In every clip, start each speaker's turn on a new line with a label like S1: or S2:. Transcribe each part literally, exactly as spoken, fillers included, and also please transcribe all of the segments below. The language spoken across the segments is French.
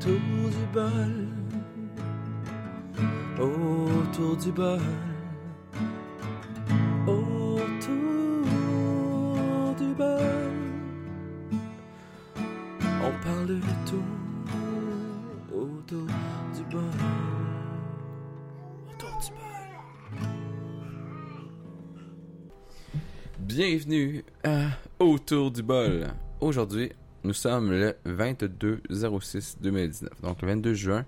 S1: autour du bol, autour du bol, autour du bol. On parle de tout autour du bol, autour du bol. Bienvenue à Autour du bol. Aujourd'hui, nous sommes le vingt-deux zéro six deux mille dix-neuf, donc le vingt-deux juin.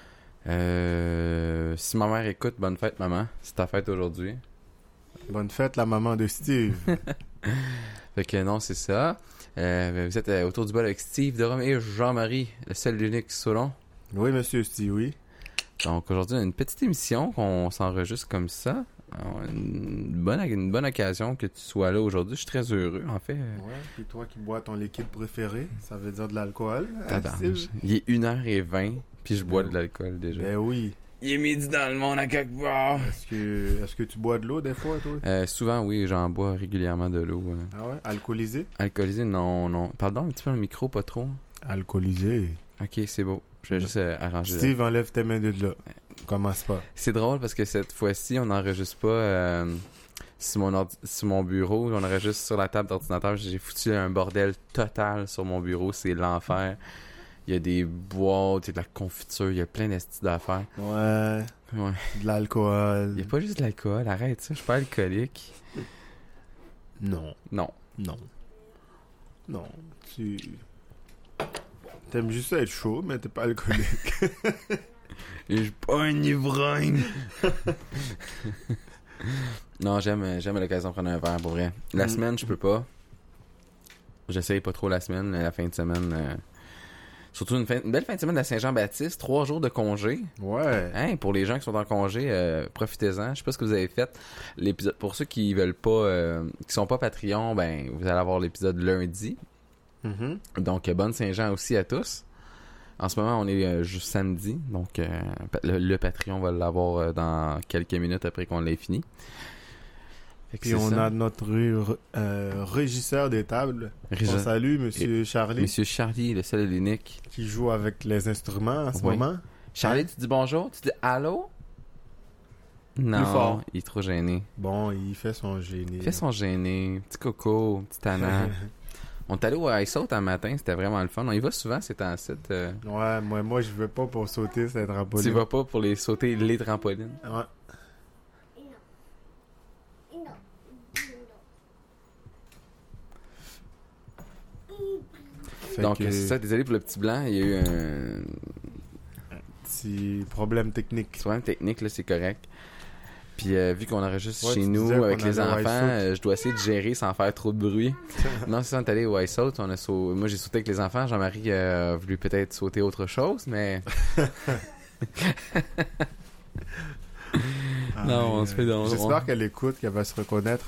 S1: Euh, si ma mère écoute, bonne fête maman, c'est ta fête aujourd'hui.
S2: Bonne fête la maman de Steve.
S1: Fait que non, c'est ça. Euh, vous êtes euh, autour du bol avec Steve Derome et Jean-Marie, le seul l'unique Solon.
S2: Oui, monsieur Steve, oui.
S1: Donc aujourd'hui, on a une petite émission qu'on s'enregistre comme ça. Une bonne, une bonne occasion que tu sois là aujourd'hui. Je suis très heureux, en fait.
S2: Ouais, puis toi qui bois ton liquide préféré, ça veut dire de l'alcool. Hein,
S1: il est une heure vingt, puis je bois
S2: ben,
S1: de l'alcool déjà.
S2: Ben oui.
S1: Il est midi dans le monde à quelque part.
S2: Est-ce que, est-ce que tu bois de l'eau des fois, toi?
S1: Euh, souvent, oui, j'en bois régulièrement de l'eau. Euh.
S2: Ah ouais? Alcoolisé?
S1: Alcoolisé, non, non. Pardon, un petit peu le micro, pas trop.
S2: Alcoolisé.
S1: Ok, c'est beau. Je vais juste euh, arranger.
S2: Steve, là. Enlève tes mains de là. Commence pas.
S1: C'est drôle parce que cette fois-ci, on n'enregistre pas euh, sur, mon ordi- sur mon bureau. On enregistre sur la table d'ordinateur. J'ai foutu un bordel total sur mon bureau. C'est l'enfer. Il y a des boîtes, il y a de la confiture, il y a plein d'estis d'affaires.
S2: Ouais.
S1: Ouais.
S2: De l'alcool.
S1: Il y a pas juste de l'alcool. Arrête ça, je suis pas alcoolique.
S2: Non.
S1: Non.
S2: Non. Non. Tu... T'aimes juste être chaud, mais t'es pas alcoolique.
S1: Et je suis pas un ivrogne. Non, j'aime, j'aime l'occasion de prendre un verre, pour vrai. La mm. semaine, je peux pas. J'essaye pas trop la semaine. La fin de semaine... Euh... Surtout une, fin, une belle fin de semaine de la Saint-Jean-Baptiste, trois jours de congé.
S2: Ouais.
S1: Hein, pour les gens qui sont en congé, euh, profitez-en. Je sais pas ce que vous avez fait. L'épisode, pour ceux qui veulent pas, euh, qui sont pas Patreon, ben vous allez avoir l'épisode lundi.
S2: Mm-hmm. Donc
S1: bonne Saint-Jean aussi à tous. En ce moment, on est euh, juste samedi, donc euh, le, le Patreon va l'avoir euh, dans quelques minutes après qu'on l'ait fini.
S2: Puis on ça. a notre euh, régisseur des tables. Régis... On salue Monsieur et Charlie.
S1: Monsieur Charlie, le seul et l'unique.
S2: Qui joue avec les instruments en ce
S1: oui.
S2: moment.
S1: Charlie, hein? Tu dis bonjour? Tu dis allô? Non, plus fort. Il est trop gêné.
S2: Bon, il fait son gêné.
S1: Il fait son gêné. Petit coco, petit tannant. On est allé au Ice Out un matin, c'était vraiment le fun. On y va souvent, c'est en site. Euh...
S2: Ouais, moi, moi je vais pas pour sauter cette trampoline.
S1: Tu vas pas pour les sauter les trampolines?
S2: Ouais.
S1: Fait Donc, que... c'est ça, désolé pour le petit blanc, il y a eu un...
S2: un petit problème technique.
S1: Problème technique, là, c'est correct. Puis, euh, vu qu'on enregistre ouais, chez nous avec les enfants, euh, je dois essayer de gérer sans faire trop de bruit. Non, c'est ça, on est allé au Ice Out, on a sau... moi j'ai sauté avec les enfants, Jean-Marie euh, a voulu peut-être sauter autre chose, mais...
S2: ah,
S1: non, on euh, se fait... On...
S2: J'espère on... qu'elle écoute, qu'elle va se reconnaître.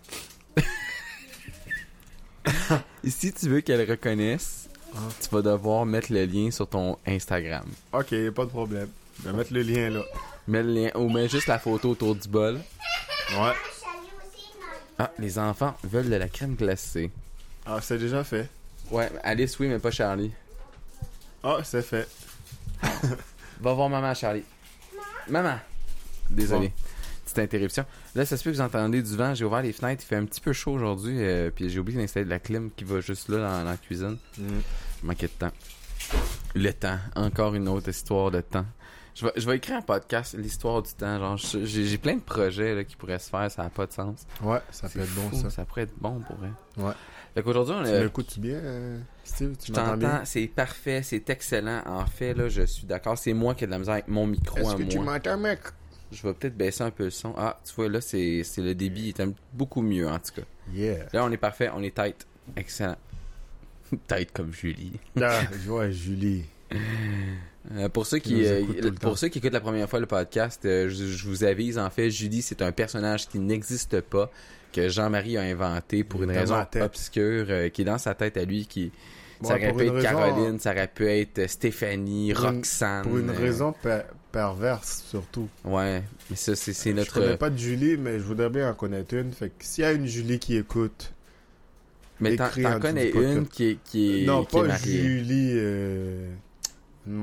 S1: Et si tu veux qu'elle reconnaisse, ah. tu vas devoir mettre le lien sur ton Instagram.
S2: Ok, pas de problème. Je vais mettre le lien là.
S1: Mets le lien, ou mets juste la photo autour du bol.
S2: Ouais.
S1: Ah, les enfants veulent de la crème glacée.
S2: Ah, c'est déjà fait.
S1: Ouais, Alice, oui, mais pas Charlie.
S2: Ah, c'est fait.
S1: Va voir maman, Charlie. Maman! Désolé. Bon. Petite interruption. Là, ça se peut que vous entendez du vent. J'ai ouvert les fenêtres. Il fait un petit peu chaud aujourd'hui. Euh, puis j'ai oublié d'installer de la clim qui va juste là dans, dans la cuisine. Mm. Je manquais de temps. Le temps. Encore une autre histoire de temps. Je vais, je vais écrire un podcast, l'histoire du temps. Genre, j'ai, j'ai plein de projets là, qui pourraient se faire. Ça n'a pas de sens.
S2: Ouais, ça c'est peut être fou, bon ça.
S1: Ça pourrait être bon pour vrai.
S2: Ouais.
S1: Fait qu'aujourd'hui, on
S2: tu
S1: a...
S2: m'écoutes bien, euh, Steve? Tu
S1: je t'entends, c'est parfait, c'est excellent. En fait, là, je suis d'accord. C'est moi qui ai de la misère avec mon micro
S2: Est-ce
S1: à
S2: que
S1: moi.
S2: tu m'entends, mec?
S1: Je vais peut-être baisser un peu le son. Ah, tu vois, là, c'est, c'est le débit. Il est un, beaucoup mieux, en tout cas.
S2: Yeah.
S1: Là, on est parfait. On est tight. Excellent. Tight comme Julie.
S2: Ah, je vois Julie.
S1: Euh, pour ceux qui euh, pour ceux qui écoutent la première fois le podcast, euh, je, je vous avise, en fait, Julie, c'est un personnage qui n'existe pas, que Jean-Marie a inventé pour une raison obscure, euh, qui est dans sa tête à lui, qui... Bon, ça aurait pu être raison, Caroline, ça aurait pu être Stéphanie,
S2: pour
S1: Roxane.
S2: Une, pour une
S1: euh...
S2: raison per- perverse, surtout.
S1: Ouais, mais ça, c'est, c'est
S2: euh,
S1: notre...
S2: Je connais pas de Julie, mais je voudrais bien en connaître une. Fait que s'il y a une Julie qui écoute...
S1: Mais t'en, t'en connais une qui est, qui est
S2: Non,
S1: qui
S2: pas
S1: est mariée.
S2: Julie... Euh...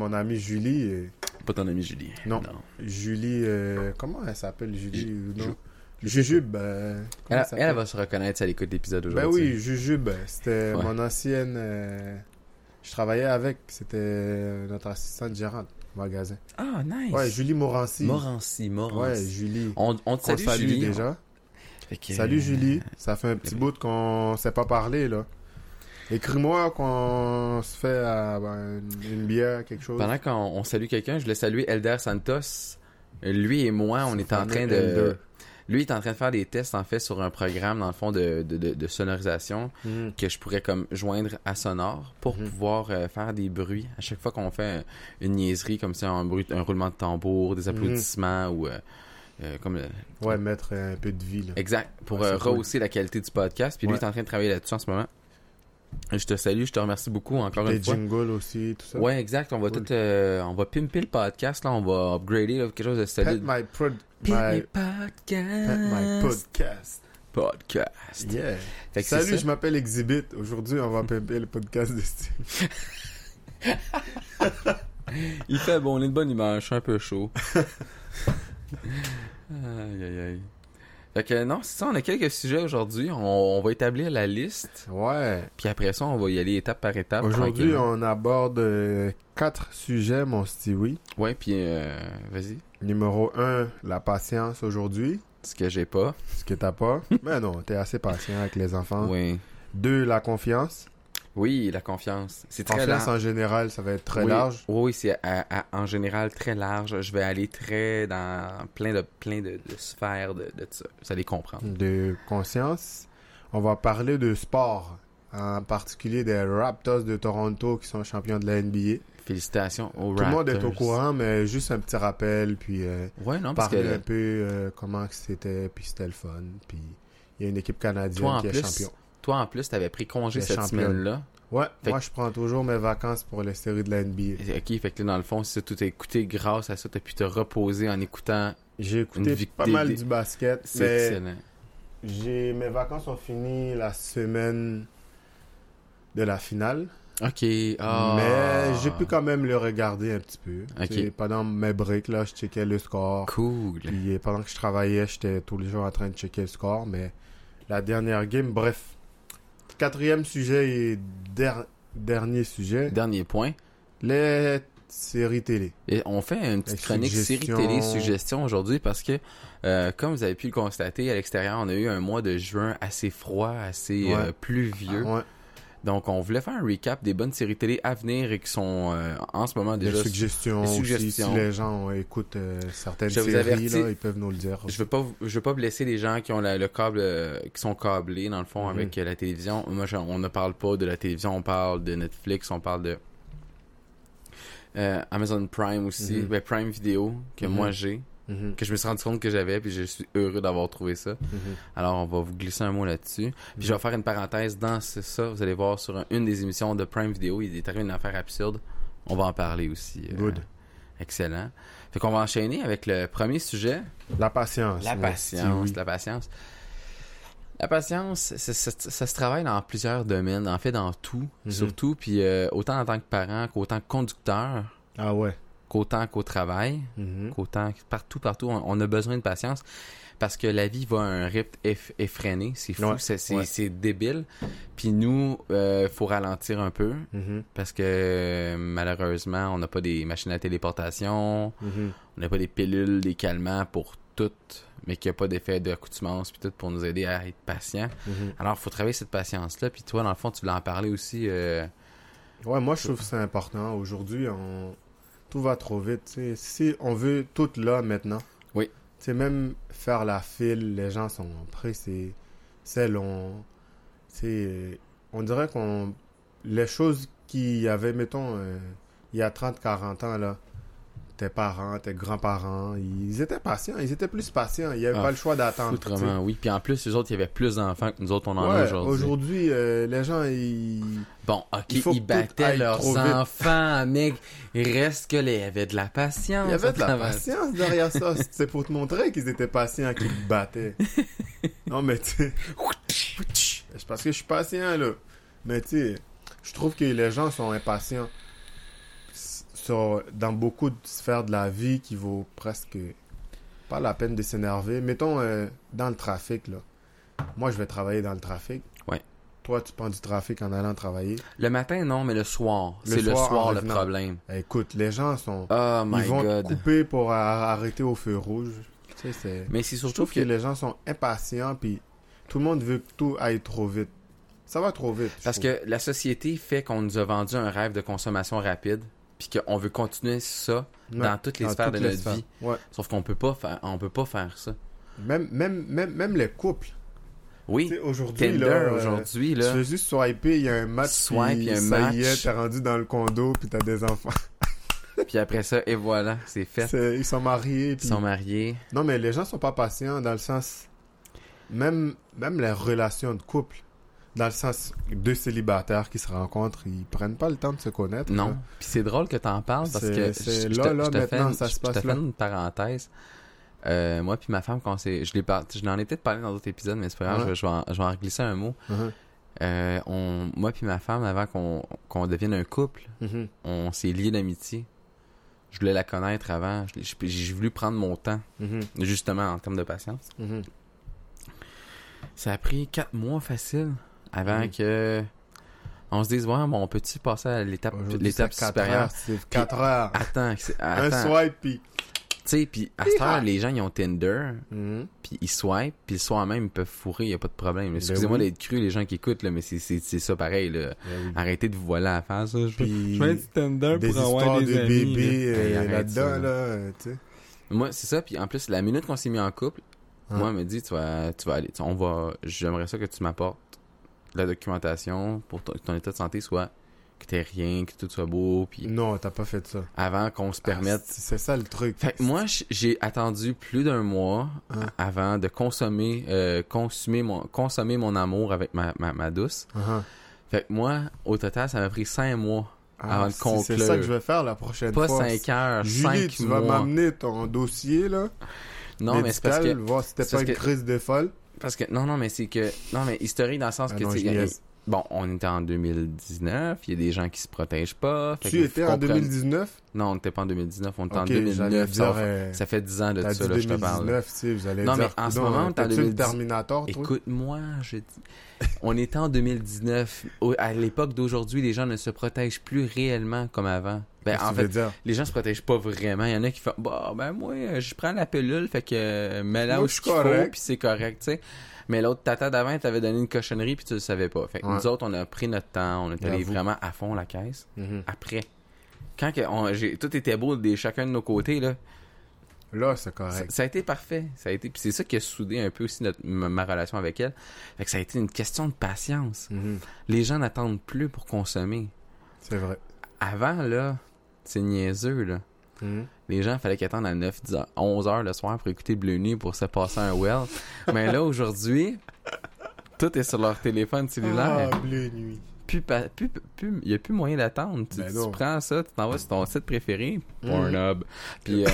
S2: mon amie Julie. Et...
S1: Pas ton amie Julie.
S2: Non. non. Julie, euh, comment elle s'appelle, Julie? Ju- non. Jujube. Euh,
S1: elle, elle, elle va se reconnaître si elle écoute l'épisode aujourd'hui.
S2: Ben oui, Jujube. C'était ouais. mon ancienne... Euh, je travaillais avec. C'était notre assistante gérante au magasin.
S1: Ah, nice.
S2: Ouais, Julie Morancy.
S1: Morancy, Morancy.
S2: Ouais, Julie.
S1: On, on te salue,
S2: salue
S1: Julie.
S2: déjà.
S1: Que...
S2: Salut, Julie. Ça fait un petit bout qu'on s'est pas parlé, là. Écris-moi qu'on se fait euh, ben, une bière, quelque chose.
S1: Pendant qu'on on salue quelqu'un, je voulais saluer Elder Santos. Lui et moi, on est en train de... Elder. Lui est en train de faire des tests, en fait, sur un programme, dans le fond, de, de, de, de sonorisation mm. que je pourrais comme joindre à Sonore pour mm. pouvoir euh, faire des bruits. À chaque fois qu'on fait une niaiserie, comme ça, un bruit, un roulement de tambour, des applaudissements mm. ou... Euh, euh, comme le,
S2: ouais, mettre un peu de vie, là.
S1: Exact. Pour ouais, euh, rehausser cool. la qualité du podcast. Puis lui ouais. est en train de travailler là-dessus en ce moment. Je te salue, je te remercie beaucoup encore
S2: des
S1: une fois.
S2: Des jingles aussi, tout ça.
S1: Ouais, exact. On va cool. tout, euh, on va pimper le podcast, là. On va upgrader là, quelque chose de solide.
S2: Pet my, pro-
S1: Pimp
S2: my...
S1: podcast.
S2: Pet my podcast.
S1: Podcast.
S2: Yeah. Fait que salut, je m'appelle Exhibit. Aujourd'hui, on va pimper le podcast de Steve.
S1: Il fait bon, on est de bonne humeur. Je suis un peu chaud. Aïe, aïe, aïe. Fait que non, c'est ça, on a quelques sujets aujourd'hui. On, on va établir la liste.
S2: Ouais.
S1: Puis après ça, on va y aller étape par étape.
S2: Aujourd'hui, on aborde euh, quatre sujets, mon Stewie.
S1: Ouais, puis euh, vas-y.
S2: Numéro un, la patience aujourd'hui.
S1: Ce que j'ai pas.
S2: Ce que t'as pas. Mais non, t'es assez patient avec les enfants.
S1: Oui.
S2: Deux, la confiance.
S1: Oui, la confiance. C'est très
S2: confiance
S1: large.
S2: En général, ça va être très
S1: oui.
S2: large.
S1: Oui, c'est à, à, en général très large. Je vais aller très dans plein de plein de, de sphères de, de ça. Vous allez comprendre.
S2: De conscience. On va parler de sport, en particulier des Raptors de Toronto qui sont champions de la N B A.
S1: Félicitations aux
S2: Tout
S1: Raptors.
S2: Tout le monde est au courant, mais juste un petit rappel, puis euh,
S1: ouais, non, parce
S2: parler
S1: que...
S2: un peu euh, comment c'était, puis c'était le fun. Puis il y a une équipe canadienne
S1: toi,
S2: qui
S1: plus,
S2: est champion.
S1: Toi, en plus, t'avais pris congé cette championne. semaine-là.
S2: Ouais,
S1: fait
S2: moi,
S1: que...
S2: je prends toujours mes vacances pour les séries de la N B A.
S1: OK, fait que là, dans le fond, si tout est écouté grâce à ça, t'as pu te reposer en écoutant...
S2: J'ai écouté vic- pas mal des... du basket.
S1: C'est
S2: mais
S1: excellent.
S2: J'ai... Mes vacances ont fini la semaine de la finale.
S1: OK. Oh.
S2: Mais j'ai pu quand même le regarder un petit peu.
S1: Okay.
S2: Pendant mes breaks, là, je checkais le score.
S1: Cool.
S2: Puis pendant que je travaillais, j'étais tous les jours en train de checker le score. Mais la dernière game, bref. Quatrième sujet et der... dernier sujet.
S1: Dernier point.
S2: Les séries télé.
S1: Et on fait une petite chronique séries télé suggestion aujourd'hui parce que, euh, comme vous avez pu le constater, à l'extérieur, on a eu un mois de juin assez froid, assez ouais. euh, pluvieux.
S2: Ah, ouais.
S1: Donc, on voulait faire un recap des bonnes séries télé à venir et qui sont euh, en ce moment déjà...
S2: Des suggestions, des suggestions. Aussi, si les gens écoutent euh, certaines je séries, avertis, là, ils peuvent nous le dire.
S1: Je veux pas, je veux pas blesser les gens qui ont la, le câble, euh, qui sont câblés, dans le fond, mm-hmm. avec euh, la télévision. Moi, je, on ne parle pas de la télévision, on parle de Netflix, on parle de euh, Amazon Prime aussi, mm-hmm. ben, Prime Video, que mm-hmm. moi j'ai. Mm-hmm. Que je me suis rendu compte que j'avais, puis je suis heureux d'avoir trouvé ça. Mm-hmm. Alors, on va vous glisser un mot là-dessus. Puis, mm-hmm. je vais faire une parenthèse dans ça. Vous allez voir sur un, une des émissions de Prime Video, il est arrivé une affaire absurde. On va en parler aussi. Euh,
S2: Good.
S1: Excellent. Fait qu'on va enchaîner avec le premier sujet.
S2: La patience.
S1: La patience, oui. la patience. La patience, ça, ça, ça se travaille dans plusieurs domaines. En fait, dans tout, mm-hmm. surtout. Puis, euh, autant en tant que parent qu'autant que conducteur.
S2: Ah ouais.
S1: Qu'autant qu'au travail, mm-hmm. qu'autant partout, partout, on, on a besoin de patience parce que la vie va à un rythme eff- effréné. C'est fou,
S2: ouais,
S1: c'est, c'est,
S2: ouais.
S1: c'est débile. Puis nous, il euh, faut ralentir un peu
S2: mm-hmm.
S1: parce que euh, malheureusement, on n'a pas des machines à téléportation,
S2: mm-hmm.
S1: on n'a pas des pilules, des calmants pour tout, mais qu'il n'y a pas d'effet d'accoutumance puis tout pour nous aider à être patient.
S2: Mm-hmm.
S1: Alors, il faut travailler cette patience-là. Puis toi, dans le fond, tu voulais en parler aussi. Euh...
S2: Ouais, moi, je trouve que c'est important. Aujourd'hui, on... tout va trop vite. T'sais. Si on veut tout là maintenant,
S1: oui.
S2: T'sais, même faire la file, les gens sont pressés, c'est long. T'sais, on dirait qu'on... Les choses qu'il y avait, mettons, euh, il y a trente quarante ans, là, tes parents, tes grands-parents, ils étaient patients, ils étaient plus patients, il n'y avait ah, pas le choix d'attendre.
S1: Autrement, oui. Puis en plus, eux autres, il y avait plus d'enfants que nous autres, on en
S2: ouais,
S1: a aujourd'hui.
S2: Aujourd'hui, euh, les gens, ils...
S1: Bon, ok, il ils battaient leurs enfants, mec. Il reste que les... il y avait de la patience.
S2: Il y avait de la patience derrière ça. C'est pour te montrer qu'ils étaient patients qu'ils te battaient. Non, mais tu sais... C'est parce que je suis patient, là. Mais tu sais, je trouve que les gens sont impatients. sur, dans beaucoup de sphères de la vie qui vaut presque pas la peine de s'énerver. Mettons, euh, dans le trafic, là. Moi, je vais travailler dans le trafic.
S1: Ouais.
S2: Toi, tu prends du trafic en allant travailler.
S1: Le matin, non, mais le soir.
S2: Le
S1: C'est le
S2: soir,
S1: soir
S2: en
S1: le
S2: revenant.
S1: problème.
S2: Écoute, les gens sont...
S1: Oh my
S2: ils vont
S1: God.
S2: te couper pour a- arrêter au feu rouge. Tu sais, c'est...
S1: Mais c'est
S2: Je
S1: surtout
S2: trouve que...
S1: que...
S2: les gens sont impatients, puis tout le monde veut que tout aille trop vite. Ça va trop vite. je
S1: Parce
S2: trouve.
S1: que la société fait qu'on nous a vendu un rêve de consommation rapide, puis qu'on veut continuer ça
S2: Ouais,
S1: dans toutes les sphères
S2: toutes
S1: de
S2: les
S1: notre
S2: sphères.
S1: vie.
S2: Ouais.
S1: Sauf qu'on peut pas faire, on peut pas faire ça.
S2: Même, même, même, même les couples.
S1: Oui.
S2: Tu sais, aujourd'hui,
S1: Tinder,
S2: là, euh,
S1: aujourd'hui,
S2: tu
S1: là.
S2: fais juste swiper, il y a un match,
S1: Swipe,
S2: puis
S1: il y a un
S2: ça y est,
S1: match.
S2: t'es rendu dans le condo, puis t'as des enfants.
S1: Puis après ça, et voilà, c'est fait.
S2: C'est- Ils sont mariés.
S1: Ils
S2: Puis...
S1: sont mariés.
S2: Non, mais les gens sont pas patients dans le sens... Même, même les relations de couple, dans le sens deux célibataires qui se rencontrent, ils prennent pas le temps de se connaître.
S1: Non.
S2: là.
S1: Puis c'est drôle que t'en parles parce
S2: C'est-
S1: que
S2: c'est
S1: je- je
S2: là,
S1: te-
S2: là,
S1: je te fais
S2: maintenant,
S1: une-
S2: ça se
S1: je
S2: passe
S1: te fais
S2: là.
S1: une parenthèse. Euh, moi puis ma femme, quand c'est, je l'ai par... je n'en ai peut-être parlé dans d'autres épisodes, mais c'est pas grave,
S2: Ouais.
S1: je, vais- je vais en, je vais en glisser un mot.
S2: Mhm,
S1: Euh, on, moi puis ma femme, avant qu'on, qu'on devienne un couple,
S2: mhm.
S1: on s'est liés d'amitié. Je voulais la connaître avant. Je l'ai- J'ai j'ai voulu prendre mon temps,
S2: Mhm,
S1: justement en termes de patience.
S2: mhm.
S1: Ça a pris quatre mois facile avant
S2: Mhm.
S1: que on se dise ouais, bon, on peut-tu passer à l'étape,
S2: Aujourd'hui,
S1: l'étape
S2: c'est quatre
S1: supérieure.
S2: heures, c'est quatre heures.
S1: Attends, c'est-
S2: Un
S1: attends.
S2: swipe, puis...
S1: Tu sais, puis à cette heure, les gens ils ont Tinder,
S2: Mhm.
S1: puis ils swipent, puis le soir même ils peuvent fourrer, y a pas de problème.
S2: Ben
S1: Excusez-moi
S2: oui.
S1: d'être cru les gens qui écoutent là, mais c'est c'est c'est ça pareil là.
S2: Ben oui.
S1: Arrêtez de vous voiler à la face. Ça. Je,
S2: Puis
S1: je fais du Tinder
S2: des
S1: pour avoir
S2: histoires
S1: des
S2: de
S1: amis.
S2: bébés
S1: là.
S2: euh,
S1: Hey, arrête
S2: là-dedans,
S1: ça,
S2: là, euh, tu sais.
S1: Moi, c'est ça. Puis en plus, la minute qu'on s'est mis en couple,
S2: Hein?
S1: moi, elle me dit, tu vas, tu vas aller, tu- on va, j'aimerais ça que tu m'apportes la documentation pour ton, que ton état de santé soit, que t'aies rien, que tout soit beau, puis
S2: Non, t'as pas fait ça.
S1: avant qu'on se permette.
S2: Ah, c'est c'est ça le truc.
S1: Fait que moi, j- j'ai attendu plus d'un mois
S2: Hein?
S1: avant de consommer, euh, consommer mon, consommer mon amour avec ma, ma, ma douce.
S2: Uh-huh.
S1: Fait que moi, au total, ça m'a pris cinq mois
S2: Ah,
S1: avant de
S2: c'est-
S1: conclure.
S2: C'est ça que je vais faire la prochaine
S1: Pas
S2: fois.
S1: cinq heures,
S2: Julie,
S1: cinq
S2: tu
S1: mois.
S2: vas m'amener ton dossier, là.
S1: Non, mais c'est parce
S2: médical,
S1: que,
S2: voir si t'es
S1: c'est
S2: pas
S1: parce
S2: une
S1: que-
S2: crise de folle.
S1: parce que, non, non, mais c'est que, non, mais historique dans le sens
S2: Ah
S1: que,
S2: non,
S1: tu
S2: je
S1: sais,
S2: niaise.
S1: bon, on était en deux mille dix-neuf, il y a des gens qui se protègent pas. fait
S2: Tu
S1: que
S2: étais
S1: faut
S2: en
S1: qu'on
S2: deux
S1: prenne-
S2: mille dix-neuf?
S1: Non, on n'était pas en deux mille dix-neuf, on était en
S2: Ok,
S1: deux mille
S2: j'allais
S1: neuf. Ça,
S2: dire,
S1: va-
S2: euh,
S1: ça fait dix ans de
S2: T'as
S1: ça,
S2: dit
S1: là, je te parle.
S2: deux mille dix-neuf, tu sais, vous allez
S1: Non,
S2: dire...
S1: mais en ce
S2: coudonc,
S1: moment, on est en
S2: t'es-tu
S1: deux mille
S2: le
S1: dix.
S2: Terminator, toi?
S1: Écoute-moi, je dis. On était en deux mille dix-neuf. Au- À l'époque d'aujourd'hui, les gens ne se protègent plus réellement comme avant. Ben,
S2: Qu'est-ce que
S1: en
S2: tu
S1: fait,
S2: veux dire?
S1: les gens se protègent pas vraiment. Il y en a qui font, bah, ben, moi, euh, je prends la pilule, fait que, euh, mets là
S2: Moi,
S1: où
S2: je suis
S1: qu'il faut,
S2: correct.
S1: puis c'est correct, tu sais. Mais l'autre tata d'avant t'avait donné une cochonnerie, puis tu le savais pas. Fait que
S2: Ouais.
S1: nous autres, on a pris notre temps, on est allé
S2: J'avoue.
S1: vraiment à fond la caisse.
S2: Mhm.
S1: Après. Quand que on- j'ai- tout était beau de chacun de nos côtés, là.
S2: Là, c'est
S1: Ça,
S2: correct.
S1: ça a été parfait. Ça a été, puis c'est ça qui a soudé un peu aussi notre, ma, ma relation avec elle. Fait que ça a été une question de patience.
S2: Mhm.
S1: Les gens n'attendent plus pour consommer.
S2: C'est vrai.
S1: Avant, là, c'est niaiseux, là.
S2: Mhm.
S1: Les gens, fallait qu'ils attendent à neuf, dix, onze heures le soir pour écouter Bleu Nuit pour se passer un well. Mais là, aujourd'hui, tout est sur leur téléphone cellulaire.
S2: Ah, bleu nuit.
S1: Plus, pa- plus, plus, il n'y a plus moyen d'attendre. Tu,
S2: Ben
S1: tu
S2: non.
S1: prends ça, tu t'envoies sur ton site préféré,
S2: Mhm.
S1: Pornhub. Puis, euh,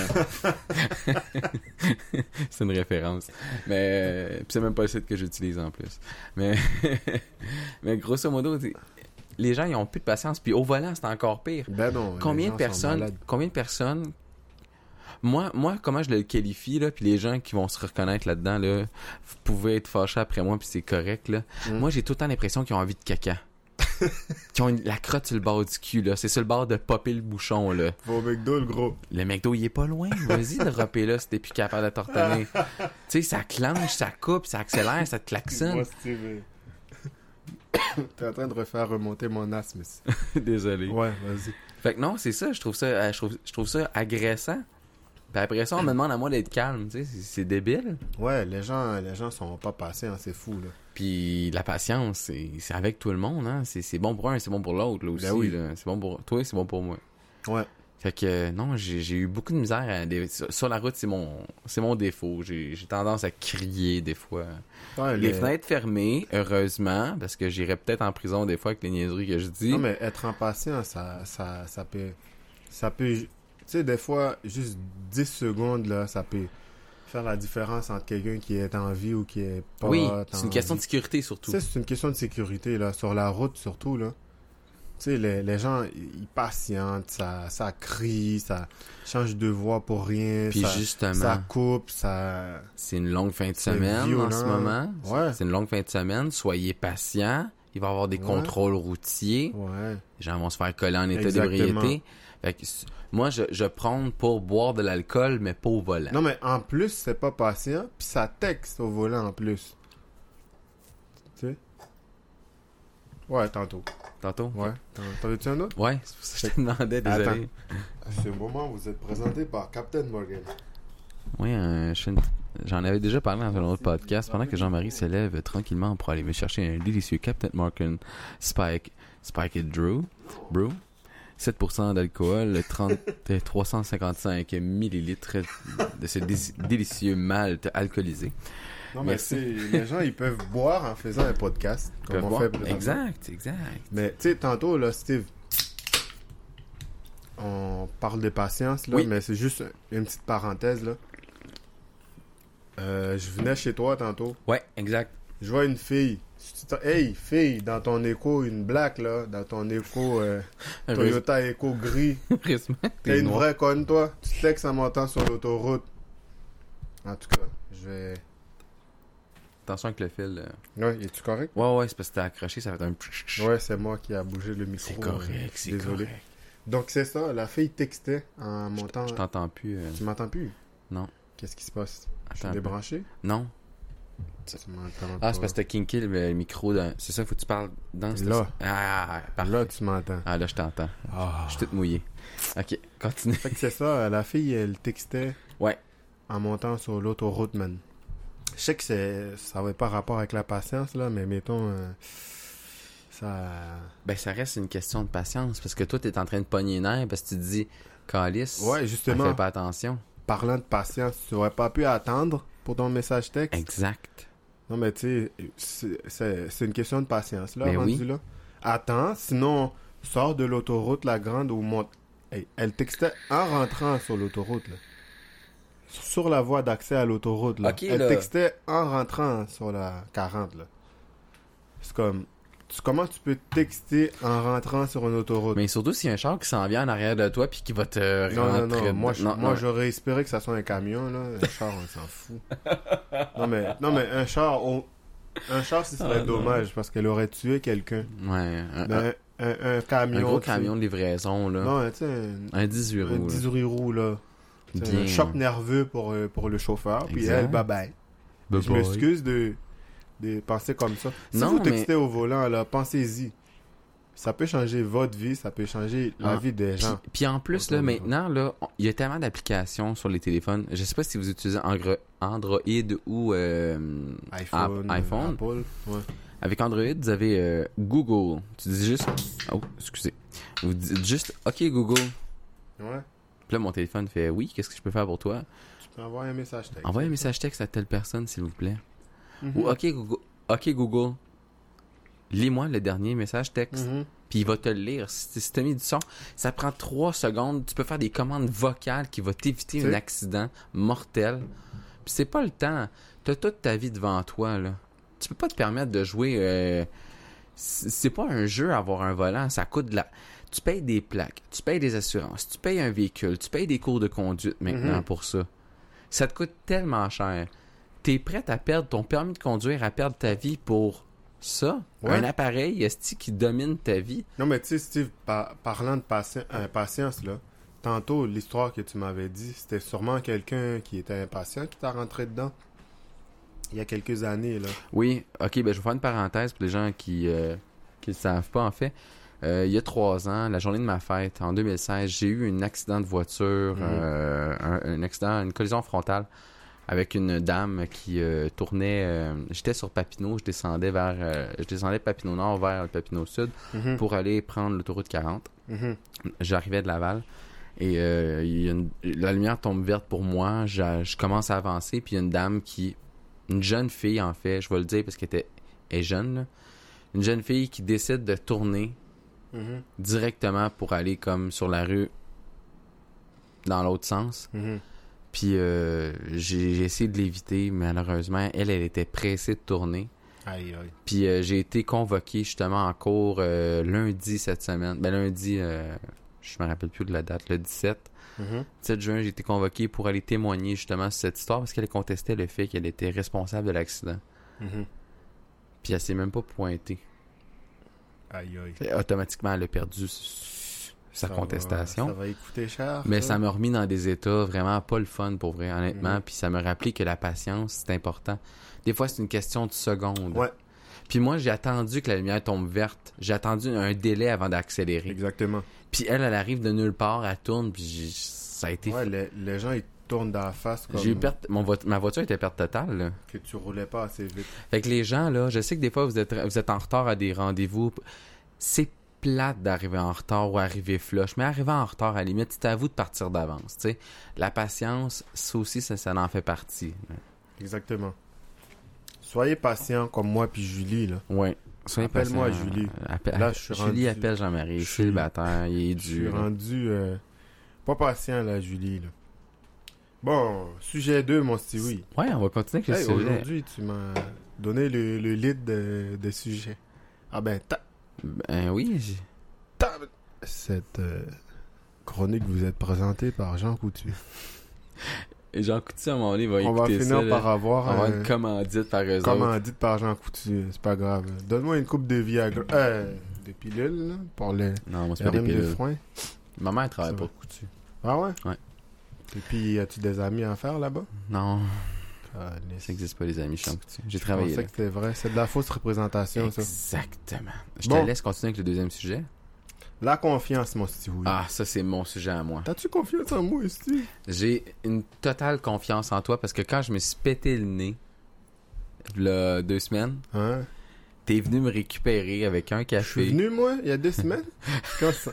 S1: c'est une référence. Mais, euh, puis c'est même pas le site que j'utilise en plus. Mais, mais grosso modo, t'sais, les gens, ils ont plus de patience. Puis au volant, c'est encore pire.
S2: Ben non.
S1: Combien
S2: les
S1: de
S2: gens sont
S1: personnes,
S2: malades.
S1: combien de personnes, moi, moi, comment je le qualifie, là, puis les gens qui vont se reconnaître là-dedans, là, vous pouvez être fâchés après moi, puis c'est correct, là.
S2: Mm.
S1: Moi, j'ai tout le temps l'impression qu'ils ont envie de caca. Qu'ils ont une- la crotte sur le bord du cul, là. C'est sur le bord de popper le bouchon, là.
S2: Va au McDo, le gros.
S1: Le McDo, il est pas loin. Vas-y, le repé là, si t'es plus capable de t'ortonner. Tu sais, ça clenche, ça coupe, ça accélère, ça te klaxonne.
S2: Moi, Steve. T'es en train de refaire remonter mon asthme ici.
S1: Désolé.
S2: Ouais, vas-y.
S1: Fait que non, c'est ça, je trouve ça, euh, je trouve, je trouve ça agressant. Puis après ça, on me demande à moi d'être calme, tu sais, c'est, c'est débile.
S2: Ouais, les gens, les gens sont pas patients, c'est fou, là.
S1: Puis la patience, c'est, c'est avec tout le monde, hein. C'est, c'est bon pour un, c'est bon pour l'autre, là aussi.
S2: Ben oui.
S1: Là. C'est bon pour toi, c'est bon pour moi.
S2: Ouais.
S1: Fait que euh, non, j'ai, j'ai eu beaucoup de misère à des- sur, sur la route, c'est mon, c'est mon défaut. J'ai, j'ai tendance à crier des fois.
S2: Ouais,
S1: Les
S2: les-
S1: fenêtres fermées, heureusement, parce que j'irais peut-être en prison des fois avec les niaiseries que je dis.
S2: Non, mais être impatient, ça, ça, ça peut... Ça peut... Tu sais, des fois, juste dix secondes, là, ça peut faire la différence entre quelqu'un qui est en vie ou qui est pas
S1: oui,
S2: en
S1: c'est une question de
S2: vie.
S1: sécurité surtout.
S2: Tu sais, c'est une question de sécurité, là. Sur la route, surtout, là. sais, les, les gens, ils patientent, ça, ça crie, ça change de voix pour rien,
S1: Puis
S2: ça,
S1: justement,
S2: ça coupe, ça...
S1: c'est une longue fin de
S2: C'est
S1: semaine
S2: violent.
S1: en ce moment.
S2: Ouais.
S1: C'est une longue fin de semaine. Soyez patients. Il va y avoir des
S2: Ouais.
S1: contrôles routiers.
S2: Ouais.
S1: Les gens vont se faire coller en état
S2: Exactement.
S1: d'ébriété. Fait que, c- moi, je, je prône pour boire de l'alcool, mais pas au volant.
S2: Non, mais en plus, c'est pas patient, puis ça texte au volant en plus. Tu sais? Ouais, tantôt.
S1: Tantôt?
S2: Ouais. T'en t'en veux-tu un autre?
S1: Ouais, c'est pour ça que je te demandais, désolé.
S2: À ce moment, vous êtes présenté par Captain Morgan.
S1: Oui, euh, je fais une- j'en avais déjà parlé dans un autre podcast. Pendant que Jean-Marie se lève tranquillement pour aller me chercher un délicieux Captain Morgan Spike, Spike et Drew, Brew. sept pour cent d'alcool, trente, trois cent cinquante-cinq millilitres de ce dé- délicieux malt alcoolisé.
S2: Non, mais
S1: Merci.
S2: c'est... les gens, ils peuvent boire en faisant un podcast, comme
S1: Peuvent
S2: on
S1: boire.
S2: fait présentement.
S1: Exact, exact.
S2: Mais, tu sais, tantôt, là, Steve, on parle de patience, là,
S1: Oui.
S2: mais c'est juste une petite parenthèse, là. Euh, je venais chez toi tantôt,
S1: Ouais, exact.
S2: je vois une fille. Si tu t'en- Hey, fille, dans ton écho, une black, là, dans ton écho euh, Toyota Echo gris.
S1: Heureusement,
S2: T'es
S1: t'es
S2: une
S1: noir.
S2: vraie conne, toi. Tu textes en montant sur l'autoroute. En tout cas, je vais...
S1: Attention avec le fil. euh.
S2: Ouais, es-tu correct?
S1: Ouais, ouais, c'est parce que t'as accroché, ça fait un...
S2: Ouais, c'est moi qui a bougé le micro.
S1: C'est
S2: euh,
S1: correct, c'est
S2: désolé.
S1: correct.
S2: Donc, c'est ça, la fille textait en montant...
S1: Je t'entends plus. euh.
S2: Tu m'entends plus?
S1: Non.
S2: Qu'est-ce qui se passe? Je suis
S1: Attends un peu.
S2: débranché?
S1: Non.
S2: Tu m'entends
S1: Ah, c'est
S2: pas.
S1: parce que t'as kinké le, le micro. Dans... C'est ça, faut que tu parles dans ce...
S2: Là.
S1: Ah, parfait.
S2: Là, tu m'entends.
S1: Ah, là, je t'entends.
S2: Ah.
S1: Je suis toute mouillée. Ok, continue.
S2: Fait que c'est ça, la fille, elle textait
S1: Ouais.
S2: en montant sur l'autoroute, man. Je sais que c'est, ça n'avait pas rapport avec la patience, là, mais mettons, euh, ça...
S1: Ben, ça reste une question de patience parce que toi, t'es en train de pogner les nerfs parce que tu te dis, Calice,
S2: Ouais,
S1: elle
S2: justement,
S1: fait pas attention.
S2: parlant de patience, tu n'aurais pas pu attendre pour ton message texte?
S1: Exact.
S2: Non, mais tu sais, c'est, c'est, c'est une question de patience, là,
S1: Ben
S2: rendu
S1: oui.
S2: là. Attends, sinon, sors de l'autoroute, la grande, ou monte... Hey, elle textait en rentrant sur l'autoroute, là. Sur la voie d'accès à l'autoroute, là.
S1: Ok,
S2: elle
S1: là.
S2: textait en rentrant sur la quarante, là. C'est comme... Tu, comment tu peux texter en rentrant sur une autoroute?
S1: Mais surtout s'il y a un char qui s'en vient en arrière de toi puis qui va te
S2: Non, non,
S1: rentrer
S2: non. Moi,
S1: dedans.
S2: je-
S1: non,
S2: moi
S1: non.
S2: j'aurais espéré que ça soit un camion, là. Un char, on s'en fout. Non, mais, non, mais un char, on- un char, ce serait
S1: Ah, non.
S2: dommage parce qu'elle aurait tué quelqu'un.
S1: Ouais, un,
S2: Mais
S1: un-
S2: un, un, un camion.
S1: un gros
S2: tu sais.
S1: camion de livraison, là.
S2: Non, tu sais, un,
S1: Un dix-huit
S2: un
S1: roues. là.
S2: dix-huit roues, là. Tu sais,
S1: Bien.
S2: un choc nerveux pour, euh, pour le chauffeur. Puis
S1: Exact.
S2: elle, bye bye.
S1: Bye
S2: Je
S1: bye.
S2: m'excuse de, de penser comme ça. Si
S1: Non,
S2: vous
S1: mais-
S2: textez au volant, là, pensez-y. Ça peut changer votre vie, ça peut changer la
S1: Ah,
S2: vie des
S1: Puis,
S2: gens.
S1: puis en plus,
S2: Autour
S1: là,
S2: de
S1: maintenant, là, on- il y a tellement d'applications sur les téléphones. Je sais pas si vous utilisez Angro- Android ou euh,
S2: iPhone,
S1: App- iPhone.
S2: Apple, ouais.
S1: Avec Android, vous avez euh, Google. Tu dis juste... Oh, excusez. Vous dites juste « OK, Google
S2: Ouais. ».
S1: Puis là, mon téléphone fait « Oui, qu'est-ce que je peux faire pour toi?
S2: Tu peux envoyer un message texte.
S1: Envoie un message texte à telle personne, s'il vous plaît.
S2: Mhm.
S1: Ou « OK, Google, OK, Google, lis-moi le dernier message texte.
S2: Mhm.
S1: Puis il va te le lire. Si, si tu as mis du son, ça prend trois secondes. Tu peux faire des commandes vocales qui vont t'éviter
S2: Tu
S1: un
S2: sais.
S1: accident mortel. Puis c'est pas le temps. Tu as toute ta vie devant toi, là. Tu peux pas te permettre de jouer... euh, C'est c'est pas un jeu avoir un volant. Ça coûte de la... Tu payes des plaques, tu payes des assurances, tu payes un véhicule, tu payes des cours de conduite maintenant
S2: Mhm.
S1: pour ça. Ça te coûte tellement cher. T'es prête à perdre ton permis de conduire, à perdre ta vie pour ça?
S2: Ouais.
S1: Un appareil, esti, qui domine ta vie?
S2: Non, mais tu sais, Steve, par- parlant de pati- euh, patience, là, tantôt, l'histoire que tu m'avais dit, c'était sûrement quelqu'un qui était impatient qui t'a rentré dedans. Il y a quelques années, là.
S1: Oui, ok, ben je vais faire une parenthèse pour les gens qui ne le savent pas en fait. Euh, il y a trois ans, la journée de ma fête, en deux mille seize, j'ai eu un accident de voiture,
S2: Mhm.
S1: euh, un, un accident, une collision frontale avec une dame qui euh, tournait. euh, J'étais sur Papineau, je descendais vers, euh, je descendais de Papineau Nord vers le Papineau Sud
S2: Mhm.
S1: pour aller prendre l'autoroute quarante.
S2: Mhm.
S1: J'arrivais de Laval et euh, il y a une- la lumière tombe verte pour moi. Je, je commence à avancer, puis il y a une dame qui, une jeune fille en fait, je vais le dire parce qu'elle était elle est jeune, là. Une jeune fille qui décide de tourner
S2: Mhm.
S1: directement pour aller comme sur la rue dans l'autre sens.
S2: Mhm.
S1: Puis euh, j'ai j'ai essayé de l'éviter, malheureusement. Elle, elle était pressée de tourner.
S2: Aïe, aïe.
S1: Puis euh, j'ai été convoqué justement en cours euh, lundi cette semaine. Ben lundi, euh, je me rappelle plus de la date, le dix-sept.
S2: Mm-hmm.
S1: dix-sept juin, j'ai été convoqué pour aller témoigner justement sur cette histoire parce qu'elle contestait le fait qu'elle était responsable de l'accident.
S2: Mm-hmm.
S1: Puis elle s'est même pas pointée.
S2: Aïe, aïe.
S1: Et automatiquement, elle a perdu sa
S2: Ça
S1: contestation.
S2: Va, ça va y coûter cher.
S1: Mais
S2: ça,
S1: ça m'a remis dans des états vraiment pas le fun pour vrai, honnêtement.
S2: Mm-hmm.
S1: Puis ça m'a rappelé que la patience, c'est important. Des fois, c'est une question de secondes.
S2: Ouais.
S1: Puis moi, j'ai attendu que la lumière tombe verte. J'ai attendu un délai avant d'accélérer.
S2: Exactement.
S1: Puis elle, elle arrive de nulle part, elle tourne, puis j'ai... ça a été...
S2: Ouais, les, les gens, ils tournent dans la face comme...
S1: J'ai eu perte... Mon vo... Ma voiture était perte totale, là.
S2: Que tu roulais pas assez vite.
S1: Fait que les gens, là, je sais que des fois, vous êtes, vous êtes en retard à des rendez-vous. C'est plate d'arriver en retard ou arriver flush, mais arriver en retard, à la limite, c'est à vous de partir d'avance, tu sais. La patience, ça aussi, ça, ça en fait partie.
S2: Exactement. Soyez patient comme moi puis Julie, là.
S1: Ouais. Soyez
S2: Appelle-moi
S1: patient.
S2: Julie.
S1: Appelle...
S2: Là, je suis
S1: Julie
S2: rendu...
S1: appelle Jean-Marie,
S2: Je suis-
S1: célibataire, il est
S2: Je suis
S1: dur.
S2: rendu... euh, pas patient, là, Julie, là. Bon, sujet deux, mon Stewie.
S1: Ouais, on va continuer avec le
S2: Hey,
S1: sujet.
S2: aujourd'hui, tu m'as donné le, le lead de, de sujet. Ah ben, ta,
S1: Ben oui, j'ai...
S2: ta, cette euh, chronique vous est présentée par Jean Coutu.
S1: Et Jean Coutu, à un moment donné, il va
S2: On va
S1: écouter
S2: finir
S1: ça. là.
S2: par avoir
S1: On va avoir
S2: un
S1: une commandite par eux autres.
S2: commandite par Jean Coutu. C'est pas grave. Donne-moi une coupe de Viagra. Euh, des pilules, là, pour les,
S1: Non, moi, c'est
S2: les
S1: pas des
S2: rhumes de
S1: pilules.
S2: foin.
S1: Ma mère travaille
S2: Ça
S1: pas
S2: va.
S1: Coutu.
S2: Ah ouais?
S1: Ouais.
S2: Et puis, as-tu des amis à faire là-bas?
S1: Non,
S2: Ah,
S1: ça n'existe pas, les amis Jean Coutu. J'ai
S2: je
S1: travaillé
S2: pensais
S1: là.
S2: que c'était vrai. C'est de la fausse représentation, ça.
S1: Exactement. Je
S2: Bon.
S1: te laisse continuer avec le deuxième sujet.
S2: La confiance, mon Stewie.
S1: Ah, ça, c'est mon sujet à moi.
S2: T'as-tu confiance en moi, Steve?
S1: J'ai une totale confiance en toi parce que quand je me suis pété le nez, là, deux semaines,
S2: Hein?
S1: t'es venu me récupérer avec un
S2: Je
S1: café.
S2: suis venu, moi, il y a deux semaines. Quand ça...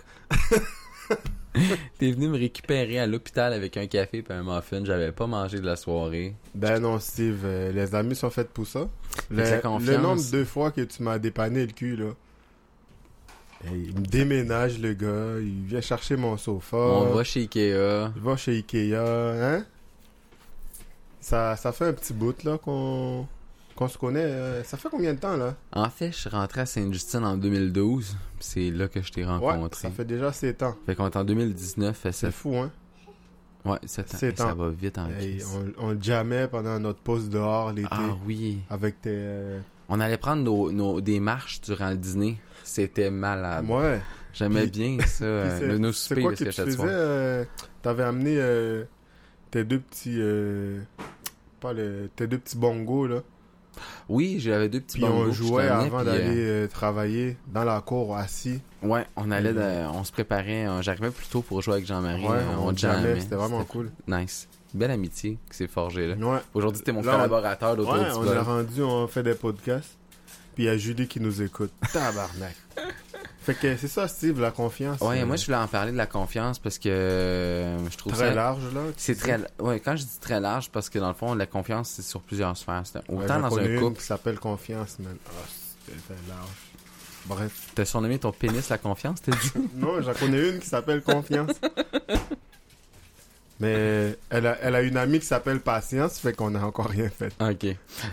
S1: T'es venu me récupérer à l'hôpital avec un café et un muffin. J'avais pas mangé de la soirée.
S2: Ben non, Steve, euh, les amis sont faits pour ça. Le,
S1: Avec la confiance.
S2: le nombre de fois que tu m'as dépanné le cul, là. Et il me déménage, le gars. Il vient chercher mon sofa.
S1: On va chez Ikea.
S2: Il va chez Ikea, hein? Ça, ça fait un petit bout, là, qu'on qu'on se connaît. euh, Ça fait combien de temps, là?
S1: En fait, je suis rentré à Sainte-Justine en deux mille douze. C'est là que je t'ai
S2: Ouais,
S1: rencontré.
S2: ça fait déjà sept ans.
S1: Fait qu'on est en deux mille dix-neuf. Fait
S2: C'est
S1: ça...
S2: fou, hein?
S1: Ouais, sept ans.
S2: sept
S1: Et ça
S2: ans.
S1: va vite en
S2: Hey,
S1: crise.
S2: on, on jammait pendant notre pause dehors l'été.
S1: Ah oui.
S2: Avec tes... euh,
S1: On allait prendre nos, nos, des marches durant le dîner. C'était malade.
S2: Ouais.
S1: J'aimais
S2: Puis-
S1: bien ça. euh,
S2: Puis c'est-
S1: le- nos
S2: c'est
S1: soupers,
S2: quoi
S1: parce
S2: que
S1: que
S2: tu
S1: je
S2: faisais?
S1: soir.
S2: euh, T'avais amené euh, tes deux petits... euh, pas le, tes deux petits bongos, là.
S1: Oui, j'avais deux petits
S2: Puis
S1: bongos
S2: on
S1: que je
S2: jouait
S1: tenais,
S2: avant
S1: puis,
S2: d'aller
S1: euh,
S2: euh, travailler dans la cour, assis.
S1: Ouais, on allait,
S2: Puis,
S1: de- on se préparait. on- J'arrivais plus tôt pour jouer avec Jean-Marie.
S2: Ouais,
S1: là,
S2: on,
S1: on
S2: jammait,
S1: jammait.
S2: c'était vraiment cool.
S1: Nice. Belle amitié qui s'est forgée là.
S2: Ouais.
S1: Aujourd'hui, t'es mon
S2: Là, on-
S1: collaborateur d'autour
S2: Ouais,
S1: du
S2: on
S1: bol.
S2: est rendu, on fait des podcasts. Puis il y a Julie qui nous écoute. Tabarnak. Fait que c'est ça, Steve, la confiance.
S1: Ouais,
S2: euh,
S1: moi je voulais en parler de la confiance parce que euh, je trouve
S2: très
S1: ça
S2: large, là. tu
S1: c'est
S2: dis.
S1: très ouais, quand je dis très large parce que dans le fond la confiance c'est sur plusieurs sphères. C'est
S2: Ouais,
S1: autant
S2: j'en
S1: dans
S2: connais
S1: un
S2: une
S1: couple,
S2: qui s'appelle confiance, man. Ah, c'était large. Bref.
S1: t'as surnommé ton pénis la confiance, t'as dit?
S2: Non, j'en connais une qui s'appelle confiance. Mais elle a, elle a une amie qui s'appelle patience, fait qu'on n'a encore rien fait.
S1: Ok.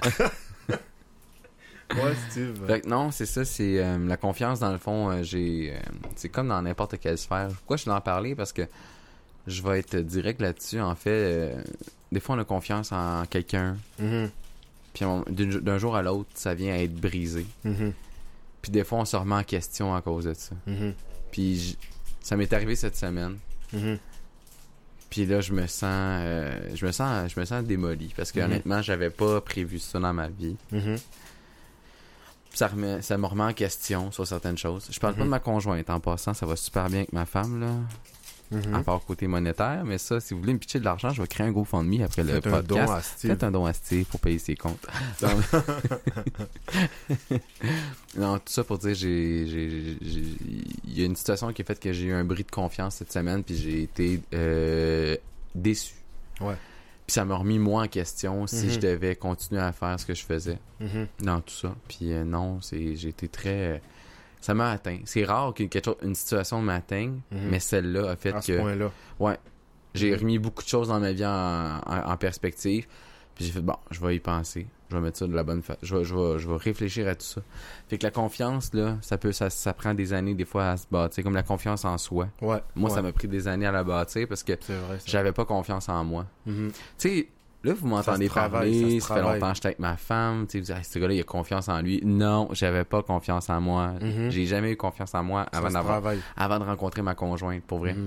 S2: Ouais, Steve.
S1: Fait que non, c'est ça, c'est euh, la confiance dans le fond, euh, j'ai euh, c'est comme dans n'importe quelle sphère. Pourquoi je voulais en parler? Parce que je vais être direct là-dessus. En fait, euh, des fois on a confiance en quelqu'un,
S2: Mhm,
S1: puis on- d'un d'un jour à l'autre, ça vient à être brisé.
S2: mhm,
S1: Puis des fois on se remet en question à cause de ça.
S2: mhm,
S1: Puis j- ça m'est arrivé cette semaine.
S2: mhm.
S1: Puis là, je me sens, euh, je me sens, je me sens démoli parce que
S2: Mhm.
S1: honnêtement, j'avais pas prévu ça dans ma vie.
S2: Mhm.
S1: Ça, remet, ça me remet en question sur certaines choses. Je parle pas
S2: Mhm.
S1: de ma conjointe en passant, ça va super bien avec ma femme là,
S2: Mhm.
S1: à part côté monétaire. Mais ça, si vous voulez me pitcher de l'argent, je vais créer un GoFundMe après le
S2: Faites un don
S1: podcast.
S2: à Steve.
S1: Faites un don à Steve pour payer ses comptes. Non, non, tout ça pour dire, j'ai, j'ai, j'ai- il y a une situation qui a fait que j'ai eu un bris de confiance cette semaine, puis j'ai été euh, déçu.
S2: Ouais.
S1: Puis ça m'a remis moi en question si
S2: Mhm.
S1: je devais continuer à faire ce que je faisais
S2: Mhm.
S1: dans tout ça. Puis euh, non, c'est, j'ai été très, ça m'a atteint. C'est rare qu'une quelque chose, une situation m'atteigne,
S2: Mhm.
S1: mais celle-là a fait
S2: À ce
S1: que
S2: point-là.
S1: ouais, j'ai
S2: Mhm.
S1: remis beaucoup de choses dans ma vie en, en- en perspective. Puis j'ai fait, bon, je vais y penser. Je vais mettre ça de la bonne façon. Je vais, je, vais, je vais réfléchir à tout ça. Fait que la confiance, là, ça peut ça, ça prend des années, des fois, à se bâtir. Comme la confiance en soi.
S2: Ouais.
S1: Moi,
S2: ouais.
S1: ça m'a pris des années à la bâtir parce que
S2: C'est vrai, ça.
S1: j'avais pas confiance en moi.
S2: Mm-hmm.
S1: Tu sais, là, vous m'entendez
S2: travaille,
S1: parler,
S2: ça,
S1: ça,
S2: ça
S1: fait longtemps que j'étais avec ma femme. Tu sais, vous dites, hey, ce gars-là, il a confiance en lui. Non, j'avais pas confiance en moi.
S2: Mm-hmm.
S1: J'ai jamais eu confiance en moi avant,
S2: ça
S1: d'avoir,
S2: travaille.
S1: avant de rencontrer ma conjointe, pour vrai.
S2: Mm-hmm.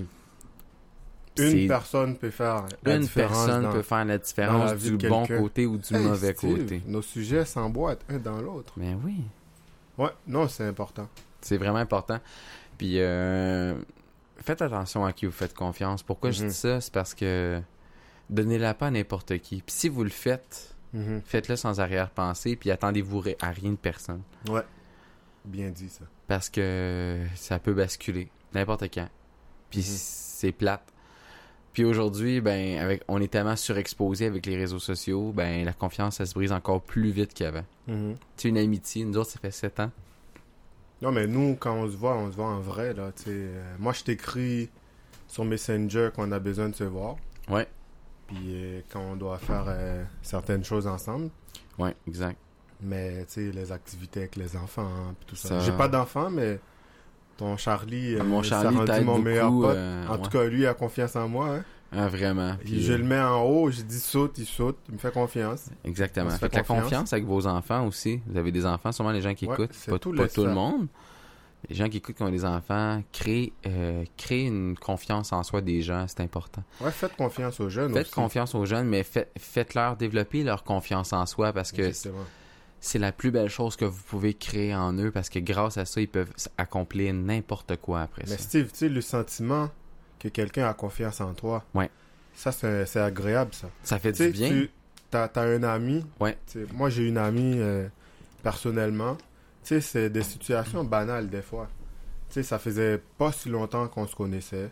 S1: C'est...
S2: Une personne peut faire la
S1: Une
S2: différence
S1: personne
S2: dans...
S1: peut faire la
S2: dans
S1: différence
S2: la vie
S1: du
S2: de
S1: bon
S2: quelqu'un.
S1: côté ou du
S2: Hey,
S1: mauvais
S2: Steve,
S1: côté.
S2: Nos sujets s'emboîtent un dans l'autre.
S1: Mais oui.
S2: Ouais, non, c'est important.
S1: C'est vraiment important. Puis, euh, faites attention à qui vous faites confiance. Pourquoi
S2: Mm-hmm.
S1: je dis ça? C'est parce que donnez-la pas à n'importe qui. Puis si vous le faites,
S2: Mm-hmm.
S1: faites-le sans arrière-pensée, puis attendez-vous à rien de personne.
S2: Ouais. Bien dit, ça.
S1: Parce que ça peut basculer n'importe quand. Puis
S2: Mm-hmm.
S1: c'est plate. Puis aujourd'hui, ben, avec, on est tellement surexposé avec les réseaux sociaux, ben, la confiance, ça se brise encore plus vite qu'avant.
S2: Mm-hmm.
S1: Tu sais, une amitié, nous autres, ça fait sept ans.
S2: Non, mais nous, quand on se voit, on se voit en vrai, là, tu sais. Euh, moi, je t'écris sur Messenger quand on a besoin de se voir.
S1: Ouais.
S2: Puis euh, quand on doit faire euh, certaines choses ensemble.
S1: Ouais, exact.
S2: Mais, tu sais, les activités avec les enfants, hein, puis tout ça.
S1: Ça-
S2: J'ai pas d'enfants, mais ton Charlie, euh,
S1: Mon Charlie
S2: ça a rendu
S1: t'aide
S2: mon
S1: beaucoup,
S2: meilleur pote.
S1: euh,
S2: en
S1: ouais.
S2: tout cas, lui, il a confiance en moi, hein.
S1: Ah, vraiment. Puis,
S2: je
S1: euh,
S2: le mets en haut, j'ai dit saute, il saute, il me fait confiance.
S1: Exactement.
S2: On se
S1: Fait
S2: fait
S1: que la
S2: confiance.
S1: confiance avec vos enfants aussi. Vous avez des enfants, sûrement les gens qui
S2: Ouais,
S1: écoutent.
S2: c'est
S1: Pas,
S2: tout
S1: pas
S2: le
S1: tout le
S2: faire.
S1: monde. Les gens qui écoutent qui ont des enfants, créez, euh, créez une confiance en soi des gens, c'est important.
S2: Ouais, faites confiance aux jeunes
S1: Faites
S2: aussi.
S1: confiance aux jeunes, mais fait- faites-leur développer leur confiance en soi parce que
S2: Exactement.
S1: c'est la plus belle chose que vous pouvez créer en eux parce que grâce à ça, ils peuvent s- accomplir n'importe quoi après
S2: Mais
S1: ça.
S2: Steve, tu sais, le sentiment que quelqu'un a confiance en toi,
S1: Ouais.
S2: ça, c'est c'est agréable, ça.
S1: Ça fait
S2: Tu sais,
S1: du bien.
S2: tu as, un ami.
S1: Ouais.
S2: Tu sais, moi, j'ai une amie, euh, personnellement. Tu sais, c'est des situations banales, des fois. Tu sais, ça faisait pas si longtemps qu'on se connaissait.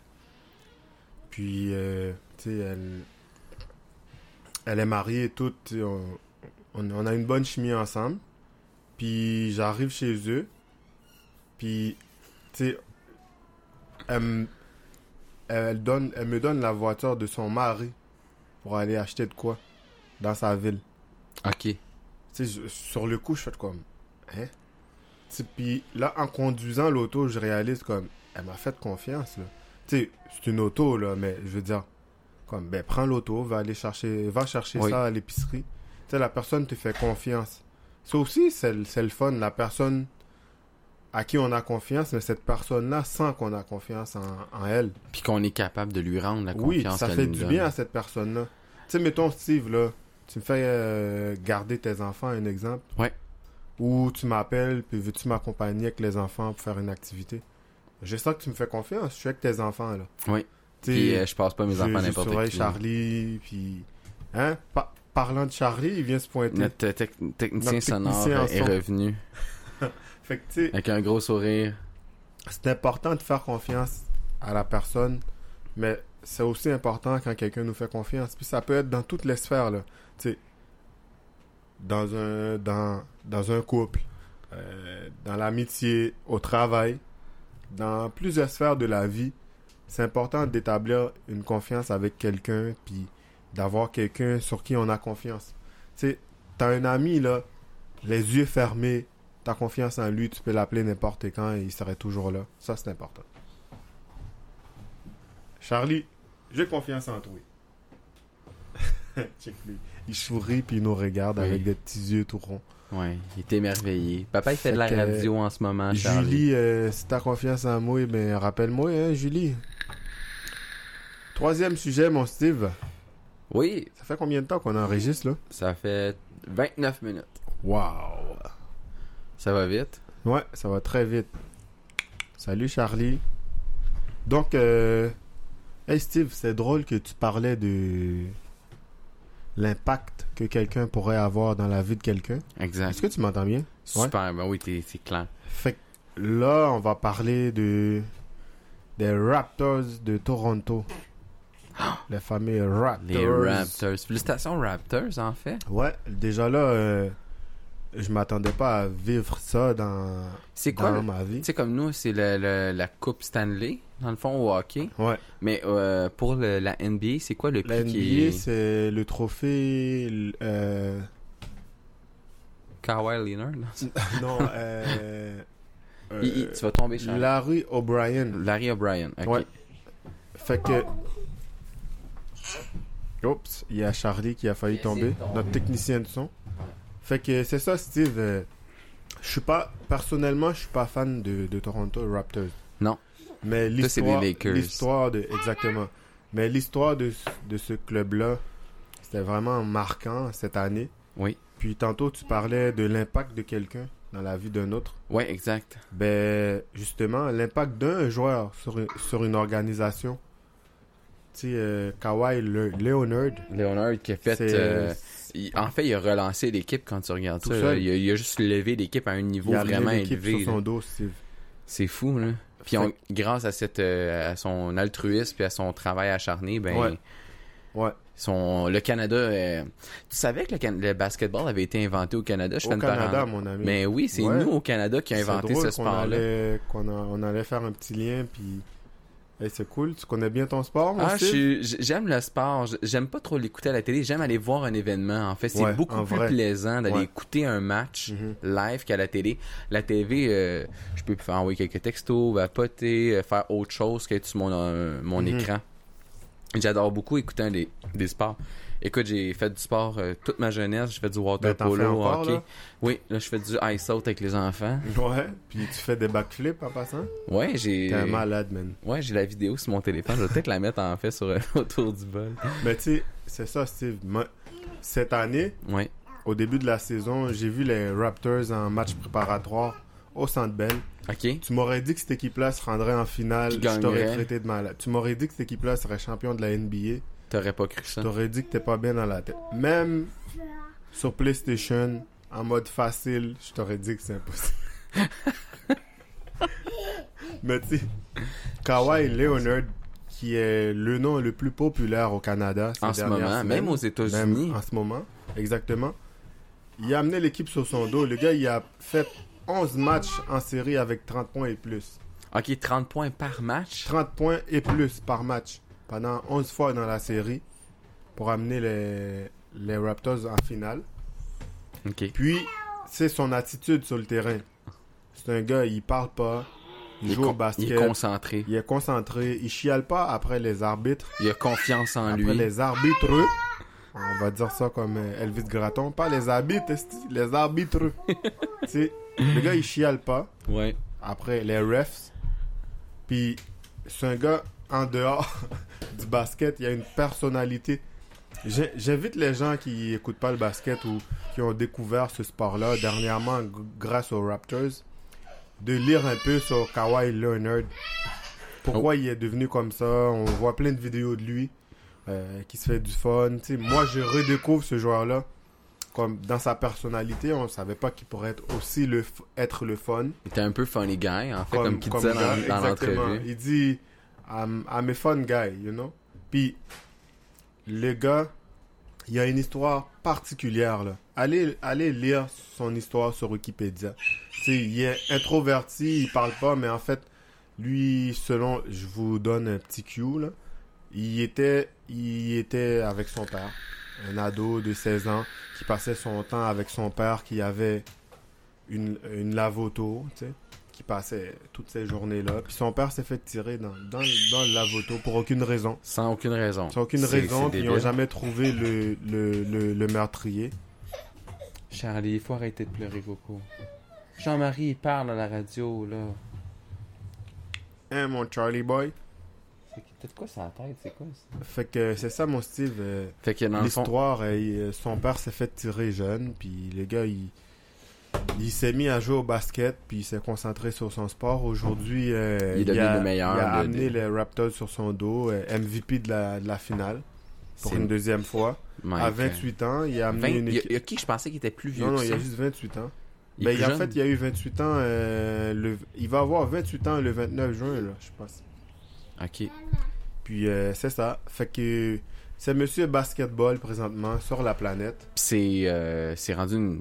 S2: Puis, euh, tu sais, elle, elle est mariée et tout. Tu sais, on, on, on a une bonne chimie ensemble. Puis, j'arrive chez eux. Puis, tu sais, elle, me- elle, donne, elle me donne la voiture de son mari pour aller acheter de quoi dans sa ville.
S1: OK.
S2: Tu sais, je- sur le coup, je fais comme, hein? Tu sais, puis là, en conduisant l'auto, je réalise comme, elle m'a fait confiance, là. Tu sais, c'est une auto, là, mais je veux dire, comme, ben, prends l'auto, va aller chercher, va chercher
S1: Oui.
S2: ça à l'épicerie. Tu sais, la personne te fait confiance. Ça aussi, c'est le c'est le fun, la personne à qui on a confiance, mais cette personne-là sent qu'on a confiance en, en elle.
S1: Puis qu'on est capable de lui rendre la
S2: Oui,
S1: confiance
S2: ça
S1: qu'elle
S2: fait
S1: nous
S2: du
S1: donne.
S2: bien à cette personne-là. Tu sais, mettons, Steve, là, tu me fais euh, garder tes enfants, un exemple.
S1: Ouais.
S2: Ou tu m'appelles, puis veux-tu m'accompagner avec les enfants pour faire une activité. Je sens que tu me fais confiance, je suis avec tes enfants, là.
S1: Oui.
S2: Tu sais,
S1: Puis euh, je passe pas mes
S2: je-
S1: enfants à
S2: je
S1: n'importe
S2: surveille
S1: qui.
S2: Charlie, puis... Hein? Pa- parlant de Charlie, il vient se pointer.
S1: Notre euh, tec- technicien
S2: Notre
S1: sonore
S2: technicien en
S1: euh, est
S2: son.
S1: revenu
S2: Fait que, tu sais,
S1: avec un gros sourire.
S2: c'est important de faire confiance à la personne, mais c'est aussi important quand quelqu'un nous fait confiance. Puis ça peut être dans toutes les sphères, là. Tu sais, dans un, dans, dans un couple, euh, dans l'amitié, au travail, dans plusieurs sphères de la vie, c'est important d'établir une confiance avec quelqu'un, puis d'avoir quelqu'un sur qui on a confiance. Tu sais, t'as un ami, là, les yeux fermés, t'as confiance en lui, tu peux l'appeler n'importe quand et il serait toujours là. Ça, c'est important. Charlie, j'ai confiance en toi. Check lui. Il sourit puis il nous regarde
S1: Oui.
S2: avec des petits yeux tout ronds.
S1: Ouais, il est émerveillé. Papa, il fait, de la
S2: Fait que,
S1: radio en ce moment, Charlie.
S2: Julie, euh, si t'as confiance en moi, ben rappelle-moi, hein, Julie. Troisième sujet, mon Steve.
S1: Oui,
S2: Ça fait combien de temps qu'on enregistre, là?
S1: ça fait vingt-neuf minutes.
S2: Wow!
S1: Ça va vite.
S2: Ouais, ça va très vite. Salut, Charlie. Donc, euh... hey Steve, c'est drôle que tu parlais de l'impact que quelqu'un pourrait avoir dans la vie de quelqu'un.
S1: Exact.
S2: Est-ce que tu m'entends bien?
S1: Super, ben oui, t'es- c'est clair.
S2: Fait que là, on va parler de des Raptors de Toronto. Les fameux Raptors.
S1: Les Raptors. Félicitations Raptors, en fait.
S2: Ouais, déjà là, euh, je m'attendais pas à vivre ça dans,
S1: C'est quoi,
S2: dans
S1: le-
S2: ma vie.
S1: Tu sais, comme nous, c'est le, le- la Coupe Stanley, dans le fond, au hockey.
S2: Ouais.
S1: Mais euh, pour le- la N B A, c'est quoi le
S2: La
S1: prix
S2: N B A,
S1: qui est...
S2: c'est le trophée... Euh...
S1: Kawhi Leonard?
S2: non, euh... euh,
S1: Il- il- tu vas tomber, Charles.
S2: Larry O'Brien.
S1: Larry O'Brien, ok.
S2: Ouais. Fait que... Oups, il y a Charlie qui a failli
S1: Il a essayé
S2: tomber,
S1: de tomber.
S2: notre technicien de son. Fait que c'est ça, Steve. euh, Je suis pas... Personnellement, je suis pas fan de, de Toronto Raptors.
S1: Non.
S2: Mais
S1: Toi, c'est
S2: l'histoire...
S1: les Lakers.
S2: L'histoire de... Exactement. Mais l'histoire de, de ce club-là, c'était vraiment marquant cette année.
S1: Oui.
S2: Puis tantôt, tu parlais de l'impact de quelqu'un dans la vie d'un autre.
S1: Ouais, exact.
S2: Ben, justement, l'impact d'un joueur sur, une- sur une organisation. Tu sais, euh, Kawhi Le- Leonard,
S1: Leonard qui a fait...
S2: c'est-
S1: euh, il- en fait, il a relancé l'équipe quand tu regardes
S2: Tout
S1: ça.
S2: seul.
S1: là. Il, a, il a juste levé l'équipe à un niveau
S2: il a amené
S1: vraiment
S2: l'équipe
S1: élevé.
S2: sur son
S1: là.
S2: dos, Steve.
S1: C'est fou, là. Puis
S2: Fait-
S1: on- grâce à cette euh, à son altruisme et à son travail acharné, ben
S2: Ouais. Ouais.
S1: son le Canada euh, tu savais que le, Can- le basketball avait été inventé au Canada, je
S2: Au
S1: fais une
S2: Canada,
S1: parenthèse.
S2: mon ami.
S1: Mais oui, c'est
S2: Ouais.
S1: nous au Canada qui a inventé
S2: C'est drôle
S1: ce
S2: qu'on
S1: sport-là.
S2: allait, qu'on a- on allait faire un petit lien, puis... Hey, c'est cool. Tu connais bien ton sport, mon
S1: Ah, je
S2: Steve?
S1: suis- j'aime le sport. J- J'aime pas trop l'écouter à la télé. J'aime aller voir un événement. En fait, c'est
S2: Ouais,
S1: beaucoup
S2: en
S1: plus
S2: vrai.
S1: plaisant d'aller
S2: Ouais.
S1: écouter un match
S2: Mhm.
S1: live qu'à la télé. La T V, euh, je peux faire envoyer quelques textos, vapoter, euh, faire autre chose qu'être sur mon, euh, mon
S2: Mhm.
S1: écran. J'adore beaucoup écouter un des, des sports. Écoute, j'ai fait du sport euh, toute ma jeunesse. J'ai fait du water
S2: Ben, t'en
S1: polo,
S2: fais encore,
S1: hockey.
S2: là?
S1: Oui, là, je fais du ice out avec les enfants.
S2: Ouais. Puis tu fais des backflips en passant?
S1: Ouais, j'ai...
S2: T'es un malade, man.
S1: Ouais, j'ai la vidéo sur mon téléphone. Je vais peut-être la mettre en fait sur euh, autour du bol.
S2: Mais tu sais, c'est ça, Steve. Moi, cette année,
S1: Ouais.
S2: au début de la saison, j'ai vu les Raptors en match préparatoire au Centre Bell.
S1: OK.
S2: Tu m'aurais dit que cette équipe-là se rendrait en finale.
S1: Qui
S2: Je t'aurais
S1: gagnerait.
S2: traité de malade. Tu m'aurais dit que cette équipe-là serait champion de la N B A.
S1: T'aurais pas cru
S2: Je
S1: ça.
S2: t'aurais dit que t'es pas bien dans la tête. Même sur PlayStation, en mode facile, je t'aurais dit que c'est impossible. Mais tu sais, Kawhi Leonard, qui est le nom le plus populaire au Canada ces
S1: En ce
S2: dernières
S1: moment,
S2: semaines,
S1: même aux États-Unis.
S2: même en ce moment, exactement. Il a amené l'équipe sur son dos. Le gars, il a fait onze matchs en série avec trente points et plus.
S1: OK, trente points par match.
S2: trente points et plus par match pendant onze fois dans la série pour amener les, les Raptors en finale.
S1: OK.
S2: Puis, c'est son attitude sur le terrain. C'est un gars, il parle pas, il,
S1: Il est,
S2: joue au
S1: con-
S2: basket,
S1: il est concentré.
S2: il est concentré, il chiale pas après les arbitres,
S1: Il a confiance en
S2: après
S1: lui.
S2: les arbitres. On va dire ça comme euh, Elvis Gratton, pas les arbitres, esti, les arbitres. Tu sais, le gars, il chiale pas
S1: Ouais.
S2: après les refs. Puis, c'est un gars, en dehors du basket, il a une personnalité. J'ai- J'invite les gens qui écoutent pas le basket ou qui ont découvert ce sport-là dernièrement g- grâce aux Raptors de lire un peu sur Kawhi Leonard. Pourquoi il est devenu comme ça. On voit plein de vidéos de lui euh, qui se fait du fun. Tu sais, moi, je redécouvre ce joueur-là. Comme dans sa personnalité, on savait pas qu'il pourrait être aussi le f- être le fun.
S1: Il était un peu funny guy, en fait, comme, qu'il disait dans,
S2: gars,
S1: dans
S2: exactement.
S1: l'entrevue.
S2: Il dit I'm, I'm a fun guy, you know. Puis le gars, il a une histoire particulière là. Allez, allez lire son histoire sur Wikipédia. Tu sais, il est introverti, il parle pas, mais en fait, lui, selon, je vous donne un petit cue là. Il était, il était avec son père, un ado de seize ans qui passait son temps avec son père qui avait une, une lave-auto, tu sais, qui passait toutes ces journées-là. Puis son père s'est fait tirer dans, dans, dans le lave-auto pour aucune raison.
S1: Sans aucune raison.
S2: Sans aucune
S1: C'est-
S2: raison,
S1: c'est
S2: puis ils
S1: débile.
S2: n'ont jamais trouvé le, le, le, le meurtrier.
S1: Charlie, il faut arrêter de pleurer, Coco. Jean-Marie, il parle à la radio, là.
S2: Hein, mon Charlie Boy?
S1: C'est- T'as de quoi sur la tête? C'est quoi ça?
S2: Fait que c'est ça, mon Steve. euh,
S1: Fait que dans le fond...
S2: L'histoire, euh, il- euh, son père s'est fait tirer jeune, puis le gars, il, il s'est mis à jouer au basket, puis il s'est concentré sur son sport. Aujourd'hui, euh,
S1: Il est devenu
S2: a,
S1: le meilleur
S2: il a
S1: de-
S2: amené
S1: de-
S2: les Raptors sur son dos, euh, M V P de la, de la finale, pour
S1: c'est
S2: une deuxième fois.
S1: Mike,
S2: à
S1: euh,
S2: vingt-huit ans, il a amené
S1: vingt
S2: une
S1: Il y a-
S2: équipe...
S1: il y a qui je pensais qu'il était plus vieux
S2: Non, non,
S1: que
S2: il
S1: ça?
S2: a juste vingt-huit ans.
S1: Il est
S2: Ben,
S1: plus
S2: il- en
S1: jeune.
S2: fait, il a eu vingt-huit ans, euh, le... il va avoir vingt-huit ans le vingt-neuf juin, là, je pense.
S1: OK.
S2: Puis euh, c'est ça. Fait que C'est Monsieur Basketball présentement sur la planète.
S1: Pis c'est, euh, c'est rendu une,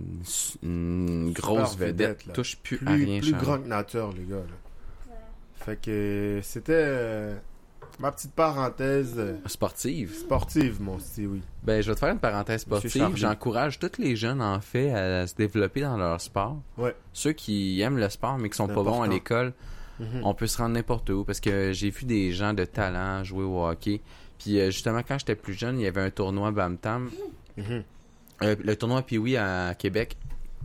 S1: une grosse
S2: Super
S1: vedette.
S2: vedette, là.
S1: Touche plus,
S2: Plus,
S1: à rien.
S2: plus
S1: Charles.
S2: grand que nature, les gars. Là. Fait que c'était euh, ma petite parenthèse euh,
S1: Sportive.
S2: sportive, mon style, oui.
S1: Ben, je vais te faire une parenthèse
S2: Monsieur
S1: sportive.
S2: Charlie.
S1: J'encourage tous les jeunes, en fait, à se développer dans leur sport.
S2: Ouais.
S1: Ceux qui aiment le sport, mais qui sont
S2: C'est
S1: pas bons à
S2: important.
S1: l'école,
S2: Mhm.
S1: on peut se rendre n'importe où. Parce que j'ai vu des gens de talent jouer au hockey. Puis, euh, justement, quand j'étais plus jeune, il y avait un tournoi Bam Tam.
S2: Mhm.
S1: Euh, le tournoi Pee-Wee à Québec.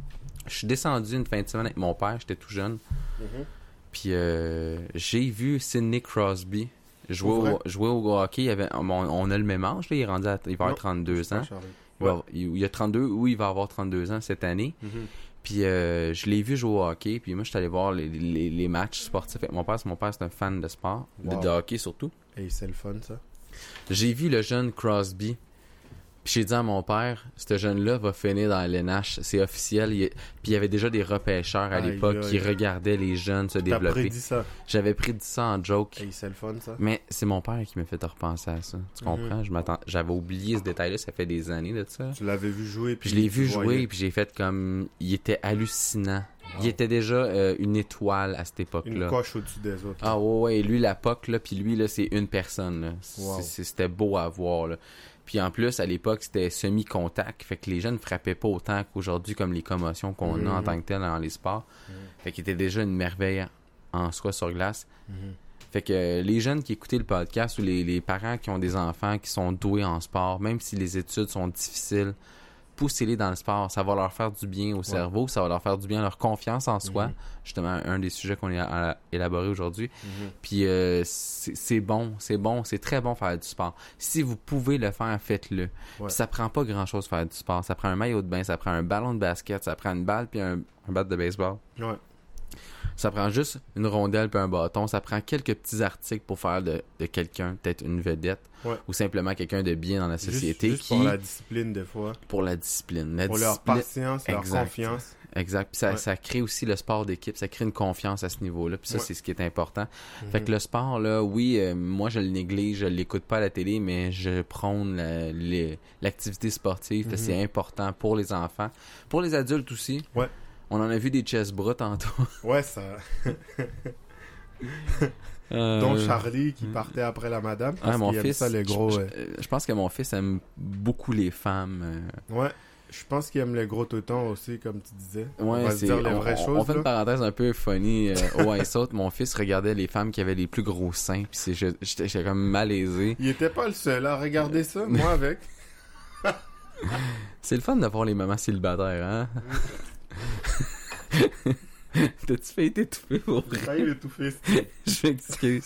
S1: Je suis descendu une fin de semaine avec mon père, j'étais tout jeune.
S2: Mhm.
S1: Puis euh, j'ai vu Sidney Crosby jouer
S2: Pour vrai?
S1: au, jouer au hockey. Il avait, on, on a le même âge, là, il est rendu à, il va avoir
S2: Non,
S1: trente-deux ans.
S2: Charlie.
S1: Il, va
S2: Ouais.
S1: avoir- il, il a trente-deux ou il va avoir trente-deux ans cette année.
S2: Mhm.
S1: Puis euh, je l'ai vu jouer au hockey. Puis moi, je suis allé voir les, les, les matchs sportifs avec mon père. Parce que mon père, c'est un fan de sport, de-
S2: Wow.
S1: de hockey surtout.
S2: Et c'est le fun, ça.
S1: J'ai vu le jeune Crosby. Puis j'ai dit à mon père, ce jeune-là va finir dans l'N H. C'est officiel. Il est- Puis il y avait déjà des repêcheurs à
S2: Aïe,
S1: l'époque
S2: aïe.
S1: qui regardaient les jeunes se
S2: T'as
S1: développer.
S2: prédit ça.
S1: J'avais pris dit ça en joke.
S2: Et c'est le fun, ça.
S1: Mais c'est mon père qui m'a fait repenser à ça. Tu
S2: Mhm.
S1: comprends? Je m'attends... J'avais oublié ce détail-là. Ça fait des années de ça.
S2: Tu l'avais vu jouer.
S1: Puis je l'ai vu
S2: tu
S1: jouer.
S2: voyais
S1: Puis j'ai fait comme... Il était hallucinant. Il
S2: Wow.
S1: était déjà euh, une étoile à cette
S2: Une
S1: époque-là.
S2: coche au-dessus des autres.
S1: Ah ouais, ouais, et lui, la P O C, là, puis lui, là, c'est une personne, là. C'est-
S2: Wow.
S1: c'est- C'était beau à voir, là. Puis en plus, à l'époque, c'était semi-contact, fait que les jeunes ne frappaient pas autant qu'aujourd'hui, comme les commotions qu'on
S2: Mhm.
S1: a en tant que tel dans les sports.
S2: Mhm.
S1: Fait qu'il était déjà une merveille en soi sur glace.
S2: Mhm.
S1: Fait que euh, les jeunes qui écoutaient le podcast ou les, les parents qui ont des enfants qui sont doués en sport, même si les études sont difficiles, poussez-les dans le sport. Ça va leur faire du bien au cerveau, ça va leur faire du bien à leur confiance en soi.
S2: Mhm.
S1: Justement, un des sujets qu'on a élaboré aujourd'hui.
S2: Mhm.
S1: Puis euh, c'est c'est bon, c'est bon, c'est très bon faire du sport. Si vous pouvez le faire, faites-le.
S2: Ouais.
S1: Puis ça prend pas grand-chose faire du sport. Ça prend un maillot de bain, ça prend un ballon de basket, ça prend une balle puis un, un bat de baseball.
S2: Ouais.
S1: Ça prend juste une rondelle puis un bâton. Ça prend quelques petits articles pour faire de, de quelqu'un, peut-être une vedette,
S2: Ouais.
S1: ou simplement quelqu'un de bien dans la
S2: Juste-
S1: société
S2: juste
S1: qui
S2: pour la discipline, des fois.
S1: pour la discipline. La
S2: Pour leur
S1: discipline-
S2: patience, leur
S1: Exact.
S2: confiance.
S1: Exact. Puis ça,
S2: Ouais.
S1: ça crée aussi le sport d'équipe, ça crée une confiance à ce niveau-là. Puis ça,
S2: Ouais.
S1: c'est ce qui est important.
S2: Mhm.
S1: Fait que le sport, là, oui, euh, moi, je le néglige, je l'écoute pas à la télé, mais je prône la- les- l'activité sportive. parce que
S2: Mhm.
S1: C'est important pour les enfants. Pour les adultes aussi.
S2: Ouais.
S1: On en a vu des chess bras tantôt.
S2: Ouais, ça.
S1: Euh,
S2: Dont Charlie qui partait après la madame. Parce
S1: ah, mon
S2: qu'il aime
S1: fils,
S2: ça, les gros.
S1: je,
S2: euh,
S1: je- je pense que mon fils aime beaucoup les femmes. euh,
S2: Ouais. Je pense qu'il aime les gros toutons aussi, comme tu disais. on
S1: Ouais,
S2: va se
S1: c'est,
S2: dire les
S1: on,
S2: vraies
S1: on-
S2: choses.
S1: on fait une
S2: là.
S1: parenthèse un peu funny euh, au Ice Out. Mon fils regardait les femmes qui avaient les plus gros seins. Puis c'est, je- j'étais, j'étais comme malaisé.
S2: Il était pas le seul à regarder ça, moi avec.
S1: C'est le fun de voir les mamans célibataires, hein? T'as-tu fait t'étouffer pour
S2: J'ai
S1: vrai?
S2: failli l'étouffer.
S1: Je m'excuse.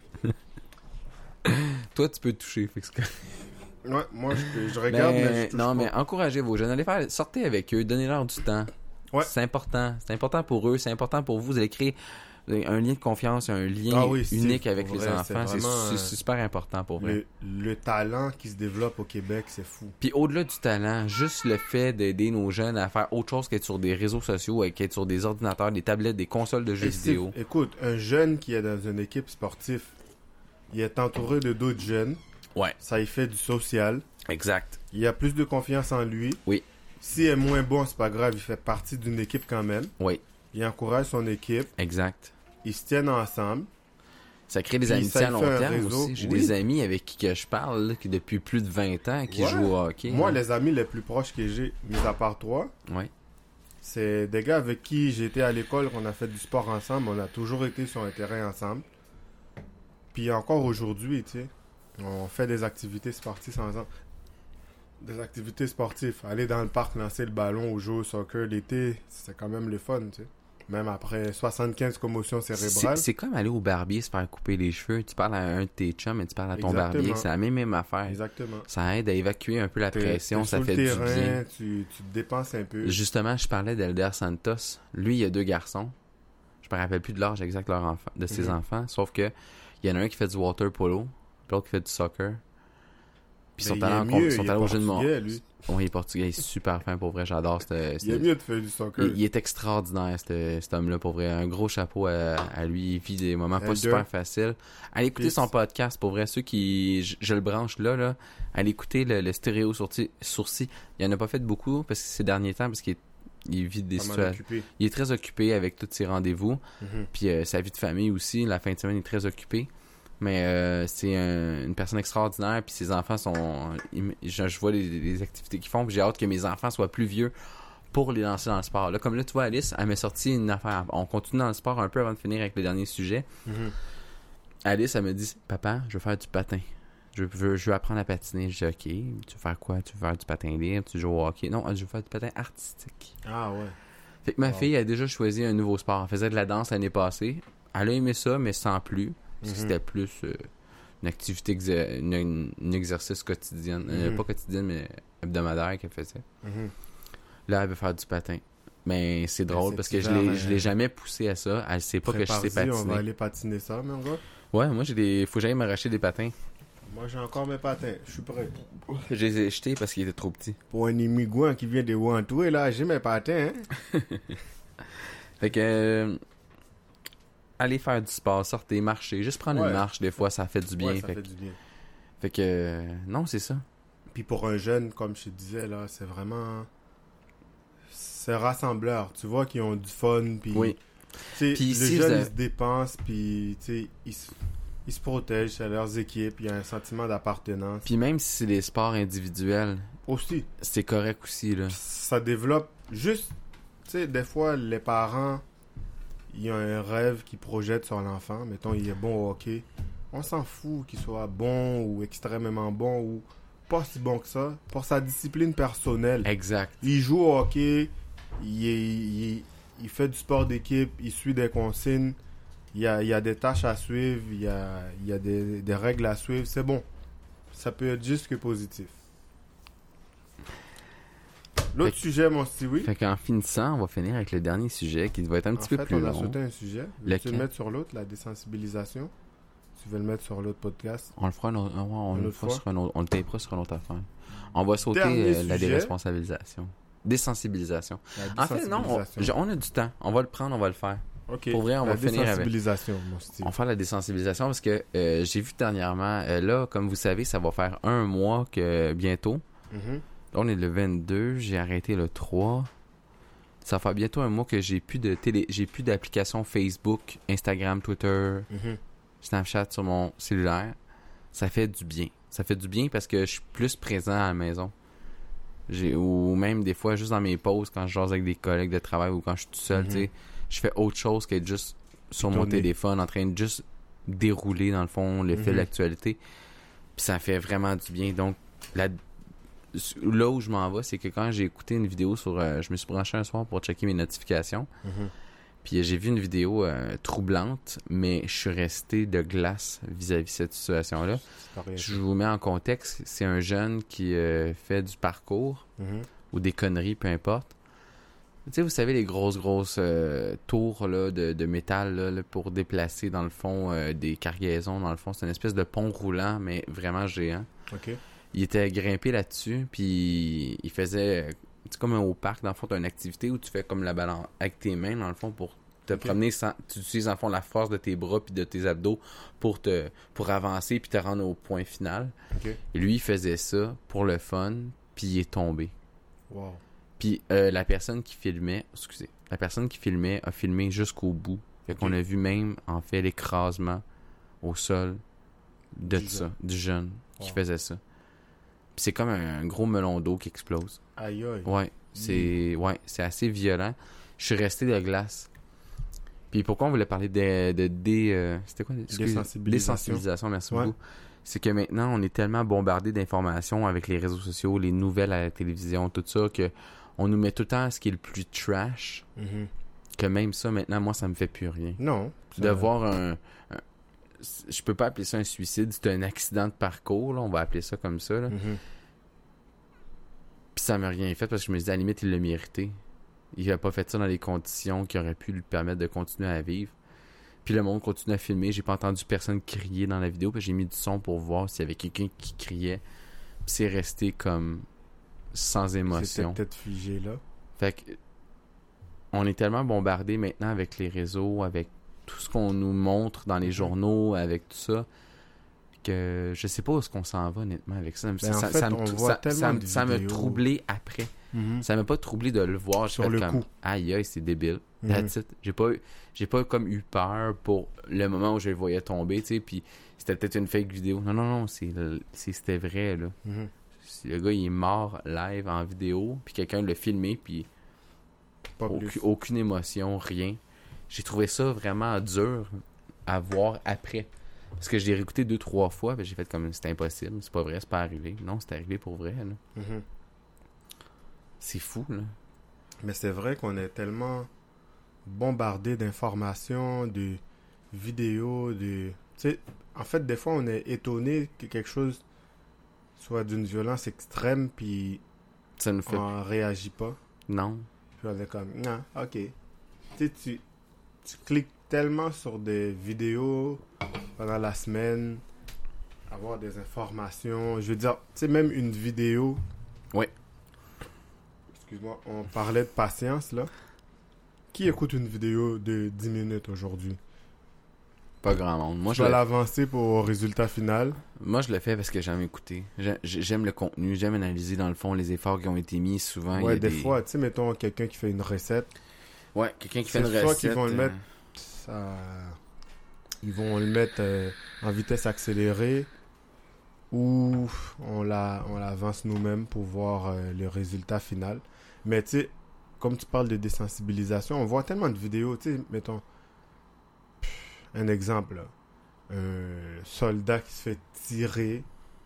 S1: Toi, tu peux te toucher, fait que c'est correct.
S2: Ouais, moi je, je regarde, mais,
S1: Mais,
S2: je touche
S1: non,
S2: pas.
S1: mais encouragez vos jeunes. Allez faire, sortez avec eux, donnez-leur du temps.
S2: Ouais.
S1: C'est important. C'est important pour eux, c'est important pour vous. Vous allez créer un lien de confiance, un lien
S2: Ah oui, Steve,
S1: unique avec
S2: pour
S1: les
S2: vrai,
S1: enfants.
S2: c'est
S1: C'est,
S2: vraiment,
S1: c'est
S2: euh,
S1: super important pour eux.
S2: Le, le talent qui se développe au Québec, c'est fou.
S1: Puis au-delà du talent, juste le fait d'aider nos jeunes à faire autre chose qu'être sur des réseaux sociaux, et qu'être sur des ordinateurs, des tablettes, des consoles de jeux
S2: Et Steve,
S1: vidéo.
S2: écoute, un jeune qui est dans une équipe sportive, il est entouré de d'autres jeunes.
S1: Ouais.
S2: Ça y fait du social.
S1: Exact.
S2: Il a plus de confiance en lui.
S1: Oui.
S2: S'il est moins bon, c'est pas grave, il fait partie d'une équipe quand même.
S1: Oui,
S2: Il encourage son équipe.
S1: exact.
S2: Ils se tiennent ensemble.
S1: Ça crée des
S2: Puis
S1: amitiés
S2: ça
S1: à
S2: lui
S1: long
S2: fait un
S1: terme
S2: réseau.
S1: aussi. J'ai
S2: Oui.
S1: des amis avec qui que je parle, là, qui depuis plus de vingt ans, qui
S2: Ouais.
S1: jouent au hockey.
S2: Moi,
S1: hein.
S2: les amis les plus proches que j'ai, mis à part toi,
S1: Ouais.
S2: c'est des gars avec qui j'étais à l'école, qu'on a fait du sport ensemble. On a toujours été sur un terrain ensemble. Puis encore aujourd'hui, tu sais, on fait des activités sportives ensemble. Des activités sportives. Aller dans le parc, lancer le ballon ou jouer au soccer l'été, c'est quand même le fun, tu sais. Même après soixante-quinze commotions
S1: C'est,
S2: cérébrales.
S1: c'est comme aller au barbier se faire couper les cheveux. Tu parles à un de tes chums et tu parles à ton
S2: Exactement.
S1: barbier. C'est la même, même affaire.
S2: Exactement.
S1: Ça aide à évacuer un peu la
S2: T'es-
S1: pression,
S2: t'es
S1: ça
S2: sur
S1: fait
S2: le
S1: du
S2: terrain,
S1: bien.
S2: Tu, tu te dépenses un peu.
S1: Justement, je parlais d'Elder Santos. Lui, il a deux garçons. Je me rappelle plus de l'âge exact de, leur enfant, de ses
S2: Mhm.
S1: enfants. Sauf que il y en a un qui fait du water polo, puis l'autre qui fait du soccer. Puis ils sont
S2: Mais
S1: allés,
S2: il est
S1: en
S2: mieux,
S1: con- ils
S2: il
S1: sont
S2: est
S1: allés au jeu de mon.
S2: portugais, lui.
S1: Oui, il est portugais, il est super fin pour vrai, j'adore cette.
S2: Il est mieux de faire du soccer.
S1: Il, il est extraordinaire, cet, cet homme-là, pour vrai. Un gros chapeau à, à lui. Il vit des moments pas
S2: Elder.
S1: super faciles. Allez écouter
S2: Peace.
S1: son podcast, pour vrai. Ceux qui. Je, je le branche là, là. Allez écouter le, le stéréo sourcil, sourcil. Il en a pas fait beaucoup parce que ces derniers temps, parce qu'il est- il vit des
S2: Pas mal
S1: situations.
S2: occupé.
S1: Il est très occupé avec tous ses rendez-vous.
S2: Mhm.
S1: Puis euh, sa vie de famille aussi. La fin de semaine, il est très occupé. Mais euh, c'est un- une personne extraordinaire. Puis ses enfants sont. ils- je, je vois les, les activités qu'ils font. Puis j'ai hâte que mes enfants soient plus vieux pour les lancer dans le sport. Là, comme là, tu vois, Alice, elle m'a sorti une affaire. On continue dans le sport un peu avant de finir avec le dernier sujet.
S2: Mhm.
S1: Alice, elle me dit, papa, je veux faire du patin. Je veux, je veux apprendre à patiner. Je dis, ok, tu veux faire quoi? Tu veux faire du patin libre? Tu joues au hockey? Non, je veux faire du patin artistique.
S2: Ah ouais.
S1: Fait que ma
S2: Wow.
S1: fille a déjà choisi un nouveau sport. Elle faisait de la danse l'année passée. Elle a aimé ça, mais sans plus. Parce que
S2: Mhm.
S1: c'était plus euh, une activité, exer- une, une- une exercice quotidien. Euh,
S2: Mhm.
S1: pas quotidienne, mais hebdomadaire qu'elle faisait.
S2: Mhm.
S1: Là, elle veut faire du patin. Mais c'est drôle
S2: cet
S1: parce que je
S2: hiver,
S1: l'ai,
S2: euh,
S1: je l'ai jamais poussé à ça. Elle sait pas que je sais
S2: Prépare-y, on va
S1: patiner.
S2: aller patiner ça, mon gars.
S1: Ouais, moi, j'ai des. Faut que j'aille m'arracher des patins.
S2: Moi, j'ai encore mes patins. Je suis prêt.
S1: Je les ai jetés parce qu'ils étaient trop petits.
S2: Pour un immigrant qui vient de Wantoué, là, j'ai mes patins. Hein?
S1: Fait que. euh, aller faire du sport, sortez, marcher. Juste prendre
S2: Ouais.
S1: une marche, des fois, ça fait du bien.
S2: Ouais, ça
S1: fait,
S2: fait
S1: que-
S2: du bien.
S1: fait que. euh, non, c'est ça.
S2: Puis pour un jeune, comme je te disais, là, c'est vraiment... C'est rassembleur. Tu vois qu'ils ont du fun, puis...
S1: Oui.
S2: Tu sais,
S1: Puis
S2: les
S1: ici,
S2: jeunes,
S1: vous avez-
S2: ils se dépensent, puis, tu sais, ils, se- ils se protègent, c'est leurs équipes, il y a un sentiment d'appartenance.
S1: Puis même si c'est des sports individuels,
S2: Aussi,
S1: c'est correct aussi, là.
S2: ça développe juste... Tu sais, des fois, les parents, ils ont un rêve qu'ils projettent sur l'enfant. Mettons, il est bon au hockey. On s'en fout qu'il soit bon ou extrêmement bon ou pas si bon que ça. Pour sa discipline personnelle.
S1: Exact.
S2: Il joue au hockey, il, est- il, il fait du sport d'équipe, il suit des consignes, il y a, il y a des tâches à suivre, il y a, il y a des, des règles à suivre, c'est bon. Ça peut être juste que positif. L'autre
S1: Fait que-
S2: sujet, mon Stewie.
S1: Fait qu'en finissant, on va finir avec le dernier sujet qui va être un
S2: En
S1: petit
S2: fait,
S1: peu plus
S2: on a
S1: long.
S2: sauté un sujet. Veux-tu
S1: Lequel?
S2: le mettre sur l'autre, la désensibilisation? Tu veux le mettre sur l'autre podcast?
S1: On le fera, une autre- ouais, on,
S2: Une
S1: le
S2: autre
S1: fera
S2: fois?
S1: sur un autre, on le tapera sur une autre affaire. On va sauter
S2: Dernier
S1: euh, la
S2: sujet.
S1: déresponsabilisation. Désensibilisation.
S2: La
S1: En fait, non, on,
S2: désensibilisation.
S1: j'ai- on a du temps. On va le prendre, on va le faire.
S2: Ok.
S1: pour vrai, on
S2: la
S1: va finir avec-
S2: désensibilisation, mon Steve.
S1: On va faire la désensibilisation parce que euh, j'ai vu dernièrement, euh, là, comme vous savez, ça va faire un mois que bientôt.
S2: Mhm.
S1: Là, on est le vingt-deux, j'ai arrêté le trois. Ça va faire bientôt un mois que j'ai plus de télé, j'ai plus d'applications Facebook, Instagram, Twitter,
S2: Mhm.
S1: Snapchat sur mon cellulaire. Ça fait du bien. Ça fait du bien parce que je suis plus présent à la maison. J'ai, ou même des fois, juste dans mes pauses, quand je jase avec des collègues de travail ou quand je suis tout seul,
S2: Mhm.
S1: tu sais, je fais autre chose qu'être juste sur mon
S2: Tourner.
S1: téléphone en train de juste dérouler, dans le fond, le fil
S2: Mhm.
S1: d'actualité. Puis ça fait vraiment du bien. Donc, la, là où je m'en vais, c'est que quand j'ai écouté une vidéo sur... euh, je me suis branché un soir pour checker mes notifications.
S2: Mhm.
S1: Puis j'ai vu une vidéo euh, troublante, mais je suis resté de glace vis-à-vis de cette situation-là.
S2: C'est pas rien.
S1: Je vous mets en contexte, c'est un jeune qui euh, fait du parcours
S2: Mhm.
S1: ou des conneries, peu importe. Tu sais, vous savez, les grosses, grosses euh, tours là, de, de métal là, là, pour déplacer, dans le fond, euh, des cargaisons. Dans le fond, c'est une espèce de pont roulant, mais vraiment géant.
S2: Ok.
S1: Il était grimpé là-dessus, puis il faisait... C'est comme un au parc, dans le fond, tu as une activité où tu fais comme la balance avec tes mains, dans le fond, pour te
S2: Ok.
S1: promener sans... Tu utilises, dans le fond, la force de tes bras puis de tes abdos pour te pour avancer puis te rendre au point final.
S2: Ok.
S1: Et lui, il faisait ça pour le fun, puis il est tombé.
S2: Wow.
S1: Puis euh, la personne qui filmait... Excusez. La personne qui filmait a filmé jusqu'au bout. Fait qu'on
S2: Ok.
S1: a vu même, en fait, l'écrasement au sol de
S2: Du
S1: ça,
S2: jeune.
S1: du jeune qui
S2: Wow.
S1: faisait ça. Puis c'est comme un gros melon d'eau qui explose.
S2: Aïe aïe.
S1: Ouais, c'est ouais, c'est assez violent. Je suis resté de glace. Puis pourquoi on voulait parler de de, dé, euh, c'était quoi excusez,
S2: Désensibilisation.
S1: désensibilisation, merci
S2: Ouais.
S1: beaucoup. C'est que maintenant on est tellement bombardé d'informations avec les réseaux sociaux, les nouvelles à la télévision, tout ça que on nous met tout le temps ce qui est le plus trash,
S2: Mhm.
S1: que même ça maintenant moi ça me fait plus rien.
S2: Non.
S1: De
S2: ça-
S1: voir un, un- je peux pas appeler ça un suicide, c'est un accident de parcours là, on va appeler ça comme ça là.
S2: Mhm.
S1: Puis ça m'a rien fait parce que je me disais, à la limite, il l'a mérité. Il a pas fait ça dans les conditions qui auraient pu lui permettre de continuer à vivre. Puis le monde continue à filmer. J'ai pas entendu personne crier dans la vidéo. Puis j'ai mis du son pour voir s'il y avait quelqu'un qui criait. c'est resté comme sans émotion.
S2: C'était peut-être figé là.
S1: Fait que on est tellement bombardé maintenant avec les réseaux, avec tout ce qu'on nous montre dans les journaux, avec tout ça, que je sais pas où est-ce qu'on s'en va honnêtement avec ça.
S2: Ben,
S1: ça,
S2: en
S1: ça,
S2: fait,
S1: ça,
S2: on
S1: me,
S2: voit
S1: ça,
S2: tellement
S1: ça,
S2: de
S1: ça m'a
S2: vidéos.
S1: troublé après.
S2: Mm-hmm.
S1: Ça m'a pas troublé de le voir.
S2: Sur
S1: J'ai fait
S2: le
S1: comme,
S2: coup.
S1: aïe aïe, c'est débile.
S2: Mm-hmm.
S1: That's it. J'ai pas, eu- j'ai pas comme eu peur pour le moment où je le voyais tomber, tu sais, puis c'était peut-être une fake vidéo. Non, non, non, c'est, c'est, c'était vrai, là.
S2: Mm-hmm.
S1: Le gars, il est mort live en vidéo, puis quelqu'un l'a filmé, puis
S2: Pas
S1: aucune,
S2: plus.
S1: aucune émotion, rien. J'ai trouvé ça vraiment dur à voir après. Parce que je l'ai réécouté deux, trois fois, puis j'ai fait comme, c'est impossible, c'est pas vrai, c'est pas arrivé. Non, c'est arrivé pour vrai, là.
S2: Mm-hmm.
S1: C'est fou, là.
S2: Mais c'est vrai qu'on est tellement bombardé d'informations, de vidéos, de... Tu sais, en fait, des fois, on est étonné que quelque chose soit d'une violence extrême, puis
S1: Ça nous fait...
S2: on réagit pas.
S1: Non.
S2: Puis on est comme, non, ok. Tu sais, tu, tu cliques tellement sur des vidéos pendant la semaine, avoir des informations. Je veux dire, tu sais, même une vidéo.
S1: Ouais.
S2: Excuse-moi, on parlait de patience, là. Qui écoute une vidéo de dix minutes aujourd'hui?
S1: Pas grand monde. Moi,
S2: Je
S1: je
S2: vais
S1: le...
S2: l'avancer pour au résultat final.
S1: Moi, je le fais parce que j'aime écouter. J'ai- J'aime le contenu, j'aime analyser, dans le fond, les efforts qui ont été mis. Souvent, il y
S2: Ouais,
S1: a
S2: des
S1: des...
S2: fois, tu sais, mettons quelqu'un qui fait une recette.
S1: Ouais, quelqu'un qui fait
S2: C'est
S1: une
S2: soit
S1: recette...
S2: qu'ils vont le
S1: euh,
S2: mettre ça... Ils vont le mettre euh, en vitesse accélérée ou on la on l'avance nous-mêmes pour voir euh, le résultat final. Mais tu sais, comme tu parles de désensibilisation, on voit tellement de vidéos, tu sais, mettons pff, un exemple, là. Un soldat qui se fait tirer.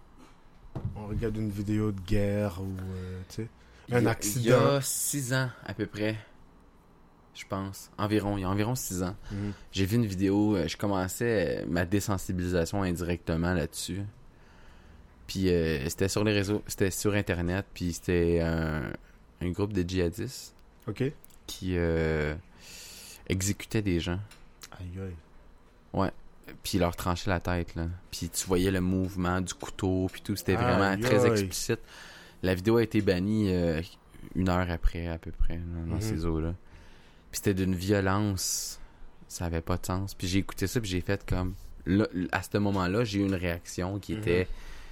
S2: On regarde une vidéo de guerre ou euh, tu sais,
S1: il y
S2: un
S1: a-
S2: accident.
S1: Il y a six ans, à peu près. Je pense. Environ. Il y a environ six ans.
S2: Mhm.
S1: J'ai vu une vidéo, euh, je commençais euh, ma désensibilisation indirectement là-dessus. Puis euh, c'était sur les réseaux, c'était sur Internet, puis c'était un, un groupe de djihadistes
S2: OK.
S1: qui euh, exécutait des gens.
S2: Aïe aïe.
S1: Ouais. Puis ils leur tranchait la tête, là. Puis tu voyais le mouvement du couteau, puis tout. C'était vraiment
S2: Aïe,
S1: très
S2: aïe.
S1: explicite. La vidéo a été bannie euh, une heure après, à peu près, là, dans
S2: Mhm.
S1: ces eaux-là. Puis c'était d'une violence. Ça avait pas de sens. Puis j'ai écouté ça, puis j'ai fait comme... Là, à ce moment-là, j'ai eu une réaction qui
S2: Mhm.
S1: était...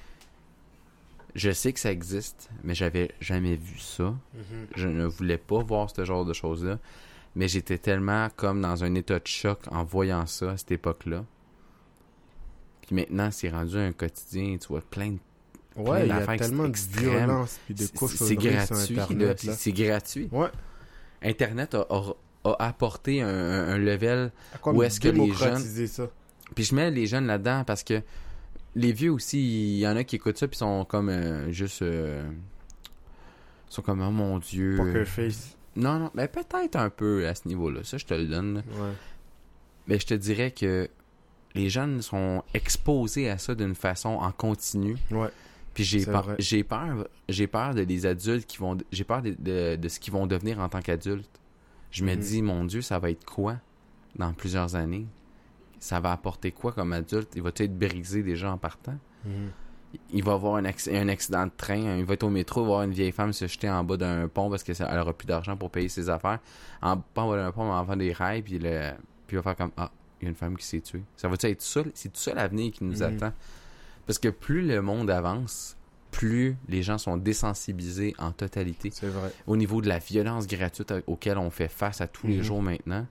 S1: Je sais que ça existe, mais j'avais jamais vu ça.
S2: Mhm.
S1: Je ne voulais pas voir ce genre de choses-là. Mais j'étais tellement comme dans un état de choc en voyant ça à cette époque-là. Puis maintenant, c'est rendu un quotidien. Tu vois plein de...
S2: Ouais, il y a
S1: d'affaires
S2: tellement de
S1: extrêmes.
S2: violence puis de
S1: C'est c'est
S2: cochonneries
S1: gratuit,
S2: sur
S1: là.
S2: Internet.
S1: C'est
S2: Là.
S1: c'est gratuit.
S2: Ouais.
S1: Internet a, a- a apporté un, un- un level...
S2: Comme
S1: Où est-ce que les
S2: démocratiser ça.
S1: Puis je mets les jeunes là-dedans parce que les vieux aussi, il y en a qui écoutent ça puis sont comme euh, juste... euh, sont comme, oh mon Dieu...
S2: Poker face.
S1: Non, non, mais peut-être un peu à ce niveau-là. Ça, je te le donne. là.
S2: Ouais.
S1: Mais je te dirais que les jeunes sont exposés à ça d'une façon en continu.
S2: Ouais.
S1: Puis j'ai
S2: C'est
S1: peur,
S2: vrai.
S1: j'ai peur, j'ai peur de les adultes qui vont, j'ai peur de, de, de ce qu'ils vont devenir en tant qu'adultes. Je me
S2: Mhm.
S1: dis, mon Dieu, ça va être quoi dans plusieurs années? Ça va apporter quoi comme adulte? Il va être brisé déjà en partant?
S2: Mhm.
S1: Il va avoir un, acc- un accident de train, il va être au métro, il va voir une vieille femme se jeter en bas d'un pont parce qu'elle n'aura plus d'argent pour payer ses affaires. En pas en bas d'un pont, mais en vend des rails, puis, le, puis il va faire comme, ah, il y a une femme qui s'est tuée. Ça va-tu être ça? C'est tout ça l'avenir qui nous
S2: Mhm.
S1: attend? Parce que plus le monde avance, plus les gens sont désensibilisés en totalité.
S2: C'est vrai.
S1: Au niveau de la violence gratuite auquel on fait face à tous les
S2: Mhm.
S1: jours maintenant.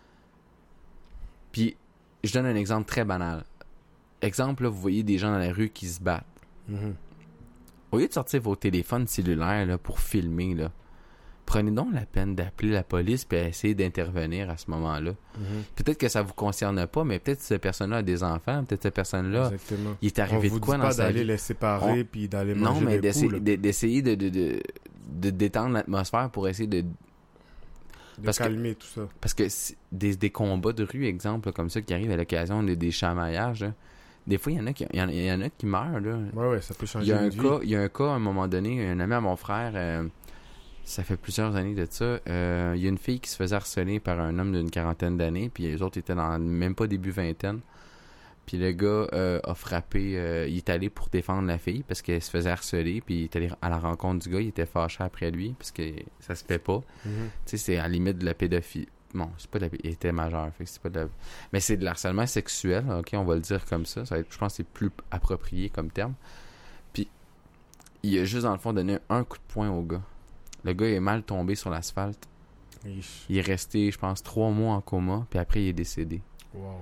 S1: Puis, je donne un exemple très banal. Exemple, là, vous voyez des gens dans la rue qui se battent.
S2: Mhm.
S1: Au lieu de sortir vos téléphones cellulaires là, pour filmer, là, prenez donc la peine d'appeler la police et essayer d'intervenir à ce moment-là.
S2: Mhm.
S1: Peut-être que ça vous concerne pas, mais peut-être que cette personne-là a des enfants, peut-être que cette personne-là,
S2: Exactement.
S1: il est
S2: On
S1: arrivé
S2: vous
S1: de quoi
S2: dit
S1: dans
S2: pas
S1: sa
S2: d'aller
S1: vie.
S2: les séparer puis d'aller
S1: Non,
S2: manger
S1: mais
S2: des
S1: d'essayer,
S2: coups, là.
S1: de- d'essayer de, de, de, de détendre l'atmosphère pour essayer de...
S2: de
S1: parce que-
S2: calmer tout ça.
S1: Parce que si- des, des combats de rue, exemple, là, comme ça, qui arrivent à l'occasion de, des chamaillages, là, des fois, il y en a qui, il y en, il y en a qui meurent, là.
S2: Ouais, ouais, ça peut
S1: Il
S2: changer
S1: y a un
S2: une vie.
S1: cas, il y a un cas à un moment donné, un ami à mon frère, euh, ça fait plusieurs années de ça. euh, il y a une fille qui se faisait harceler par un homme d'une quarantaine d'années, puis les autres étaient dans même pas début vingtaine. Puis le gars euh, a frappé, euh, il est allé pour défendre la fille parce qu'elle se faisait harceler, puis il est allé à la rencontre du gars, il était fâché après lui parce que ça se fait pas.
S2: Mm-hmm.
S1: Tu sais, c'est à la limite de la pédophilie. Bon, c'est pas de la... il était majeur, fait que c'est pas de la... mais c'est de l'harcèlement sexuel, ok, on va le dire comme ça. Ça va être, je pense que c'est plus approprié comme terme. Puis il a juste dans le fond donné un coup de poing au gars. Le gars est mal tombé sur l'asphalte.
S2: Ich.
S1: Il est resté, je pense, trois mois en coma, puis après il est décédé.
S2: Wow.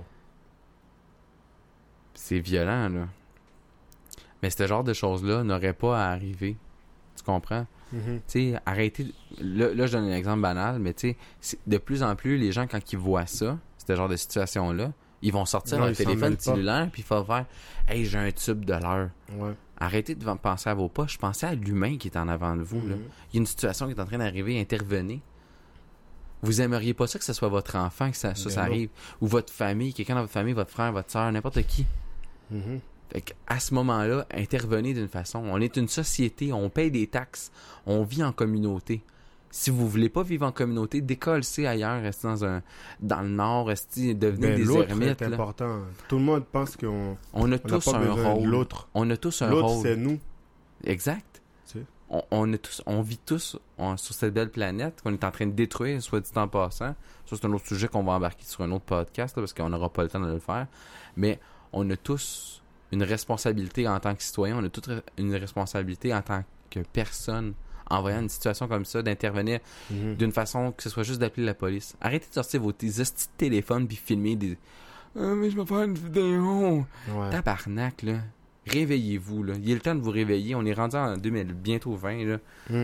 S1: C'est violent, là. Mais ce genre de choses-là n'aurait pas à arriver. Tu comprends?
S2: Mm-hmm.
S1: Tu sais, arrêtez... Là, là, je donne un exemple banal, mais tu sais, de plus en plus, les gens, quand ils voient ça, ce genre de situation-là, ils vont sortir
S2: Non,
S1: leur
S2: ils s'en
S1: téléphone
S2: mêlent pas.
S1: cellulaire, puis ils vont faire « Hey, j'ai un tube de l'heure. »
S2: Ouais.
S1: Arrêtez de penser à vos poches. Pensez à l'humain qui est en avant de vous, là.
S2: Mm-hmm.
S1: Il y a une situation qui est en train d'arriver, intervenez. Vous aimeriez pas ça que ce soit votre enfant, que ça, ça, ça
S2: non.
S1: arrive, ou votre famille, quelqu'un dans votre famille, votre frère, votre soeur, n'importe qui.
S2: Mm-hmm.
S1: Fait qu'à ce moment-là, intervenez d'une façon. On est une société, on paye des taxes, on vit en communauté. Si vous voulez pas vivre en communauté, décollez ailleurs, restez dans un dans le nord, restez, devenez
S2: Ben,
S1: des
S2: l'autre
S1: ermites.
S2: est
S1: là.
S2: important. Tout le monde pense qu'on
S1: On a
S2: on n'a
S1: tous
S2: pas
S1: un
S2: besoin
S1: rôle.
S2: de l'autre.
S1: On a tous un
S2: L'autre,
S1: rôle.
S2: c'est nous.
S1: Exact.
S2: Tu sais.
S1: On, on, est tous, on vit tous on- sur cette belle planète qu'on est en train de détruire, soit dit en passant. Ça, c'est un autre sujet qu'on va embarquer sur un autre podcast, là, parce qu'on n'aura pas le temps de le faire. Mais on a tous une responsabilité en tant que citoyen, on a toute une responsabilité en tant que personne, en voyant une situation comme ça, d'intervenir
S2: Mm-hmm.
S1: d'une façon que ce soit juste d'appeler la police. Arrêtez de sortir vos tes hosties de téléphones puis filmer des... Ah, mais je vais faire une vidéo!
S2: Ouais.
S1: Tabarnak, là. Réveillez-vous, là. Il est le temps de vous réveiller. On est rendu en deux mille, bientôt vingt, là.
S2: Mm.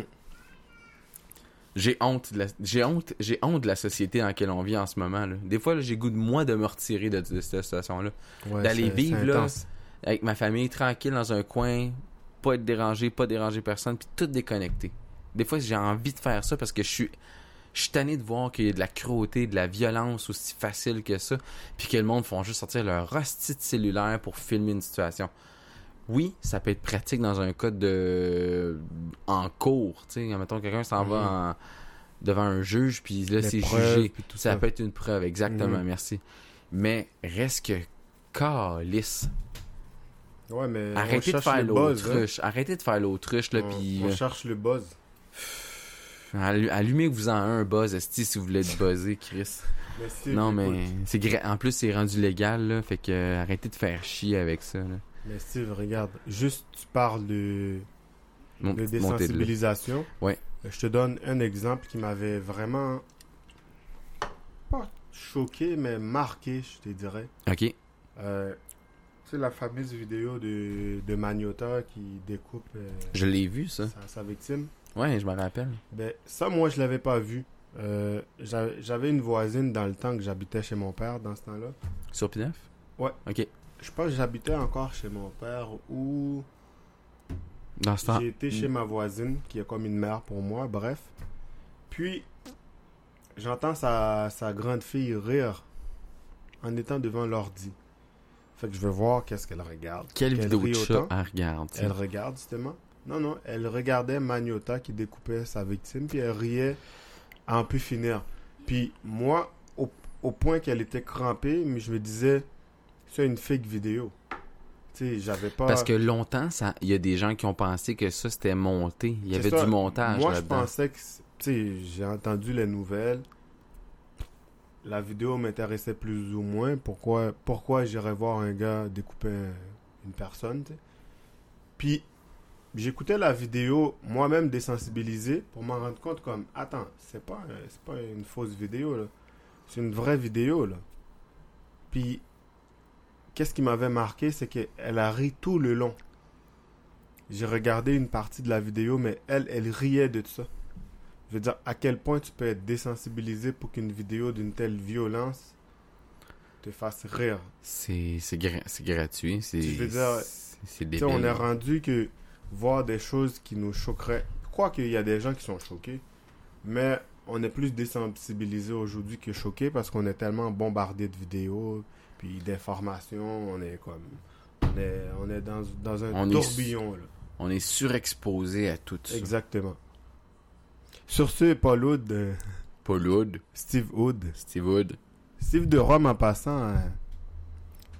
S1: J'ai honte, de la... j'ai honte, j'ai honte de la société dans laquelle on vit en ce moment, là. Des fois, là, j'ai goût de moi de me retirer de, de cette situation-là.
S2: Ouais,
S1: D'aller
S2: c'est-
S1: vivre,
S2: c'est
S1: là,
S2: intense.
S1: avec ma famille, tranquille, dans un coin, pas être dérangé, pas déranger personne, puis tout déconnecté. Des fois, j'ai envie de faire ça parce que je suis... Je suis tanné de voir qu'il y a de la cruauté, de la violence aussi facile que ça, puis que le monde font juste sortir leur hostie de cellulaire pour filmer une situation. Oui, ça peut être pratique dans un cas de... en cours, tu sais. Mettons, quelqu'un s'en
S2: Mhm.
S1: va en... devant un juge, puis là,
S2: Les
S1: c'est
S2: preuves,
S1: jugé.
S2: puis tout
S1: Ça
S2: ça.
S1: peut être une preuve, exactement,
S2: Mhm.
S1: merci. Mais reste que calice.
S2: Ouais, mais on
S1: Arrêtez de
S2: cherche
S1: faire
S2: le buzz, hein.
S1: l'autruche. Arrêtez de faire l'autruche, là,
S2: On,
S1: puis...
S2: on
S1: euh,
S2: cherche le buzz.
S1: allu- allumez-vous en un buzz, esti, si vous voulez être buzzé, Chris.
S2: Mais Steve,
S1: Non,
S2: écoute.
S1: mais c'est gra- en plus, c'est rendu légal, là, fait que euh, arrêtez de faire chier avec ça, là.
S2: Mais Steve, regarde, juste tu parles de,
S1: Mon-
S2: de
S1: montez de là.
S2: désensibilisation.
S1: Ouais.
S2: Euh, Je te donne un exemple qui m'avait vraiment pas choqué, mais marqué, je te dirais.
S1: OK.
S2: Euh, tu sais, la fameuse vidéo de, de Magnota qui découpe euh,
S1: Je l'ai vu, ça.
S2: sa, sa victime.
S1: Ouais, je me rappelle.
S2: Ben, ça, moi, je l'avais pas vu. Euh, j'a- J'avais une voisine dans le temps que j'habitais chez mon père dans ce temps-là.
S1: Sur P neuf?
S2: Ouais.
S1: OK.
S2: Je pense que j'habitais encore chez mon père ou
S1: Dans ce temps...
S2: j'ai été chez ma voisine qui est comme une mère pour moi, bref. Puis, j'entends sa, sa grande fille rire en étant devant l'ordi. Fait que je veux voir qu'est-ce qu'elle regarde.
S1: Quelle
S2: Qu'elle
S1: vidéo de
S2: rit
S1: chat
S2: autant.
S1: elle regarde, tu sais.
S2: Elle regarde justement. Non, non, elle regardait Magnota qui découpait sa victime, puis elle riait à en plus finir. Puis moi, au, au point qu'elle était crampée, mais je me disais, c'est une fake vidéo. Tu sais, j'avais pas...
S1: Parce que longtemps, ça, il y a des gens qui ont pensé que ça, c'était monté. Il y
S2: C'est
S1: avait
S2: ça.
S1: du montage
S2: Moi, je
S1: là-dedans.
S2: pensais que... c'est- Tu sais, j'ai entendu les nouvelles. La vidéo m'intéressait plus ou moins. Pourquoi, pourquoi j'irais voir un gars découper un- une personne, tu sais. Puis, j'écoutais la vidéo moi-même désensibilisé pour m'en rendre compte comme, attends, c'est pas, un- c'est pas une fausse vidéo, là. C'est une vraie vidéo, là. Puis, qu'est-ce qui m'avait marqué, c'est qu'elle a ri tout le long. J'ai regardé une partie de la vidéo, mais elle, elle riait de tout ça. Je veux dire, à quel point tu peux être désensibilisé pour qu'une vidéo d'une telle violence te fasse rire.
S1: C'est, c'est, gra- c'est gratuit. C'est,
S2: Je veux dire,
S1: c'est, c'est
S2: Tu sais,
S1: débile.
S2: on est rendu que voir des choses qui nous choqueraient. Je crois qu'il y a des gens qui sont choqués, mais on est plus désensibilisé aujourd'hui que choqués parce qu'on est tellement bombardé de vidéos puis d'informations. On est comme. On est, on est dans, dans un
S1: On est
S2: tourbillon, là.
S1: On est surexposé à tout ça.
S2: Exactement. Sur ce, Paul Hood, euh,
S1: Paul Hood,
S2: Steve Hood.
S1: Steve Hood.
S2: Steve de Rome en passant, euh,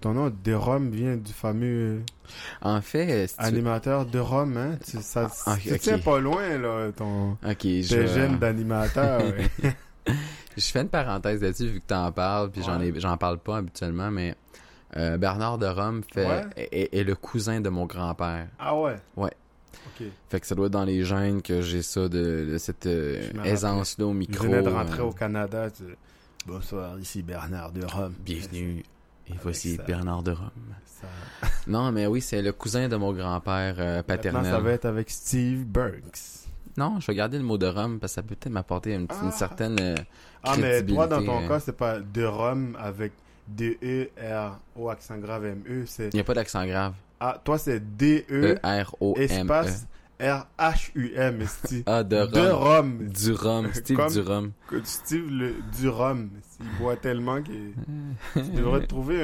S2: ton nom de Rome vient du fameux
S1: En fait, si tu-
S2: animateur de Rome, hein? Tu, ça,
S1: Ah,
S2: tu
S1: ok.
S2: tiens pas loin, là, ton...
S1: Ok,
S2: tes
S1: je...
S2: gènes d'animateur. ouais.
S1: Je fais une parenthèse là-dessus vu que t'en parles, puis j'en
S2: Ouais.
S1: ai, j'en parle pas habituellement, mais euh, Bernard de Rome fait,
S2: Ouais.
S1: est, est le cousin de mon grand-père.
S2: Ah ouais?
S1: Ouais.
S2: Ok.
S1: Fait que ça doit être dans les gènes que j'ai ça, de, de cette euh,
S2: Je me rappelle.
S1: aisance-là au
S2: Je
S1: micro.
S2: venais de rentrer
S1: euh,
S2: au Canada. Tu... Bonsoir, ici Bernard de Rome.
S1: Bienvenue, et
S2: Avec
S1: voici
S2: ça.
S1: Bernard de Rome.
S2: Ça...
S1: Non, mais oui, c'est le cousin de mon grand-père euh, paternel.
S2: Maintenant, ça va être avec Steve Burks.
S1: Non, je vais garder le mot de Rome parce que ça peut peut-être m'apporter une, une
S2: Ah.
S1: certaine euh,
S2: Ah, mais toi, dans
S1: crédibilité,
S2: ton
S1: euh.
S2: cas, c'est pas de Rome avec D-E-R-O accent grave M-E. C'est...
S1: Il n'y a pas d'accent grave.
S2: Ah, toi, c'est D-E
S1: E-R-O-M-E.
S2: espace R-H-U-M. esti.
S1: Ah, de
S2: De
S1: Rome.
S2: Rome.
S1: Du Rome. Steve
S2: Comme-
S1: du Rome.
S2: Steve le, du Rhum. Il boit tellement qu'il... Tu devrais te trouver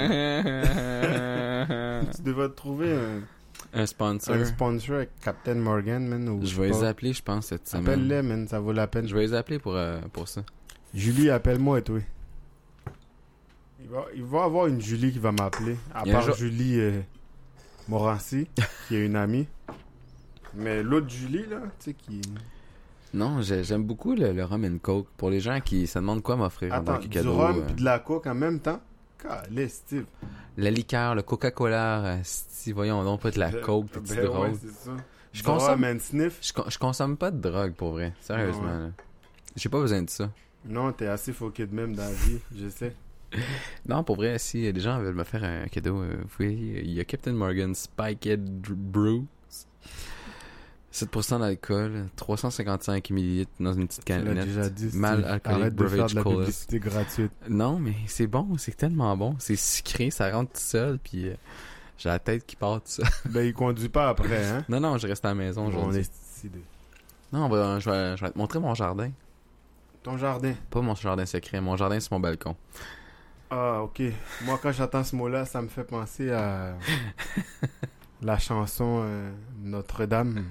S2: un... tu devrais te trouver un,
S1: Un sponsor.
S2: un sponsor avec Captain Morgan, man. Ou,
S1: Je vais
S2: sais
S1: les
S2: pas.
S1: appeler, je pense, cette semaine.
S2: Appelle-les, man. Ça vaut la peine.
S1: Je vais les appeler pour, euh, pour ça.
S2: Julie, appelle-moi, toi. Il va, il va avoir une Julie qui va m'appeler. À
S1: Il y a un
S2: part
S1: jour-
S2: Julie euh, Morancy, qui est une amie. Mais l'autre Julie, là, tu sais, qui...
S1: Non, j'ai- j'aime beaucoup le, le rum and coke. Pour les gens qui se demandent quoi m'offrir en tant
S2: Attends,
S1: que
S2: du
S1: cadeau.
S2: rhum
S1: euh,
S2: puis de la coke en même temps? Calais, Steve.
S1: La liqueur, le Coca-Cola, euh, si voyons donc pas de la
S2: Je-
S1: coke, pis
S2: ben
S1: du
S2: ouais,
S1: drôle.
S2: c'est ça.
S1: Je
S2: Du
S1: consomme-
S2: rhum and sniff.
S1: Je, con- je consomme pas de drogue pour vrai, sérieusement.
S2: Ouais.
S1: là. J'ai pas besoin de ça.
S2: Non, t'es assez foqué de même dans la vie, je sais.
S1: Non, pour vrai, si les gens veulent me faire un cadeau, euh, vous voyez, il y a Captain Morgan Spiked Brew. sept pour cent d'alcool, trois cent cinquante-cinq millilitres dans une petite
S2: Tu l'as
S1: canette.
S2: déjà dit, Steve.
S1: Mal alcoolique
S2: Arrête de faire
S1: beverage
S2: de la
S1: cola.
S2: publicité gratuite.
S1: Non, mais c'est bon, c'est tellement bon. C'est sucré, ça rentre tout seul, puis euh, j'ai la tête qui part tout ça.
S2: Ben, il conduit pas après, hein?
S1: Non, non, je reste à la maison
S2: On
S1: aujourd'hui.
S2: est ici de...
S1: Non, on va- je, vais, je vais te montrer mon jardin.
S2: Ton jardin.
S1: Pas mon jardin secret, mon jardin c'est mon balcon.
S2: Ah, ok. Moi, quand j'entends ce mot-là, ça me fait penser à la chanson euh, Notre-Dame.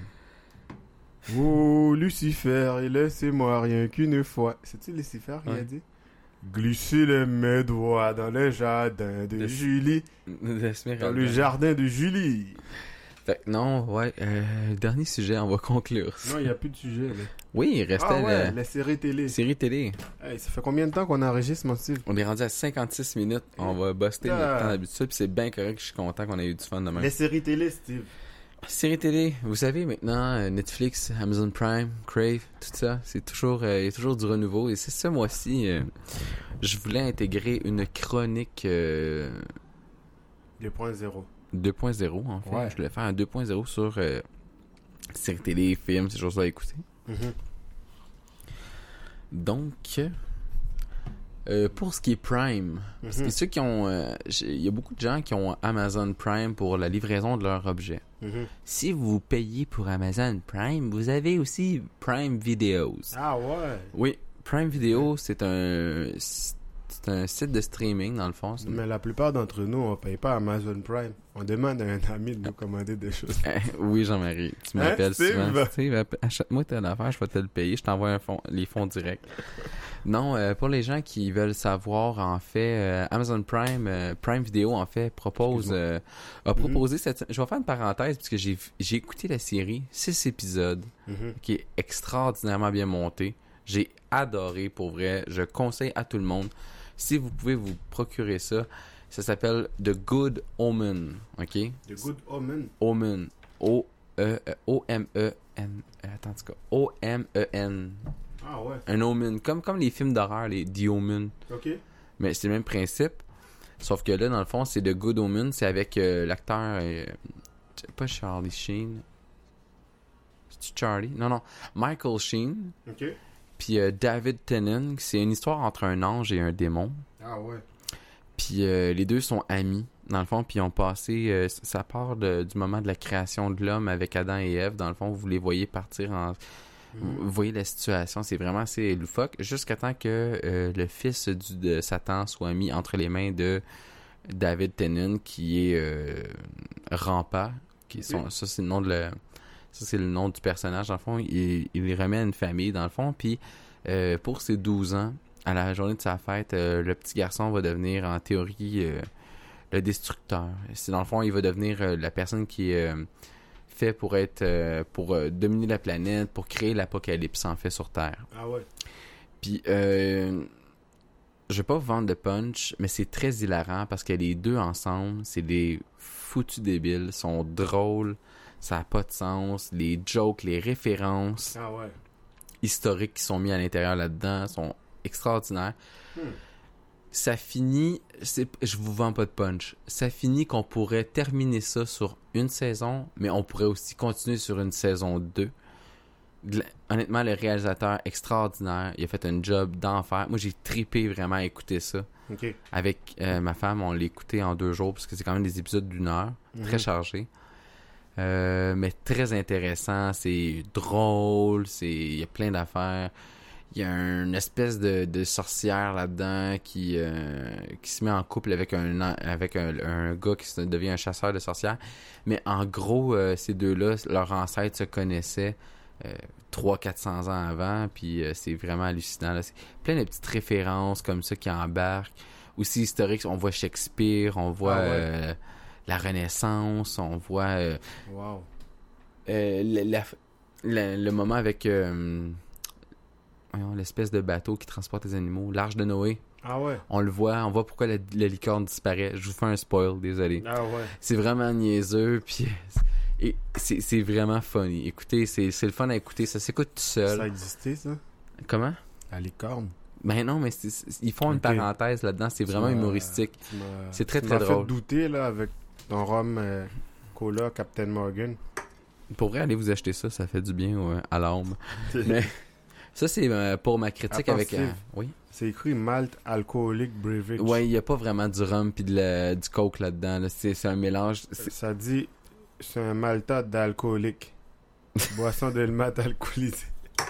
S2: Oh, Lucifer, il laissé moi rien qu'une fois. C'est-tu Lucifer qui a
S1: Ouais.
S2: dit? Glisser les mes doigts dans le jardin de
S1: De-
S2: Julie. Dans le jardin de Julie.
S1: Fait que non, ouais, euh, dernier sujet, on va conclure.
S2: Non, il n'y a plus de sujet, là.
S1: Oui, il restait
S2: Ah ouais,
S1: la
S2: les séries télé.
S1: série télé.
S2: Hey, ça fait combien de temps qu'on enregistre, mon Steve?
S1: On est rendu à cinquante-six minutes. On va buster
S2: Ah.
S1: notre temps d'habitude, puis c'est bien correct, je suis content qu'on ait eu du fun demain.
S2: Les séries télé, Steve.
S1: Série télé, vous savez maintenant, euh, Netflix, Amazon Prime, Crave, tout ça, c'est toujours, euh, il y a toujours du renouveau. Et c'est ce mois-ci, euh, je voulais intégrer une chronique euh,
S2: deux point zéro.
S1: deux point zéro en fait.
S2: Ouais.
S1: Je voulais faire un deux point zéro sur euh, séries télé, films, ces choses-là à écouter.
S2: Mhm.
S1: Donc, euh, pour ce qui est Prime, parce que
S2: Mhm.
S1: ceux qui ont, euh, j'ai- il y a beaucoup de gens qui ont Amazon Prime pour la livraison de leurs objets.
S2: Mhm.
S1: Si vous payez pour Amazon Prime, vous avez aussi Prime Videos.
S2: Ah ouais.
S1: Oui, Prime Video, c'est un c'est un site de streaming dans le fond. C'est une-
S2: Mais la plupart d'entre nous, on paye pas Amazon Prime. On demande à un ami de nous commander des choses.
S1: Euh, oui, Jean-Marie, tu
S2: Hein,
S1: m'appelles
S2: Steve?
S1: souvent. Steve, app- achète-moi telle affaire, je vais te le payer, je t'envoie un fond, les fonds directs. Non, euh, pour les gens qui veulent savoir, en fait, euh, Amazon Prime, euh, Prime Video, en fait, propose,
S2: Excuse-moi.
S1: euh, a proposé cette... Je vais faire une parenthèse, parce que j'ai j'ai écouté la série, six épisodes,
S2: Mhm.
S1: qui est extraordinairement bien montée. J'ai adoré, pour vrai. Je conseille à tout le monde. Si vous pouvez vous procurer ça, ça s'appelle The Good Omen, OK?
S2: The Good Omen.
S1: Omen. O-M-E-N. Attends, en tout cas. O-M-E-N.
S2: Ah ouais.
S1: Un omen. Comme, comme les films d'horreur, les The Omen.
S2: Ok.
S1: Mais c'est le même principe. Sauf que là, dans le fond, c'est The Good Omen. C'est avec euh, l'acteur... euh, pas Charlie Sheen. C'est-tu Charlie? Non, non. Michael Sheen.
S2: Ok.
S1: Puis euh, David Tennant. C'est une histoire entre un ange et un démon.
S2: Ah ouais.
S1: Puis euh, les deux sont amis, dans le fond, puis ils ont passé... euh, ça part de- du moment de la création de l'homme avec Adam et Ève. Dans le fond, vous les voyez partir en... Vous voyez la situation, c'est vraiment assez loufoque. Jusqu'à temps que euh, le fils du, de Satan soit mis entre les mains de David Tennant, qui est euh, Rampa. Qui est son-
S2: Ok.
S1: ça, c'est le nom de le, ça, c'est le nom du personnage, dans le fond. Il, il les remet à une famille, dans le fond. Puis, euh, pour ses douze ans, à la journée de sa fête, euh, le petit garçon va devenir, en théorie, euh, le destructeur. C'est dans le fond, il va devenir euh, la personne qui est euh, fait pour être euh, pour euh, dominer la planète, pour créer l'apocalypse en fait sur Terre.
S2: Ah ouais.
S1: Puis euh, je vais pas vous vendre de punch, mais c'est très hilarant parce que les deux ensemble, c'est des foutus débiles, sont drôles, ça a pas de sens, les jokes, les références
S2: Ah ouais.
S1: historiques qui sont mis à l'intérieur là-dedans sont extraordinaires.
S2: Hmm.
S1: Ça finit, c'est, je vous vends pas de punch, ça finit qu'on pourrait terminer ça sur une saison, mais on pourrait aussi continuer sur une saison deux. Honnêtement, le réalisateur extraordinaire, il a fait un job d'enfer. Moi, j'ai trippé vraiment à écouter ça.
S2: Ok.
S1: Avec euh, ma femme, on l'a écouté en deux jours parce que c'est quand même des épisodes d'une heure,
S2: Mhm.
S1: très chargés. Euh, mais très intéressant, c'est drôle, c'est il y a plein d'affaires. Il y a une espèce de, de sorcière là-dedans qui euh, qui se met en couple avec un avec un, un gars qui se devient un chasseur de sorcières. Mais en gros, euh, ces deux-là, leurs ancêtres se connaissaient euh, trois cents à quatre cents ans avant, puis euh, c'est vraiment hallucinant. Là. C'est plein de petites références comme ça qui embarquent. Aussi historiques, on voit Shakespeare, on voit
S2: Ah ouais.
S1: euh, la Renaissance, on voit euh,
S2: Wow.
S1: euh, le, la- la- le moment avec euh, voyons, l'espèce de bateau qui transporte les animaux, l'Arche de Noé.
S2: Ah ouais.
S1: On le voit, on voit pourquoi la, la licorne disparaît. Je vous fais un spoil, désolé.
S2: Ah ouais.
S1: C'est vraiment niaiseux, puis et c'est, c'est vraiment funny. Écoutez, c'est, c'est le fun à écouter, ça s'écoute tout seul.
S2: Ça existait, ça?
S1: Comment?
S2: La licorne.
S1: Ben non, mais c'est, c'est- ils font une
S2: Ok.
S1: parenthèse là-dedans, c'est vraiment
S2: Tu m'as-
S1: humoristique.
S2: tu m'as-
S1: C'est très,
S2: tu
S1: très
S2: m'as
S1: drôle.
S2: fait douter, là, avec ton rhum euh, cola Captain Morgan.
S1: Pour vrai, allez vous acheter ça, ça fait du bien ouais, à l'âme. Mais ça, c'est euh, pour ma critique
S2: Attends,
S1: avec... euh,
S2: Steve.
S1: oui?
S2: C'est écrit Malt Alcoholic Beverage.
S1: Ouais, il n'y a pas vraiment du rhum puis de la- du coke là-dedans. Là. C'est, c'est un mélange. C'est-
S2: Ça dit, c'est un malta d'alcoolique. Boisson de malt alcoolisé.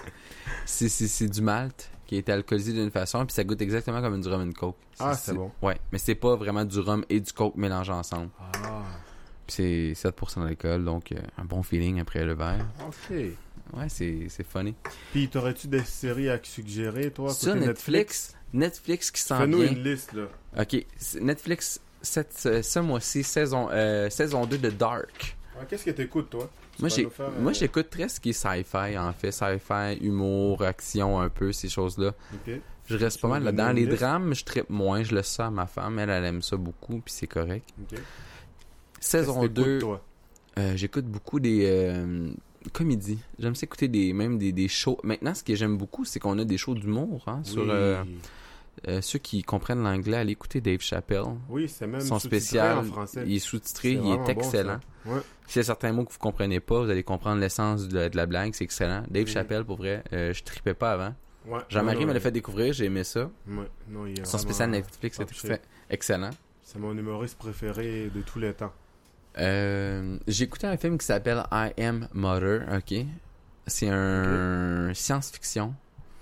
S1: C'est, c'est, c'est du malt qui a été alcoolisé d'une façon, puis ça goûte exactement comme du rhum et une coke.
S2: Ah, c'est bon.
S1: Ouais, mais c'est pas vraiment du rhum et du coke mélangés ensemble.
S2: Ah,
S1: Puis c'est sept pour cent d'alcool, donc euh, un bon feeling après le verre.
S2: ok.
S1: Ouais, c'est, c'est funny.
S2: Puis, t'aurais-tu des séries à suggérer, toi,
S1: Sur
S2: côté
S1: Netflix, Netflix qui s'en
S2: Fais-nous
S1: vient.
S2: une liste, là.
S1: Ok, c'est- Netflix, cette, ce, ce mois-ci, saison, euh, saison deux de Dark.
S2: Ah, qu'est-ce que t'écoutes, toi? Tu
S1: Moi,
S2: vas
S1: j'ai,
S2: nous faire,
S1: moi
S2: euh,
S1: j'écoute très ce qui est sci-fi, en fait. Sci-fi, humour, action, un peu, ces choses-là.
S2: Ok.
S1: Je reste
S2: Tu
S1: pas
S2: vas
S1: mal
S2: nous
S1: là-dedans.
S2: donner une
S1: Les
S2: liste?
S1: drames, je trippe moins. Je le sens à ma femme. Elle, elle aime ça beaucoup, puis c'est correct.
S2: Ok.
S1: Saison
S2: Qu'est-ce que
S1: deux,
S2: t'écoutes, toi?
S1: euh, j'écoute beaucoup des euh, comédies. J'aime ça écouter des, même des, des shows. Maintenant, ce que j'aime beaucoup, c'est qu'on a des shows d'humour. Hein, sur
S2: Oui.
S1: euh, euh, ceux qui comprennent l'anglais, allez écouter Dave Chappelle.
S2: Oui, c'est même
S1: Son
S2: sous-titré
S1: spécial,
S2: en français.
S1: il est sous-titré,
S2: C'est
S1: il
S2: vraiment
S1: est
S2: bon,
S1: excellent.
S2: ça. Ouais.
S1: S'il y a certains mots que vous comprenez pas, vous allez comprendre l'essence de, de la blague, c'est excellent. Dave
S2: Mhm.
S1: Chappelle, pour vrai, euh, je tripais pas avant.
S2: Ouais.
S1: Jean-Marie
S2: Non,
S1: me l'a
S2: non,
S1: fait découvrir, j'ai aimé ça.
S2: Ouais. Non, il est
S1: Son
S2: vraiment-
S1: spécial Netflix
S2: top
S1: était
S2: shape.
S1: excellent.
S2: C'est mon humoriste préféré de tous les temps.
S1: Euh, j'ai écouté un film qui s'appelle I Am Mother, ok? C'est un science-fiction.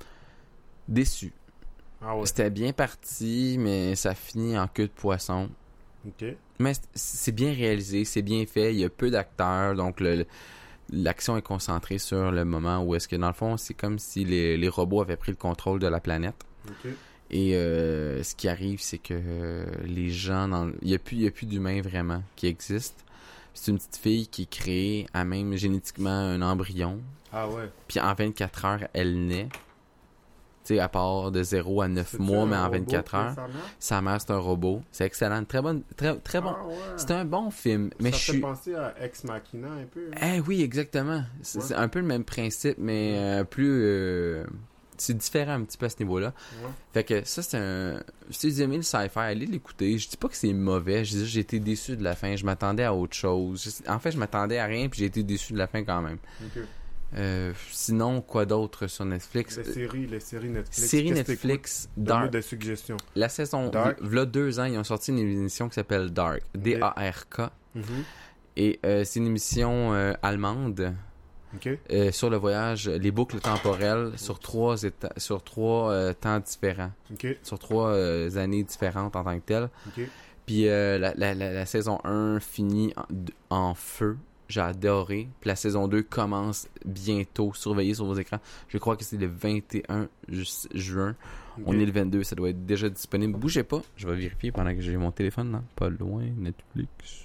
S1: Déçu.
S2: Ah ouais.
S1: C'était bien parti, mais ça finit en queue de poisson.
S2: Ok.
S1: Mais c'est- c'est bien réalisé, c'est bien fait, il y a peu d'acteurs, donc le, l'action est concentrée sur le moment où est-ce que, dans le fond, c'est comme si les, les robots avaient pris le contrôle de la planète.
S2: Ok.
S1: Et euh, ce qui arrive, c'est que euh, les gens, dans le- il n'y a plus, il y a plus d'humains vraiment qui existent. C'est une petite fille qui est créée à même génétiquement un embryon.
S2: Ah ouais.
S1: Puis en vingt-quatre heures, elle naît. Tu sais, à part de zéro à neuf
S2: C'est-tu
S1: mois,
S2: un
S1: mais en
S2: robot
S1: vingt-quatre
S2: qui
S1: heures.
S2: fait sa mère?
S1: Sa mère, c'est un robot. C'est excellent. Très, bonne, très, très bon.
S2: Ah ouais.
S1: C'est un bon film, mais
S2: ça
S1: je
S2: fait
S1: suis...
S2: penser à Ex Machina un peu. hein?
S1: Eh oui, exactement. C'est
S2: Ouais.
S1: c'est un peu le même principe, mais euh, plus... euh, c'est différent un petit peu à ce niveau-là.
S2: Ouais.
S1: Fait que ça, c'est un... Si vous aimez le sci-fi, allez l'écouter. Je dis pas que c'est mauvais, je dis juste que j'ai été déçu de la fin. Je m'attendais à autre chose. Je- En fait, je m'attendais à rien, puis j'ai été déçu de la fin quand même.
S2: Ok.
S1: Euh, sinon, quoi d'autre sur Netflix?
S2: Les séries, les séries Netflix.
S1: Série
S2: Qu'est-ce que
S1: Netflix,
S2: t'écoutes? Donne-nous
S1: Dark.
S2: des suggestions.
S1: La saison...
S2: Dark.
S1: V'là deux ans, ils ont sorti une émission qui s'appelle Dark. D A R K.
S2: Mhm.
S1: Et euh, c'est une émission euh, allemande
S2: Ok.
S1: euh, sur le voyage, les boucles temporelles sur trois éta- sur trois euh, temps différents,
S2: Ok.
S1: sur trois euh, années différentes en tant que telles.
S2: Ok.
S1: Puis euh, la, la, la, la saison un finit en, en feu. j'ai adoré. Puis la saison deux commence bientôt. Surveillez sur vos écrans. Je crois que c'est le vingt et un ju- juin. Okay. On est le vingt-deux, ça doit être déjà disponible. Bougez pas, je vais vérifier pendant que j'ai mon téléphone, là. Pas loin, Netflix.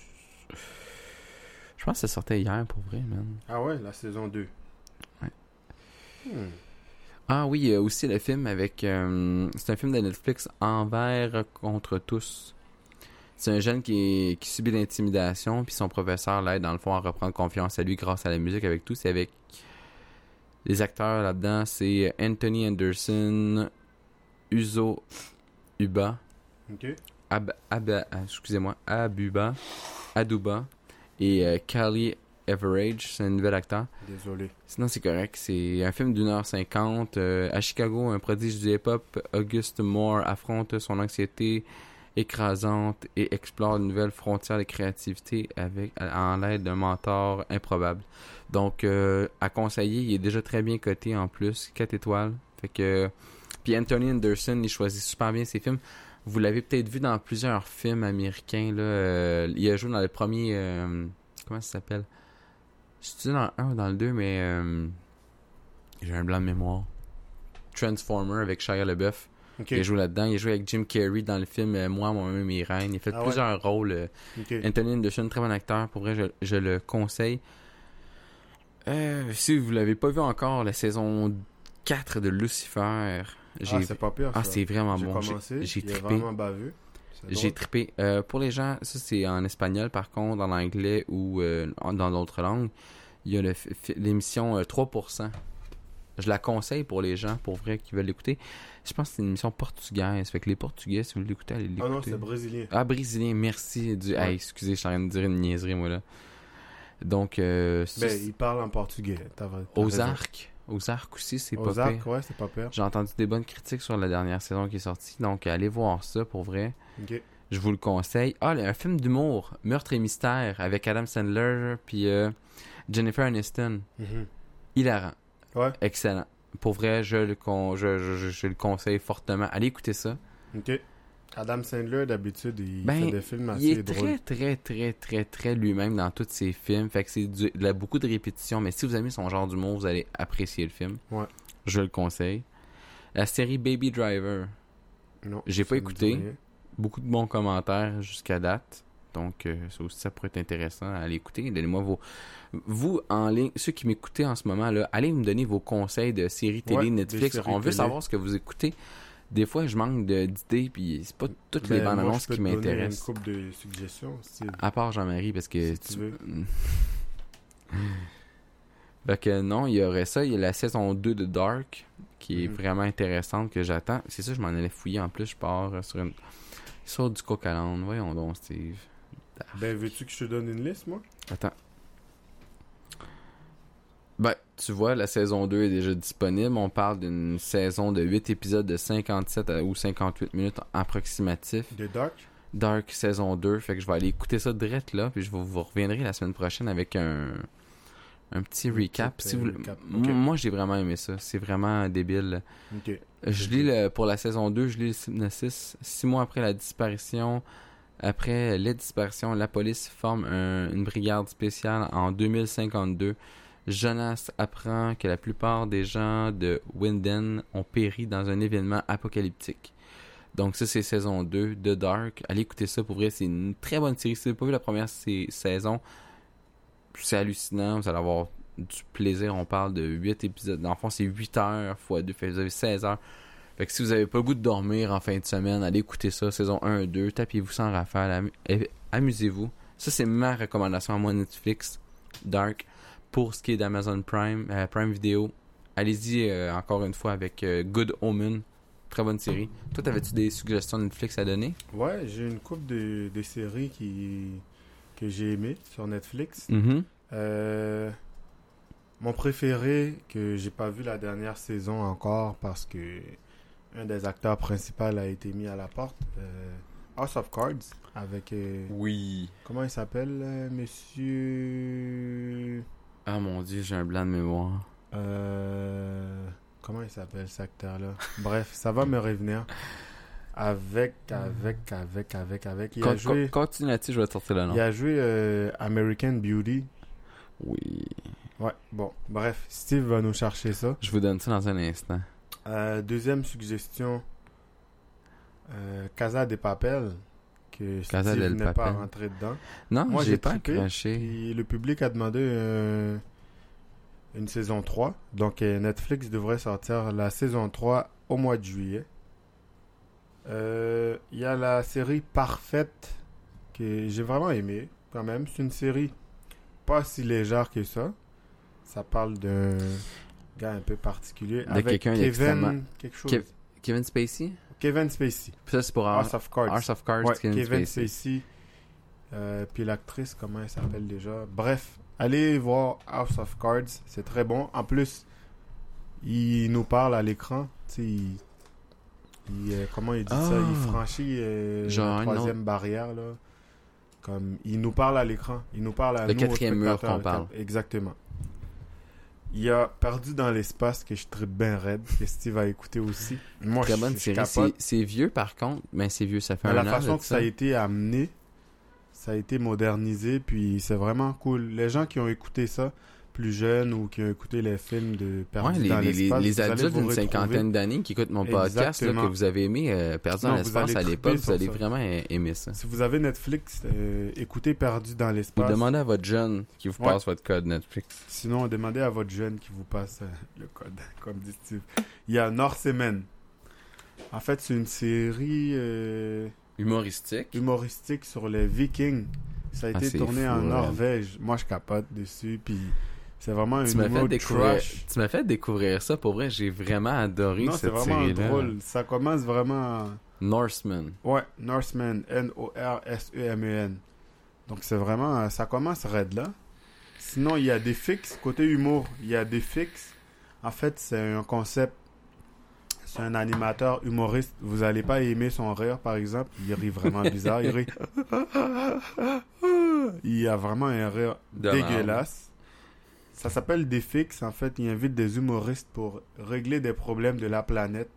S1: Je pense que ça sortait hier pour vrai, man.
S2: Ah ouais, la saison deux.
S1: Ouais.
S2: Hmm.
S1: Ah oui, il y a aussi le film avec... Euh, c'est un film de Netflix, Envers contre tous. C'est un jeune qui, est, qui subit l'intimidation, puis son professeur l'aide dans le fond à reprendre confiance à lui grâce à la musique avec tout. C'est avec... Les acteurs là-dedans, c'est Anthony Anderson, Uzo Uba,
S2: okay.
S1: Ab, Ab, excusez-moi, Abuba, Aduba et euh, Callie Everage, c'est un nouvel acteur.
S2: Désolé.
S1: Sinon, c'est correct. C'est un film d'une heure cinquante. Euh, à Chicago, un prodige du hip-hop, Auguste Moore affronte son anxiété écrasante et explore de nouvelles frontières de créativité avec, en l'aide d'un mentor improbable. Donc, euh, à conseiller, il est déjà très bien coté en plus, quatre étoiles. Fait que... Puis Anthony Anderson, il choisit super bien ses films. Vous l'avez peut-être vu dans plusieurs films américains. Là. Euh, il a joué dans le premier... Euh, comment ça s'appelle? Je suis dans le un ou dans le deux, mais... Euh, j'ai un blanc de mémoire. Transformer avec Shia LaBeouf. Okay. Il a joué là-dedans. Il a joué avec Jim Carrey dans le film euh, Moi, moi-même et Reine. Il a fait ah plusieurs ouais? rôles. Euh, okay. Anthony Anderson, très bon acteur. Pour vrai, je, je le conseille. Euh, si vous l'avez pas vu encore, la saison quatre de Lucifer... J'ai...
S2: Ah, c'est pas pire, ça.
S1: Ah, c'est vraiment
S2: j'ai
S1: bon.
S2: Commencé,
S1: j'ai, j'ai
S2: il
S1: trippé.
S2: Vraiment bavu.
S1: J'ai trippé. Euh, pour les gens, ça c'est en espagnol, par contre, en anglais ou euh, dans d'autres langues, il y a le, l'émission euh, trois pour cent. Je la conseille pour les gens, pour vrai, qui veulent l'écouter. Je pense que c'est une émission portugaise. Fait que les Portugais, si vous voulez l'écouter, allez l'écouter.
S2: Ah non, c'est brésilien.
S1: Ah, brésilien, merci. Du... Ouais. Hey, excusez, je suis en train de dire une niaiserie, moi, là. Donc, euh...
S2: Ben, il parle en portugais. T'as, t'as
S1: Ozark. Ozark aussi, c'est pas
S2: Ozark,
S1: pire.
S2: ouais, c'est pas pire.
S1: J'ai entendu des bonnes critiques sur la dernière saison qui est sortie. Donc, allez voir ça, pour vrai.
S2: OK.
S1: Je vous le conseille. Ah, un film d'humour, Meurtre et mystère, avec Adam Sandler puis euh, Jennifer Aniston.
S2: Mm-hmm.
S1: Hilarant.
S2: Ouais.
S1: Excellent. Pour vrai, je le, con... je, je, je, je le conseille fortement. Allez écouter ça.
S2: OK. Adam Sandler, d'habitude, il
S1: ben,
S2: fait des films assez
S1: drôles. Il est
S2: drôles.
S1: très, très, très, très, très lui-même dans tous ses films. Fait que c'est du... il a beaucoup de répétitions. Mais si vous aimez son genre d'humour, vous allez apprécier le film.
S2: Ouais.
S1: Je le conseille. La série Baby Driver.
S2: Non.
S1: J'ai pas écouté. Beaucoup de bons commentaires jusqu'à date. Donc, euh, ça aussi, ça pourrait être intéressant à aller écouter. Donnez-moi vos... Vous, en ligne, ceux qui m'écoutez en ce moment, là, allez me donner vos conseils de séries télé, ouais, Netflix. On veut télé. savoir ce que vous écoutez. Des fois, je manque de, d'idées, puis c'est pas toutes ben, les bandes annonces qui m'intéressent.
S2: Une couple de suggestions. Style.
S1: À part Jean-Marie, parce que...
S2: Si tu... tu veux.
S1: Fait que non, il y aurait ça. Il y a la saison deux de Dark, qui est mm-hmm. vraiment intéressante, que j'attends. C'est ça, je m'en allais fouiller. En plus, je pars sur une... Sur du coq à l'âne. Voyons donc, Steve. Dark.
S2: Ben, veux-tu que je te donne une liste, moi?
S1: Attends. Ben, tu vois, la saison deux est déjà disponible. On parle d'une saison de huit épisodes de cinquante-sept ou cinquante-huit minutes approximatif.
S2: De Dark?
S1: Dark saison deux. Fait que je vais aller écouter ça direct là. Puis je vous, vous reviendrai la semaine prochaine avec un, un petit recap. Si vous... recap. Okay. Moi, j'ai vraiment aimé ça. C'est vraiment débile.
S2: Okay.
S1: Je lis le, pour la saison deux, je lis le synopsis. Six mois après la disparition... Après les disparitions, la police forme un, une brigade spéciale en deux mille cinquante-deux. Jonas apprend que la plupart des gens de Winden ont péri dans un événement apocalyptique. Donc ça, c'est saison deux de Dark. Allez écouter ça, pour vrai, c'est une très bonne série. Si vous n'avez pas vu la première saison, c'est hallucinant. Vous allez avoir du plaisir. On parle de huit épisodes. Dans le fond, c'est huit heures fois deux. Fait que vous avez seize heures. Fait que si vous avez pas le goût de dormir en fin de semaine, allez écouter ça, saison un et deux, tapez-vous sans rafale, am- amusez-vous. Ça, c'est ma recommandation à moi, Netflix, Dark. Pour ce qui est d'Amazon Prime, euh, Prime Video, allez-y euh, encore une fois avec euh, Good Omen, très bonne série. Toi, t'avais-tu des suggestions de Netflix à donner?
S2: Ouais, j'ai une couple de, de séries qui, que j'ai aimées sur Netflix.
S1: Mm-hmm.
S2: Euh... Mon préféré, que j'ai pas vu la dernière saison encore parce que un des acteurs principaux a été mis à la porte. Euh, House of Cards avec... Euh,
S1: oui.
S2: Comment il s'appelle, euh, monsieur...
S1: Ah mon Dieu, j'ai un blanc de mémoire.
S2: Euh, comment il s'appelle cet acteur-là? Bref, ça va me revenir. Avec, avec, avec, avec, avec... Il
S1: Con-
S2: a joué...
S1: Continue là-dessus, je vais te sortir le nom.
S2: Il a joué euh, American Beauty.
S1: Oui.
S2: Ouais, bon, bref, Steve va nous chercher ça.
S1: Je vous donne ça dans un instant.
S2: Euh, deuxième suggestion, euh, Casa de Papel, que
S1: Casa
S2: Steve
S1: del
S2: n'est pas
S1: Papel.
S2: rentré dedans.
S1: Non,
S2: Moi,
S1: j'ai,
S2: j'ai
S1: pas
S2: trippé,
S1: accroché.
S2: Puis le public a demandé euh, une saison trois. Donc euh, Netflix devrait sortir la saison trois au mois de juillet. Euh, Il y a la série Parfaite que j'ai vraiment aimé quand même. C'est une série pas si légère que ça. Ça parle d'un gars un peu particulier.
S1: De
S2: avec
S1: quelqu'un
S2: Kevin
S1: d'extrêmement-
S2: quelque chose.
S1: Kev- Kevin Spacey?
S2: Kevin Spacey.
S1: Puis ça, c'est pour
S2: House
S1: House,
S2: of Cards.
S1: House of Cards,
S2: Ouais,
S1: Kevin,
S2: Kevin
S1: Spacey.
S2: Spacey. Euh, puis l'actrice, comment elle s'appelle déjà? Bref, allez voir House of Cards. C'est très bon. En plus, il nous parle à l'écran. Tu sais, il, il, euh, comment il dit
S1: Ah.
S2: ça? Il franchit euh,
S1: Genre
S2: la
S1: un
S2: troisième barrière, là. Comme, il nous parle à l'écran. Il nous parle à
S1: Le
S2: nous, aux
S1: quatrième mur
S2: spectateurs.
S1: qu'on parle.
S2: Exactement. Il y a Perdu dans l'espace que je tripe bien raide, que Steve a écouté aussi. Moi,
S1: Très
S2: je,
S1: bonne
S2: je
S1: série.
S2: capote.
S1: C'est, c'est vieux, par contre. Mais c'est vieux, ça fait
S2: Mais
S1: un
S2: la
S1: an
S2: façon
S1: de
S2: que ça a été amené, ça a été modernisé, puis c'est vraiment cool. Les gens qui ont écouté ça, plus jeunes ou qui ont écouté les films de Perdu
S1: Ouais, les,
S2: dans
S1: les,
S2: l'espace,
S1: les
S2: vous allez
S1: adultes
S2: vous
S1: d'une
S2: retrouver.
S1: cinquantaine d'années qui écoutent mon podcast, là,
S2: Exactement.
S1: que vous avez aimé euh, Perdu dans
S2: Non, vous
S1: l'espace
S2: allez
S1: à
S2: triper
S1: l'époque, vous
S2: sur
S1: allez
S2: ça.
S1: vraiment a- aimer ça.
S2: Si vous avez Netflix, euh, écoutez Perdu dans
S1: Ou
S2: l'espace.
S1: demandez à votre jeune qui vous
S2: Ouais.
S1: passe votre code Netflix.
S2: Sinon, demandez à votre jeune qui vous passe euh, le code, comme dit Steve. Il y a Norsemen. En fait, c'est une série euh,
S1: Humoristique.
S2: humoristique sur les Vikings. Ça a
S1: Ah,
S2: été
S1: c'est
S2: tourné
S1: fou,
S2: en
S1: ouais.
S2: Norvège. Moi, je capote dessus, puis c'est vraiment
S1: Tu
S2: une
S1: m'as, fait
S2: humour
S1: découvrir,
S2: trash.
S1: tu m'as fait découvrir ça. Pour vrai, j'ai vraiment adoré
S2: Non, c'est
S1: cette
S2: vraiment
S1: série-là.
S2: drôle. Ça commence vraiment...
S1: Norseman.
S2: Ouais, Norseman, N O R S E M E N. Donc, c'est vraiment... Ça commence raide, là. Sinon, il y a des fixes. Côté humour, il y a des fixes. En fait, c'est un concept... C'est un animateur humoriste. Vous allez pas aimer son rire, par exemple. Il rit vraiment bizarre. Il rit... Il a vraiment un rire
S1: De
S2: dégueulasse. Ça s'appelle Des Fixes. En fait, il invite des humoristes pour régler des problèmes de la planète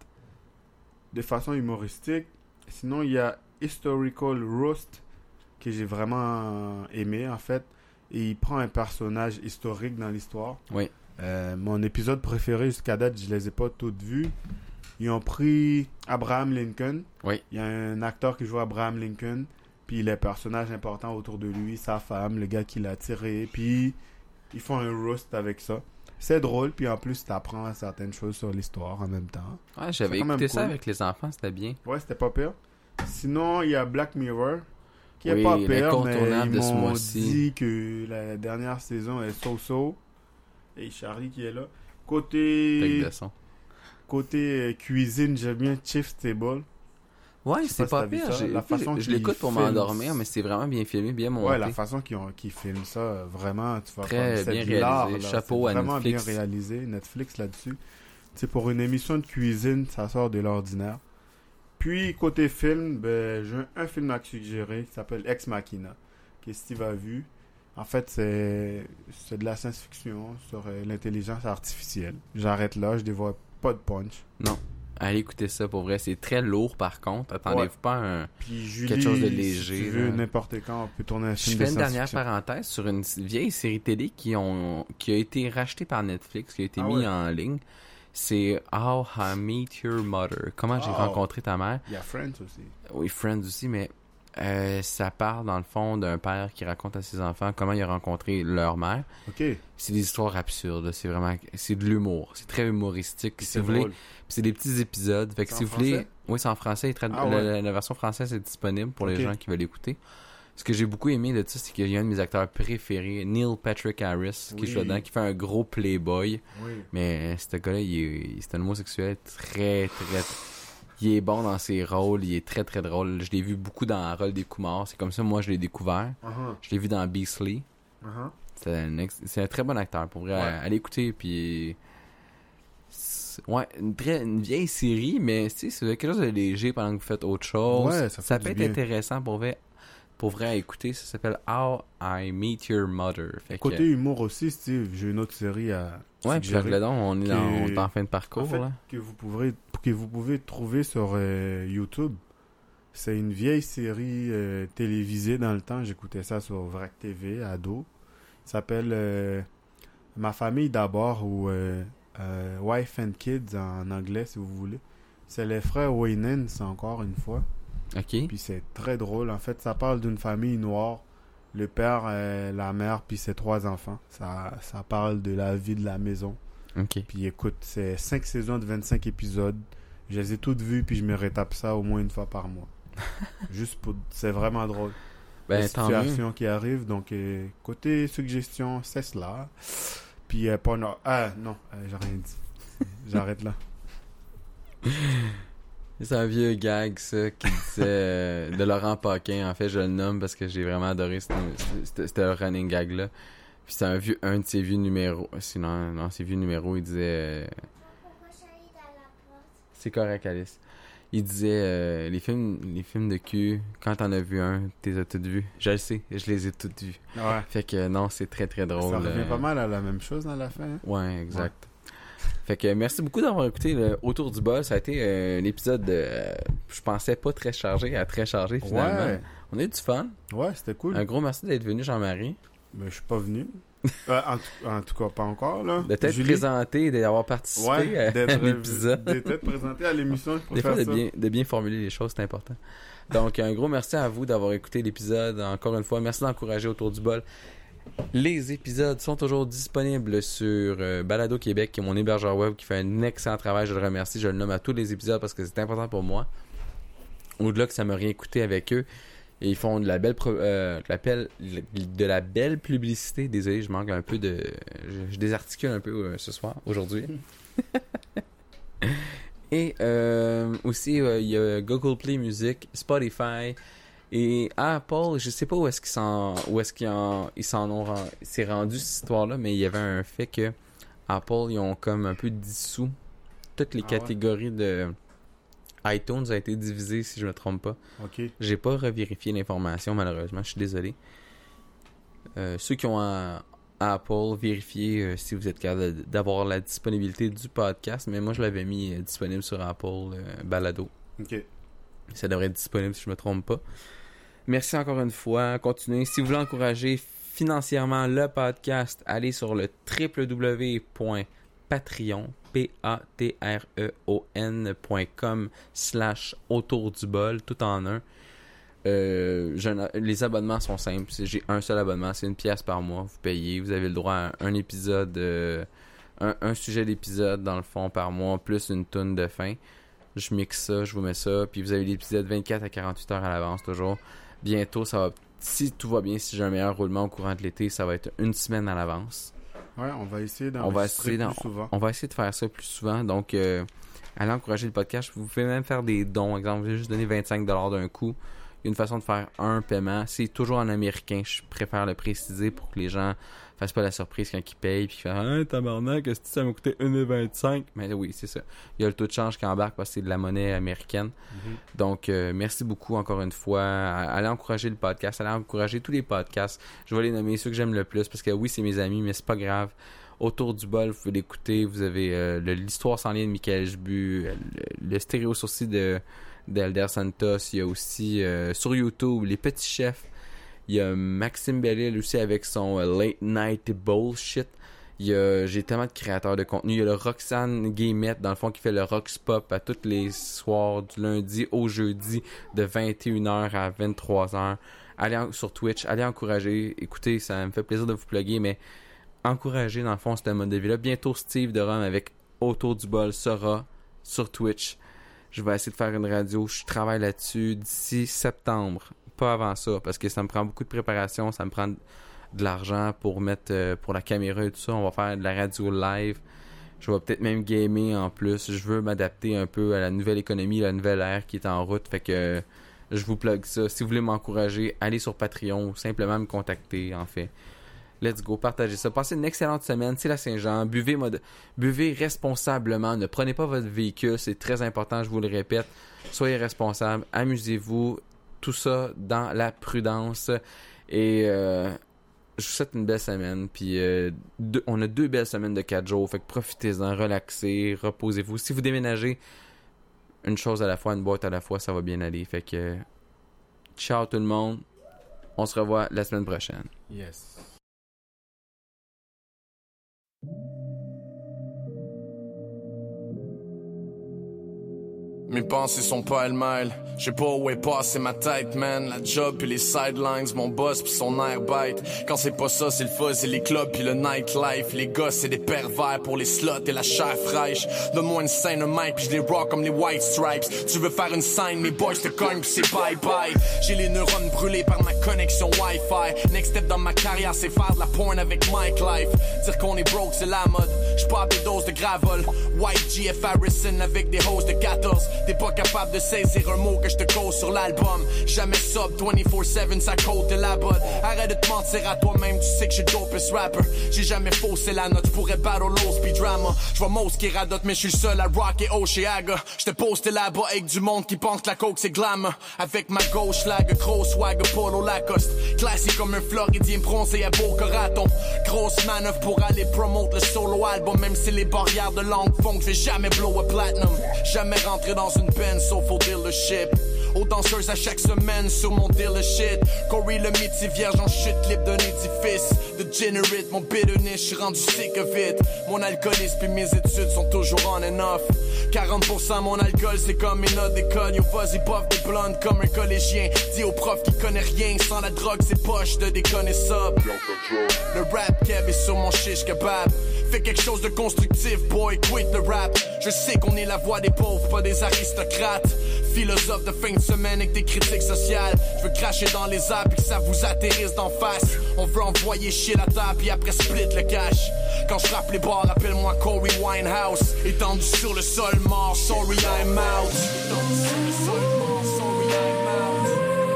S2: de façon humoristique. Sinon, il y a Historical Roast que j'ai vraiment aimé, en fait. Et il prend un personnage historique dans l'histoire.
S1: Oui.
S2: Euh, mon épisode préféré jusqu'à date, je les ai pas toutes vues. Ils ont pris Abraham Lincoln.
S1: Oui.
S2: Il y a un acteur qui joue Abraham Lincoln. Puis les personnages importants autour de lui, sa femme, le gars qui l'a tiré. Puis ils font un roast avec ça. C'est drôle, puis en plus, tu apprends certaines choses sur l'histoire en même temps.
S1: Ouais, j'avais
S2: C'est quand même
S1: écouté ça
S2: cool.
S1: avec les enfants, c'était bien.
S2: Ouais, c'était pas pire. Sinon, il y a Black Mirror, qui est
S1: Oui,
S2: pas pire, mais
S1: l'incontournable
S2: ils
S1: de ce
S2: m'ont
S1: mois-ci.
S2: dit que la dernière saison est so-so. Et Charlie qui est là. Côté,
S1: Avec de son.
S2: côté euh, cuisine, j'aime bien Chief's Table.
S1: Ouais,
S2: Je sais
S1: c'est
S2: pas
S1: pas
S2: si t'as vu
S1: pire.
S2: ça,
S1: J'ai-
S2: la façon
S1: je
S2: qu'ils
S1: l'écoute pour
S2: filment.
S1: m'endormir, mais c'est vraiment bien filmé, bien monté.
S2: Ouais, la façon qu'ils ont- qu'ils filment ça, euh, vraiment, tu vois,
S1: Très
S2: comme, c'est
S1: bien
S2: de l'art,
S1: réalisé.
S2: là.
S1: Chapeau
S2: C'est
S1: à
S2: vraiment
S1: Netflix.
S2: bien réalisé, Netflix là-dessus. Tu sais, pour une émission de cuisine, ça sort de l'ordinaire. Puis, côté film, ben, j'ai un film à te suggérer qui s'appelle Ex Machina, que Steve a vu. En fait, c'est c'est de la science-fiction sur euh, l'intelligence artificielle. J'arrête là, je dévoile pas de punch.
S1: Non. Allez écouter ça pour vrai. C'est très lourd par contre. Attendez-vous
S2: Ouais.
S1: pas un.
S2: Puis Julie,
S1: Quelque chose de
S2: si
S1: léger,
S2: tu veux,
S1: là.
S2: n'importe quand, on peut tourner un
S1: Je
S2: film de
S1: fais une dernière
S2: science-fiction.
S1: parenthèse sur une vieille série télé qui, ont, qui a été rachetée par Netflix, qui a été
S2: Ah
S1: mise
S2: ouais.
S1: en ligne. C'est How I Met Your Mother. Comment j'ai
S2: Oh.
S1: rencontré ta mère.
S2: Il y a Friends aussi.
S1: Oui, Friends aussi, mais euh, ça parle dans le fond d'un père qui raconte à ses enfants comment il a rencontré leur mère.
S2: Ok.
S1: C'est des histoires absurdes, là. C'est vraiment, c'est de l'humour, c'est très humoristique. Si
S2: C'est
S1: vous voulez,
S2: drôle.
S1: puis c'est des petits épisodes. Fait que
S2: C'est
S1: si
S2: en
S1: vous voulez,
S2: français?
S1: oui, c'est en français. il trad-
S2: Ah
S1: la,
S2: ouais.
S1: la- la version française est disponible pour
S2: Ok.
S1: les gens qui veulent écouter. Ce que j'ai beaucoup aimé de ça, c'est qu'il y a un de mes acteurs préférés, Neil Patrick Harris, qui
S2: Oui.
S1: joue dedans, qui fait un gros playboy.
S2: Oui.
S1: Mais ce gars-là, il est, c'est un homosexuel très, très... Il est bon dans ses rôles, il est très, très drôle. Je l'ai vu beaucoup dans Harold des Kumar. C'est comme ça, moi, je l'ai découvert.
S2: Uh-huh.
S1: Je l'ai vu dans Beastly.
S2: Uh-huh.
S1: C'est un, ex- c'est un très bon acteur, pour vrai.
S2: Ouais.
S1: Allez écouter, puis... c'est- Ouais, une, très, une vieille série, mais tu sais, c'est quelque chose de léger pendant que vous faites autre chose.
S2: Ouais, ça fait
S1: peut
S2: du
S1: être
S2: bien.
S1: intéressant pour vrai, pour vrai à écouter. Ça s'appelle How I Met Your Mother. Fait que-
S2: Côté humour aussi, Steve, j'ai une autre série à
S1: ouais, puis
S2: suggérer.
S1: là, on est, dans,
S2: que-
S1: on est en fin de parcours.
S2: En fait,
S1: là.
S2: que vous pouvez que vous pouvez trouver sur euh, YouTube. C'est une vieille série euh, télévisée dans le temps. J'écoutais ça sur Vrac T V, ado. Ça s'appelle euh, Ma famille d'abord ou euh, euh, Wife and Kids en anglais, si vous voulez. C'est les frères Winans, encore une fois.
S1: OK.
S2: Puis c'est très drôle. En fait, ça parle d'une famille noire. Le père, euh, la mère, puis ses trois enfants. Ça, ça parle de la vie de la maison.
S1: OK.
S2: Puis écoute, c'est cinq saisons de vingt-cinq épisodes. Je les ai toutes vues, puis je me rétape ça au moins une fois par mois. Juste pour... C'est vraiment drôle.
S1: Ben,
S2: Les
S1: tant mieux.
S2: situations qui arrivent. Donc, euh, côté suggestion, c'est cela. Puis, euh, pas... Non. Ah, non, euh, j'ai rien dit. J'arrête là.
S1: C'est un vieux gag, ça, qui disait euh, de Laurent Paquin. En fait, je le nomme parce que j'ai vraiment adoré c'était le running gag-là. Puis c'était un vieux, un de ses vieux numéros. Sinon, non, ses vieux numéros, il disait... Euh... C'est correct, Alice. Il disait, euh, les films les films de cul, quand t'en as vu un, t'es as toutes vues. Je le sais, je les ai toutes vues.
S2: Ouais.
S1: Fait que non, c'est très très drôle.
S2: Ça revient
S1: euh...
S2: pas mal à la même chose dans la fin. Hein?
S1: Ouais, exact. Ouais. Fait que merci beaucoup d'avoir écouté le Autour du bol. Ça a été euh, un épisode, de, euh, je pensais pas très chargé, à très chargé finalement. Ouais. On a eu du fun.
S2: Ouais, c'était cool.
S1: Un gros merci d'être venu, Jean-Marie.
S2: Mais je suis pas venu. euh, en, tout, en tout cas, pas encore, là.
S1: De t'être présenté et d'avoir participé
S2: ouais,
S1: à,
S2: d'être,
S1: à l'épisode.
S2: D'être présenté à l'émission.
S1: Des fois, de bien, de bien formuler les choses, c'est important. Donc, un gros merci à vous d'avoir écouté l'épisode. Encore une fois, merci d'encourager Autour du bol. Les épisodes sont toujours disponibles sur euh, Balado Québec, qui est mon hébergeur web, qui fait un excellent travail. Je le remercie. Je le nomme à tous les épisodes parce que c'est important pour moi. Au-delà que ça m'a rien coûté avec eux. Et ils font de la belle pro- euh, de, la belle, de la belle publicité. Désolé, je manque un peu de... Je, je désarticule un peu euh, ce soir, aujourd'hui. Et euh, aussi, il euh, y a Google Play Music, Spotify et Apple. Je sais pas où est-ce qu'ils s'en, où est-ce qu'ils en, ils s'en ont... C'est rendu cette histoire-là, mais il y avait un fait que Apple, ils ont comme un peu dissous toutes les ah catégories ouais. de... iTunes a été divisé, si je ne me trompe pas.
S2: Ok.
S1: J'ai pas revérifié l'information, malheureusement. Je suis désolé. Euh, ceux qui ont un Apple, vérifiez euh, si vous êtes capable d'avoir la disponibilité du podcast. Mais moi, je l'avais mis euh, disponible sur Apple euh, Balado.
S2: Ok.
S1: Ça devrait être disponible, si je me trompe pas. Merci encore une fois. Continuez. Si vous voulez encourager financièrement le podcast, allez sur le w w w point patreon P-A-T-R-E-O-N point com slash autour du bol, tout en un. Euh, je, les abonnements sont simples. J'ai un seul abonnement, c'est une pièce par mois. Vous payez, vous avez le droit à un épisode, euh, un, un sujet d'épisode dans le fond par mois, plus une toune de fin. Je mixe ça, je vous mets ça, puis vous avez l'épisode vingt-quatre à quarante-huit heures à l'avance toujours. Bientôt, ça va, si tout va bien, si j'ai un meilleur roulement au courant de l'été, ça va être une semaine à l'avance.
S2: Ouais, on va essayer d'enregistrer plus souvent.
S1: On va essayer de faire ça plus souvent. Donc, euh, allez encourager le podcast. Vous pouvez même faire des dons. Exemple, vous pouvez juste donner vingt-cinq dollars d'un coup. Il y a une façon de faire un paiement. C'est toujours en américain. Je préfère le préciser pour que les gens fassent pas la surprise quand ils payent. Puis qu'ils fassent « Ah, tabarnak, qu'est-ce que ça m'a coûté un virgule vingt-cinq? » Mais oui, c'est ça. Il y a le taux de change qui embarque parce que c'est de la monnaie américaine. Mm-hmm. Donc, euh, merci beaucoup encore une fois. Allez encourager le podcast. Allez encourager tous les podcasts. Je vais les nommer ceux que j'aime le plus parce que oui, c'est mes amis, mais c'est pas grave. Autour du bol, vous pouvez l'écouter. Vous avez euh, le, l'histoire sans lien de Michael Jbu, le, le stéréo sourcil de d'Elder Santos. Il y a aussi euh, sur YouTube Les Petits Chefs. Il y a Maxime Bellil aussi avec son euh, Late Night Bullshit. Il y a, j'ai tellement de créateurs de contenu. Il y a le Roxane Guillemette, dans le fond, qui fait le Rox Pop à tous les soirs du lundi au jeudi de vingt et une heures à vingt-trois heures. Allez en, sur Twitch, allez encourager. Écoutez, ça me fait plaisir de vous plugger, mais encourager dans le fond ce mode de vie-là. Bientôt Steve de Rome avec Autour du bol sera sur Twitch. Je vais essayer de faire une radio. Je travaille là-dessus d'ici septembre. Pas avant ça, parce que ça me prend beaucoup de préparation. Ça me prend de l'argent pour mettre euh, pour la caméra et tout ça. On va faire de la radio live. Je vais peut-être même gamer en plus. Je veux m'adapter un peu à la nouvelle économie, la nouvelle ère qui est en route. Fait que euh, je vous plug ça. Si vous voulez m'encourager, allez sur Patreon ou simplement me contacter en fait. Let's go, partagez ça. Passez une excellente semaine. C'est la Saint-Jean. Buvez, mode... Buvez responsablement. Ne prenez pas votre véhicule. C'est très important, je vous le répète. Soyez responsables. Amusez-vous. Tout ça dans la prudence. Et euh, je vous souhaite une belle semaine. Puis euh, deux... on a deux belles semaines de quatre jours. Fait que profitez-en, relaxez, reposez-vous. Si vous déménagez, une chose à la fois, une boîte à la fois, ça va bien aller. Fait que ciao tout le monde. On se revoit la semaine prochaine.
S2: Yes.
S3: Mes pensées sont pas elles-mêmes. J'sais pas où est passé ma tête, man. La job pis les sidelines, mon boss pis son air bête. Quand c'est pas ça, c'est le fuzz et les clubs pis le nightlife. Les gosses, c'est des pervers pour les slots et la chair fraîche. Donne-moi une scène, un mic pis j'les rock comme les White Stripes. Tu veux faire une scène, mes boys te cognent pis c'est bye-bye. J'ai les neurones brûlés par ma connexion Wi-Fi. Next step dans ma carrière, c'est faire de la porn avec Mike Life. Dire qu'on est broke, c'est la mode. J'pop des doses de gravel. White G F Harrison avec des hosts de quatorze. T'es pas capable de saisir un mot que je te cause sur l'album. Jamais sub vingt-quatre sept, ça côte de la bonne. Arrête de te mentir à toi-même, tu sais que je suis dopest rapper. J'ai jamais faussé la note, j'pourrais battle low speed drama. J'vois Mose qui radote, mais je suis le seul à rock et Oceaga. J'te posté là-bas avec du monde qui pense que la coke c'est glam. Avec ma gauche lag, gros swag, polo Lacoste. Classique comme un Floridien bronzé à Boca Raton. Grosse manœuvre pour aller promote le solo album. Même si les barrières de langue font que je vais jamais blow a platinum. Jamais rentrer dans une peine sauf au dealership. Aux danseuses à chaque semaine sur mon dealer shit. Corey le mythe, vierge en chute libre d'un édifice. Degenerate, mon bitterness, j'suis rendu sick of it. Mon alcoolisme pis mes études sont toujours on and off. quarante pour cent mon alcool, c'est comme mes notes d'école. Yo, vas-y, bof des blondes comme un collégien. Dis au prof qui connaît rien, sans la drogue, c'est poche de déconner ça. Le rap keb est sur mon shish kebab. Fais quelque chose de constructif, boy, quit le rap. Je sais qu'on est la voix des pauvres, pas des aristocrates. Philosophe de fin de semaine avec des critiques sociales. Je veux cracher dans les airs pis que ça vous atterrisse d'en face. On veut envoyer chier la table pis après split le cash. Quand je rappe les bars, appelle-moi Corey Winehouse. Étendu sur le sol mort, sorry I'm out. Étendu sur le sol mort, sorry I'm out.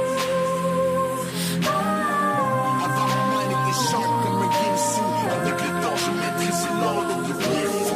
S3: Avant mon mind était sharp comme un Ginsu. Avec le temps je maîtrise l'ordre de devenir fou.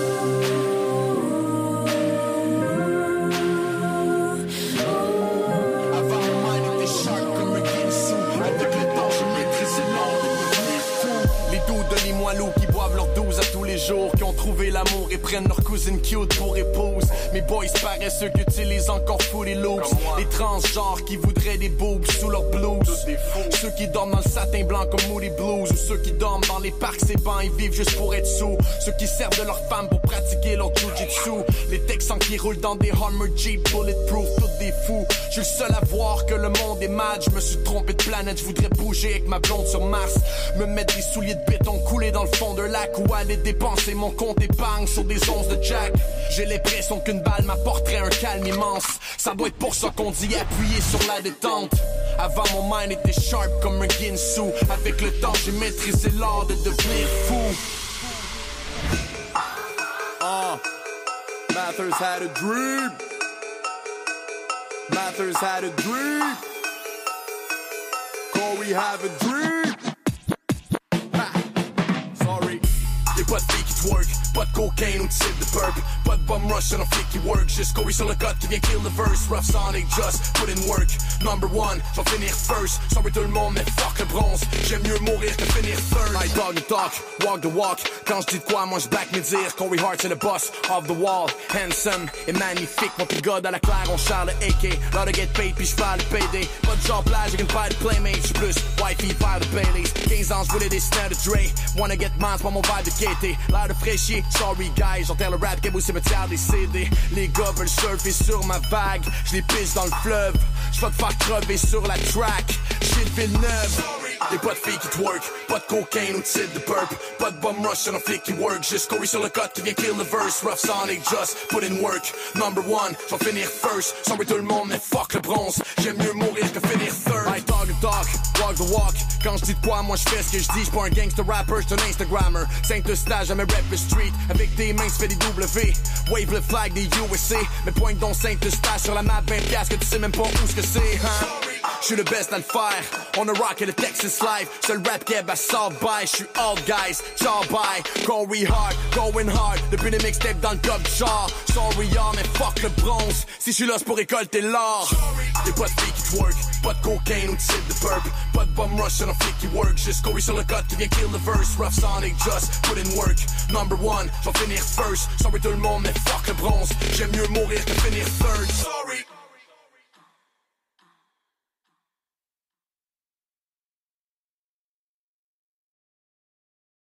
S3: Loup qui boivent leurs douze à tous les jours, qui ont trouvé l'amour et prennent leur cousine cute pour épouse. Mes boys paraissent ceux qui utilisent encore Footy Loops. Les transgenres qui voudraient des boobs sous leur blouse. Ceux qui dorment dans le satin blanc comme Moody Blues. Ou ceux qui dorment dans les parcs, ces bancs, ils vivent juste pour être sous. Ceux qui servent de leur femme pour pratiquer leur jujitsu. Les Texans qui roulent dans des Hummer Jeep bulletproof, tous des fous. Je suis le seul à voir que le monde est mad. Je me suis trompé de planète, je voudrais bouger avec ma blonde sur Mars. Me mettre des souliers de béton coulés dans le fond d'un lac ou aller dépenser mon compte épargne sur des onces de Jack. J'ai l'impression qu'une balle m'apporterait un calme immense. Ça doit être pour ça qu'on dit appuyer sur la détente. Avant mon mind était sharp comme un Ginsu. Avec le temps j'ai maîtrisé l'art de devenir fou. Uh, Mathers had a dream. Mathers had a dream. Corey have a dream. Y'a pas de filles qui twerk, pas de cocaine ou de type de perk. Pas de bum rush and un flic qui work. Juste Corey sur le cut qui vient kill the verse. Rough Sonic just put in work. Number one, j'en finir first. J'envoie tout le monde mais fuck le bronze. J'aime mieux mourir que finir third. I dog the talk, walk the walk. Quand j'dis de quoi moi j'back mes dires. Corey Hart c'est le boss of the wall. Handsome et magnifique. Mon petit gars dans la claire on charle le A K. Là de get paid puis j'fais le P D. Pas de genre plage avec une paire de playmates. J'suis plus wifey faire de Baileys. quinze ans j'voulais des snares de Dre. Wanna get mine c'est pas mon vibe de gaieté. L'air de fraîchier, sorry guys. J'enterre le rap game au cimetière des C D. Les gars veulent surfer sur ma vague. J'les pisse dans le fleuve. J'vais te faire crever sur la track. Shit Villeneuve. Y'a pas de filles qui twerk, pas de cocaine ou de type de perp. Pas de bum rush and un flic qui work. Juste Corey sur le cut qui vient kill the verse. Rough Sonic just put in work. Number one, j'vais finir first. Sorry tout le monde mais fuck le bronze. J'aime mieux mourir que finir third. I talk the talk, walk the walk. Quand j'dis de quoi moi j'fais ce que j'dis. J'suis pas un gangster rapper, j'suis un Instagrammer. Saint-Eustache, jamais rap le street. Avec tes mains j'fais des W. Wave le flag des U S A. Mais pointe donc Saint-Eustache sur la map vingt piastres que tu sais même pas où ce que c'est, hein. J'suis le best à le faire. On a rock et le Texas live. Seul rap keb à South by. J'suis all guys, jaw by. Corey hard, going hard. Depuis les mixtapes dans le club genre. Sorry y'all mais fuck le bronze. Si j'suis là c'est pour récolter l'or. Y'a pas de filles qui twerk, pas de cocaine ou de type de perp. Pas de bum rush and un flic qui work. Juste Corey sur le cut qui vient kill the verse. Rough Sonic just put in work. Number one, j'en finir first. Sorry tout le monde mais fuck le bronze. J'aime mieux mourir que finir third.